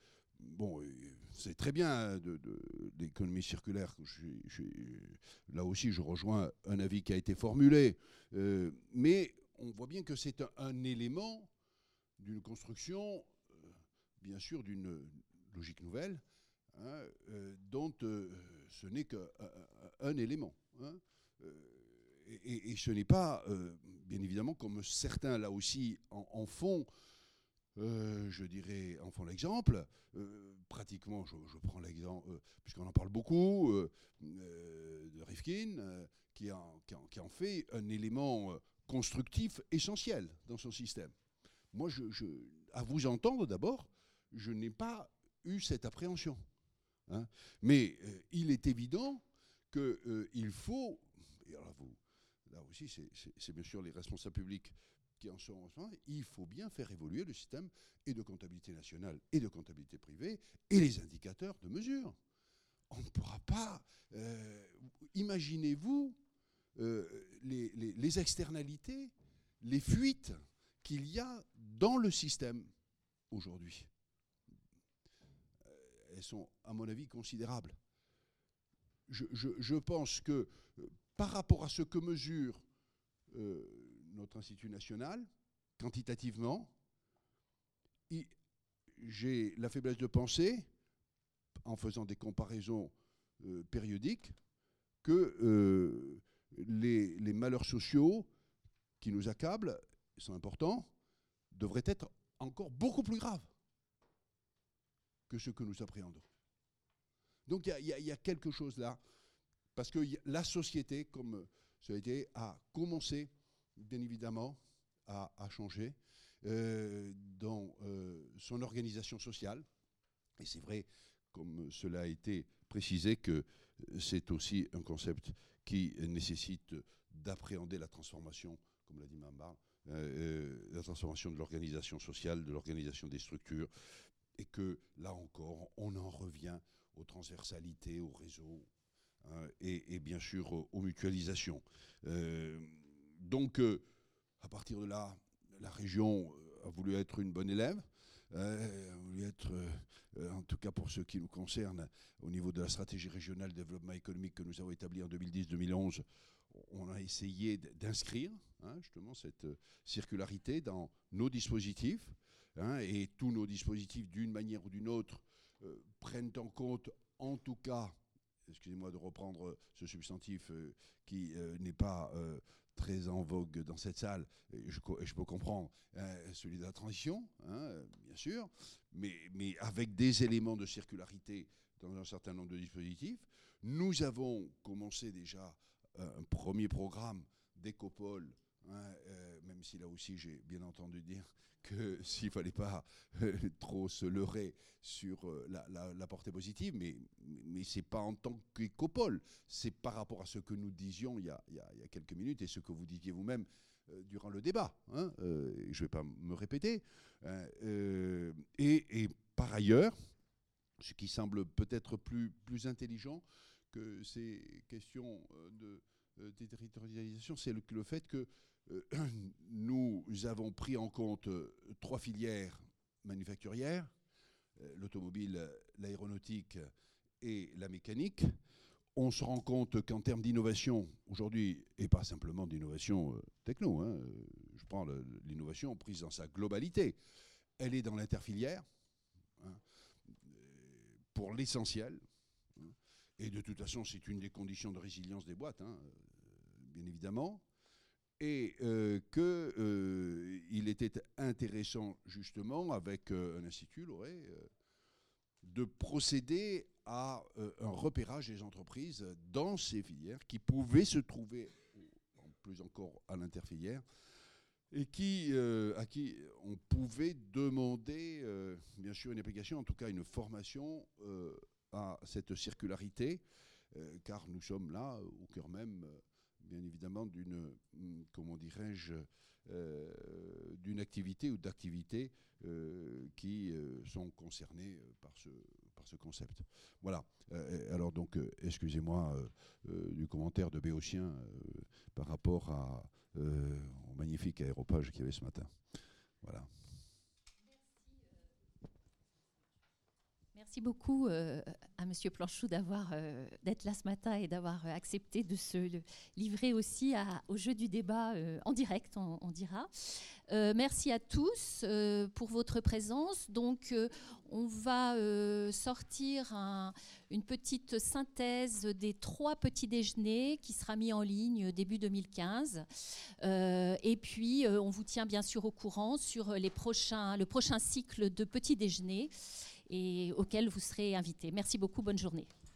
bon, c'est très bien de, de, l'économie circulaire, je, je, là aussi je rejoins un avis qui a été formulé, euh, mais on voit bien que c'est un, un élément d'une construction bien sûr d'une logique nouvelle, hein, euh, dont euh, ce n'est qu'un élément. Hein, euh, et, et ce n'est pas, euh, bien évidemment, comme certains là aussi en, en font, euh, je dirais, en font l'exemple. Euh, pratiquement, je, je prends l'exemple, euh, puisqu'on en parle beaucoup, euh, euh, de Rifkin, euh, qui, en, qui, en, qui en fait un élément constructif essentiel dans son système. Moi, je, je, à vous entendre d'abord, je n'ai pas eu cette appréhension. Hein. Mais euh, il est évident qu'il euh, faut, et alors vous, là aussi c'est bien sûr les responsables publics qui en sont responsables, il faut bien faire évoluer le système et de comptabilité nationale et de comptabilité privée et les indicateurs de mesure. On ne pourra pas, euh, imaginez-vous euh, les, les, les externalités, les fuites qu'il y a dans le système aujourd'hui. Elles sont, à mon avis, considérables. Je, je, je pense que euh, par rapport à ce que mesure euh, notre Institut national, quantitativement, j'ai la faiblesse de penser, en faisant des comparaisons euh, périodiques, que euh, les, les malheurs sociaux qui nous accablent, sont importants, devraient être encore beaucoup plus graves que ce que nous appréhendons. Donc il y, y, y a quelque chose là, parce que y, la société, comme ça a été, a commencé, bien évidemment, à, à changer euh, dans euh, son organisation sociale. Et c'est vrai, comme cela a été précisé, que c'est aussi un concept qui nécessite d'appréhender la transformation, comme l'a dit Mme Barle, euh, la transformation de l'organisation sociale, de l'organisation des structures, et que, là encore, on en revient aux transversalités, aux réseaux, hein, et, et bien sûr aux, aux mutualisations. Euh, donc, euh, à partir de là, la région a voulu être une bonne élève, euh, a voulu être, euh, en tout cas pour ce qui nous concerne, au niveau de la stratégie régionale de développement économique que nous avons établie en deux mille dix deux mille onze, on a essayé d'inscrire hein, justement cette circularité dans nos dispositifs, hein, et tous nos dispositifs, d'une manière ou d'une autre, euh, prennent en compte, en tout cas, excusez-moi de reprendre ce substantif euh, qui euh, n'est pas euh, très en vogue dans cette salle, et je, et je peux comprendre, euh, celui de la transition, hein, bien sûr, mais, mais avec des éléments de circularité dans un certain nombre de dispositifs. Nous avons commencé déjà un premier programme d'écopole, hein, euh, même si là aussi j'ai bien entendu dire que s'il ne fallait pas euh, trop se leurrer sur euh, la, la, la portée positive, mais, mais ce n'est pas en tant qu'écopole, c'est par rapport à ce que nous disions il y a, il y a, il y a quelques minutes et ce que vous disiez vous-même euh, durant le débat. Hein, euh, et je ne vais pas me répéter. Hein, euh, et, et par ailleurs, ce qui semble peut-être plus, plus intelligent que ces questions de euh, déterritorialisation, c'est le, le fait que euh, nous avons pris en compte euh, trois filières manufacturières, euh, l'automobile, l'aéronautique et la mécanique. On se rend compte qu'en termes d'innovation, aujourd'hui, et pas simplement d'innovation euh, techno, hein, je prends l'innovation prise dans sa globalité, elle est dans l'interfilière, hein, pour l'essentiel. Et de toute façon, c'est une des conditions de résilience des boîtes, hein, bien évidemment. Et euh, qu'il euh, était intéressant, justement, avec euh, un institut, l'Oré, euh, de procéder à euh, un repérage des entreprises dans ces filières qui pouvaient se trouver, en plus encore à l'interfilière, et qui, euh, à qui on pouvait demander, euh, bien sûr, une application, en tout cas une formation euh, à cette circularité, euh, car nous sommes là au cœur même, euh, bien évidemment, d'une, comment dirais-je, euh, d'une activité ou d'activités euh, qui euh, sont concernées par ce, par ce concept. Voilà. Euh, alors donc, euh, excusez-moi euh, euh, du commentaire de Béotien euh, par rapport à, euh, au magnifique aéropage qu'il y avait ce matin. Voilà. Merci beaucoup euh, à Monsieur Planchou d'avoir, euh, d'être là ce matin et d'avoir euh, accepté de se livrer aussi à, au jeu du débat euh, en direct, on, on dira. Euh, merci à tous euh, pour votre présence. Donc, euh, on va euh, sortir un, une petite synthèse des trois petits déjeuners qui sera mis en ligne début deux mille quinze. Euh, et puis, euh, on vous tient bien sûr au courant sur les prochains, le prochain cycle de petits déjeuners et auquel vous serez invités. Merci beaucoup, bonne journée.